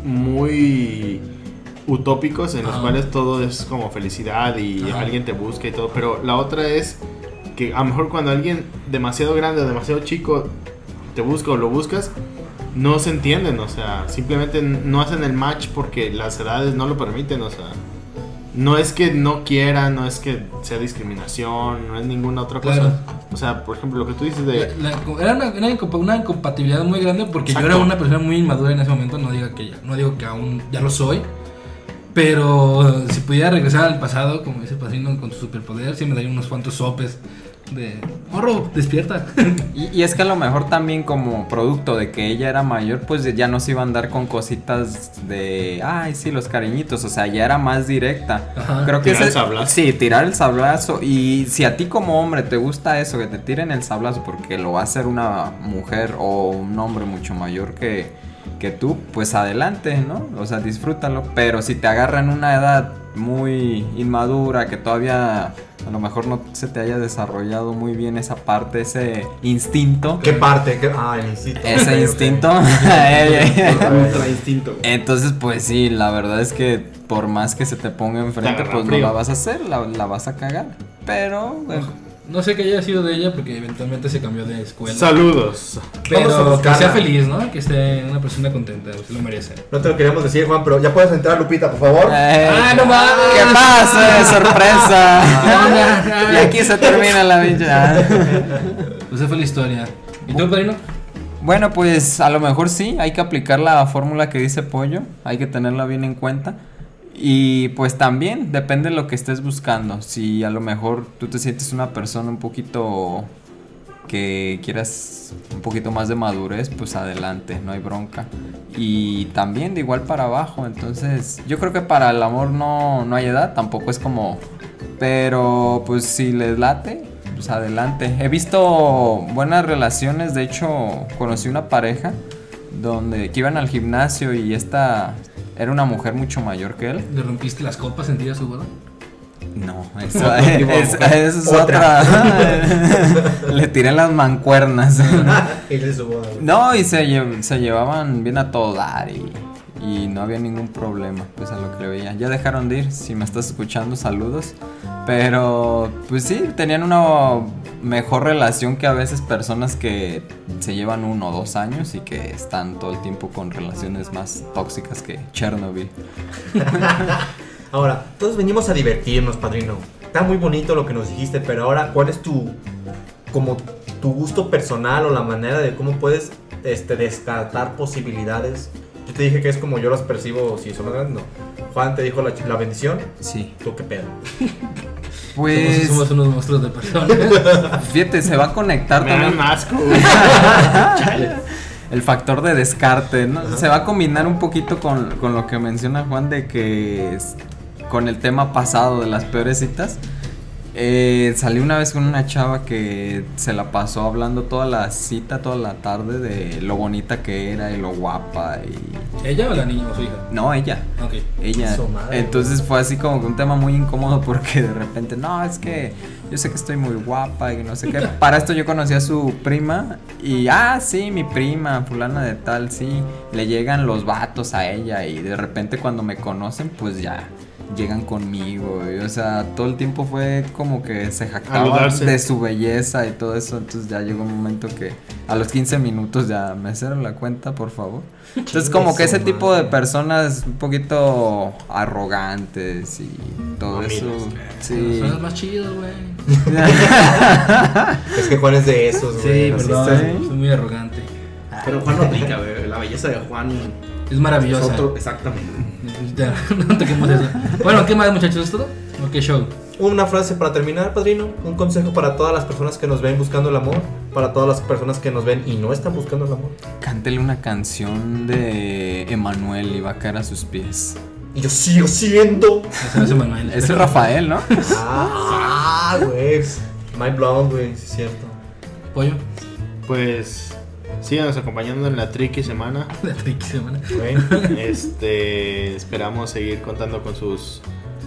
Speaker 5: muy utópicos en los cuales todo es como felicidad y alguien te busca y todo. Pero la otra es que a lo mejor cuando alguien demasiado grande o demasiado chico te busca o lo buscas, no se entienden, o sea, simplemente no hacen el match porque las edades no lo permiten, o sea, no es que no quieran, no es que sea discriminación, no es ninguna otra cosa.
Speaker 2: Claro.
Speaker 5: O sea, por ejemplo, lo que tú dices de...
Speaker 2: Era una incompatibilidad muy grande porque
Speaker 5: Exacto.
Speaker 2: yo era una persona muy inmadura en ese momento, no digo que aún ya lo soy, pero si pudiera regresar al pasado, como dice Padrino, con su superpoder, sí me daría unos cuantos sopes de morro, despierta.
Speaker 1: Y es que a lo mejor también como producto de que ella era mayor, pues ya no se iba a andar con cositas de, ay, sí, los cariñitos, o sea, ya era más directa.
Speaker 2: Ajá.
Speaker 1: Creo que
Speaker 5: Tirar el sablazo.
Speaker 1: Sí, tirar el sablazo. Y si a ti como hombre te gusta eso, que te tiren el sablazo porque lo va a hacer una mujer o un hombre mucho mayor que tú, pues adelante, ¿no? O sea, disfrútalo. Pero si te agarran una edad muy inmadura, que todavía a lo mejor no se te haya desarrollado muy bien esa parte, ese instinto.
Speaker 3: ¿Qué parte? El instinto.
Speaker 1: Ese
Speaker 3: Ok,
Speaker 1: instinto.
Speaker 4: Ultra instinto.
Speaker 1: Entonces, pues sí, la verdad es que por más que se te ponga enfrente,
Speaker 5: agarra
Speaker 1: pues no
Speaker 5: frío.
Speaker 1: la vas a hacer, la vas a cagar. Pero,
Speaker 2: No sé qué haya sido de ella porque eventualmente se cambió de escuela.
Speaker 5: Saludos.
Speaker 3: Vamos a
Speaker 2: Pero que
Speaker 3: buscarla.
Speaker 2: sea feliz, ¿no? Que esté una persona contenta, se lo merece.
Speaker 3: No te lo queríamos decir, Juan, pero ya puedes entrar, Lupita, por favor.
Speaker 2: ¡Ah, no mames!
Speaker 1: ¿Qué pasa? ¡Sorpresa! Y aquí se termina la villa.
Speaker 2: Pues esa fue la historia. ¿Y tú, Padrino?
Speaker 1: Bueno, pues a lo mejor sí, hay que aplicar la fórmula que dice Pollo, hay que tenerla bien en cuenta. Y pues también depende de lo que estés buscando. Si a lo mejor tú te sientes una persona un poquito que quieras un poquito más de madurez, pues adelante, no hay bronca. Y también de igual para abajo. Entonces yo creo que para el amor no hay edad, tampoco es como... Pero pues si les late, pues adelante. He visto buenas relaciones, de hecho conocí una pareja que iban al gimnasio y esta era una mujer mucho mayor que él.
Speaker 2: ¿Le rompiste las copas en día de su boda?
Speaker 1: No, eso es otra. Le tiré las mancuernas.
Speaker 3: Y le subo, güey.
Speaker 1: No, y se llevaban bien a todo dar y no había ningún problema, pues a lo que le veía. Ya dejaron de ir, si me estás escuchando, saludos. Pero, pues sí, tenían una mejor relación que a veces personas que se llevan 1 o 2 años y que están todo el tiempo con relaciones más tóxicas que Chernobyl.
Speaker 3: Ahora, todos venimos a divertirnos, padrino. Está muy bonito lo que nos dijiste, pero ahora, ¿cuál es tu gusto personal o la manera de cómo puedes descartar posibilidades? Yo te dije que es como yo las percibo si son más grandes, no. Juan te dijo la bendición.
Speaker 1: Sí.
Speaker 3: ¿Tú qué pedo?
Speaker 1: Pues,
Speaker 2: Somos unos monstruos de personas.
Speaker 1: fíjate, se va a conectar
Speaker 5: Me
Speaker 1: también.
Speaker 5: dan asco, güey.
Speaker 1: El factor de descarte, ¿no? Se va a combinar un poquito con lo que menciona Juan de que con el tema pasado de las peores citas. Salí una vez con una chava que se la pasó hablando toda la cita, toda la tarde de lo bonita que era y lo guapa y...
Speaker 2: ¿Ella o la niña o su hija?
Speaker 1: No, ella.
Speaker 2: Ok.
Speaker 1: Ella.
Speaker 3: Su madre,
Speaker 1: Entonces fue así como que un tema muy incómodo porque de repente, no, es que yo sé que estoy muy guapa y no sé qué. Para esto yo conocí a su prima y, sí, mi prima, fulana de tal, sí. Le llegan los vatos a ella y de repente cuando me conocen, pues ya llegan conmigo. Y, o sea, todo el tiempo fue como que se jactaban
Speaker 5: Aludarse.
Speaker 1: de su belleza y todo eso. Entonces ya llegó un momento que a los 15 minutos ya me cierro la cuenta, por favor. Entonces como que ese tipo de personas un poquito arrogantes y todo
Speaker 5: Mamilas.
Speaker 1: eso. Sí.
Speaker 2: Son los más chidos, güey.
Speaker 3: Es que Juan es de esos, güey.
Speaker 2: Sí,
Speaker 3: así
Speaker 2: perdón.
Speaker 3: está.
Speaker 2: Soy muy arrogante.
Speaker 4: Pero Juan no aplica, güey. La belleza de Juan
Speaker 2: Es maravillosa.
Speaker 4: es otro, exactamente.
Speaker 2: Ya, no toquemos eso. Bueno, ¿qué más, muchachos? ¿Es todo? ¿O qué show?
Speaker 3: Una frase para terminar, padrino. Un consejo para todas las personas que nos ven buscando el amor. Para todas las personas que nos ven y no están buscando el amor.
Speaker 1: Cántele una canción de Emanuel y va a caer a sus pies.
Speaker 3: Y yo sigo siendo.
Speaker 2: Ese no es Manuel.
Speaker 1: Ese es Rafael, ¿no?
Speaker 3: Güey. My blonde, güey, sí es cierto.
Speaker 2: Pollo.
Speaker 5: Pues síganos acompañando en la triqui semana.
Speaker 2: La triqui semana.
Speaker 3: Güey.
Speaker 5: Esperamos seguir contando con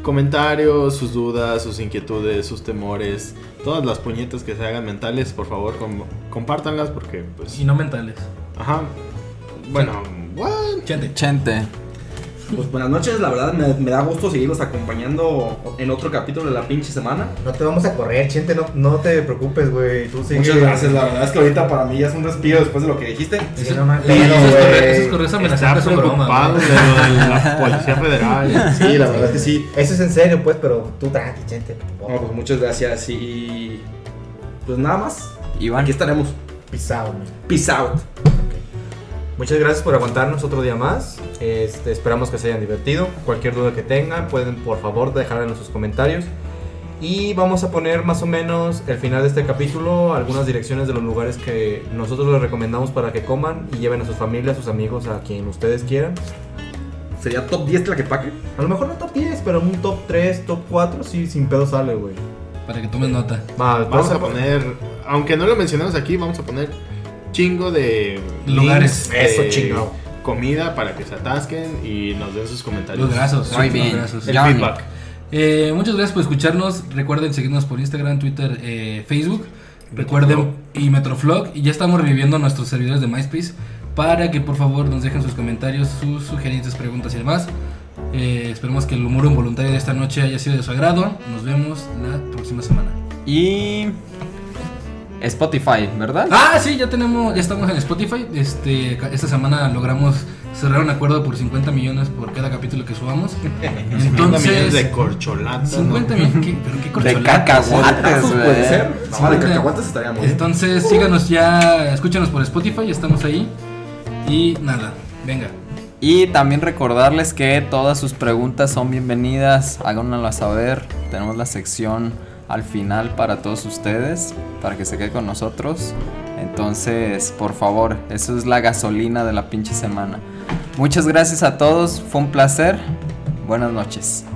Speaker 5: comentarios, sus dudas, sus inquietudes, sus temores, todas las puñetas que se hagan mentales, por favor, compártanlas porque, pues...
Speaker 2: Y no mentales.
Speaker 5: Ajá. Bueno,
Speaker 2: Chente.
Speaker 4: Pues buenas noches, la verdad me da gusto seguirlos acompañando en otro capítulo de la pinche semana.
Speaker 3: No te vamos a correr, Chente, no te preocupes, güey. Tú sigue.
Speaker 4: Muchas gracias, la verdad es que ahorita para mí ya es un respiro después de lo que dijiste.
Speaker 3: Sí, no me pedo, güey.
Speaker 2: Esos correos
Speaker 5: está
Speaker 2: amenazantes son broma,
Speaker 5: preocupado
Speaker 2: güey.
Speaker 5: de lo de la Policía Federal.
Speaker 4: Sí, la verdad es que sí.
Speaker 3: Eso es en serio, pues, pero tú tranqui, Chente.
Speaker 4: No, pues muchas gracias y pues nada más.
Speaker 1: Iván.
Speaker 4: Aquí estaremos.
Speaker 3: Pisado, güey.
Speaker 4: Peace out.
Speaker 3: Muchas gracias por aguantarnos otro día más. Esperamos que se hayan divertido. Cualquier duda que tengan, pueden por favor dejarla en sus comentarios. Y vamos a poner más o menos el final de este capítulo algunas direcciones de los lugares que nosotros les recomendamos para que coman y lleven a sus familias, a sus amigos, a quien ustedes quieran.
Speaker 4: ¿Sería top 10 Tlaquepaque?
Speaker 3: A lo mejor no top 10, pero un top 3, top 4, sí, sin pedo sale, güey.
Speaker 2: Para que tomes nota.
Speaker 5: Vamos a poner, aunque no lo mencionamos aquí, vamos a poner chingo de
Speaker 2: Lugares.
Speaker 5: links de
Speaker 3: Eso, chingado.
Speaker 5: comida para que se atasquen y nos den sus comentarios.
Speaker 2: Los grasos.
Speaker 1: Muy
Speaker 2: los
Speaker 1: bien.
Speaker 2: grasos.
Speaker 5: El
Speaker 1: Johnny.
Speaker 5: feedback.
Speaker 2: Muchas gracias por escucharnos. Recuerden seguirnos por Instagram, Twitter, Facebook. Recuerden y Metroflog. Y ya estamos reviviendo nuestros servidores de MySpace para que por favor nos dejen sus comentarios, sus sugerencias, preguntas y demás. Esperemos que el humor involuntario de esta noche haya sido de su agrado. Nos vemos la próxima semana.
Speaker 1: Y Spotify, ¿verdad?
Speaker 2: Ah, sí, ya estamos en Spotify. Esta semana logramos cerrar un acuerdo por 50 millones por cada capítulo que subamos.
Speaker 5: 50 millones de corcholatas.
Speaker 2: 50 millones, ¿pero qué
Speaker 1: De
Speaker 2: corcholatas?
Speaker 1: cacahuates,
Speaker 3: Puede
Speaker 1: güey.
Speaker 3: ser.
Speaker 4: No, de cacahuates estaría muy bien.
Speaker 2: Entonces síganos ya, escúchanos por Spotify, estamos ahí. Y nada, venga.
Speaker 1: Y también recordarles que todas sus preguntas son bienvenidas. Háganoslas saber. Tenemos la sección al final para todos ustedes, para que se quede con nosotros. Entonces, por favor, eso es la gasolina de la pinche semana. Muchas gracias a todos, fue un placer. Buenas noches.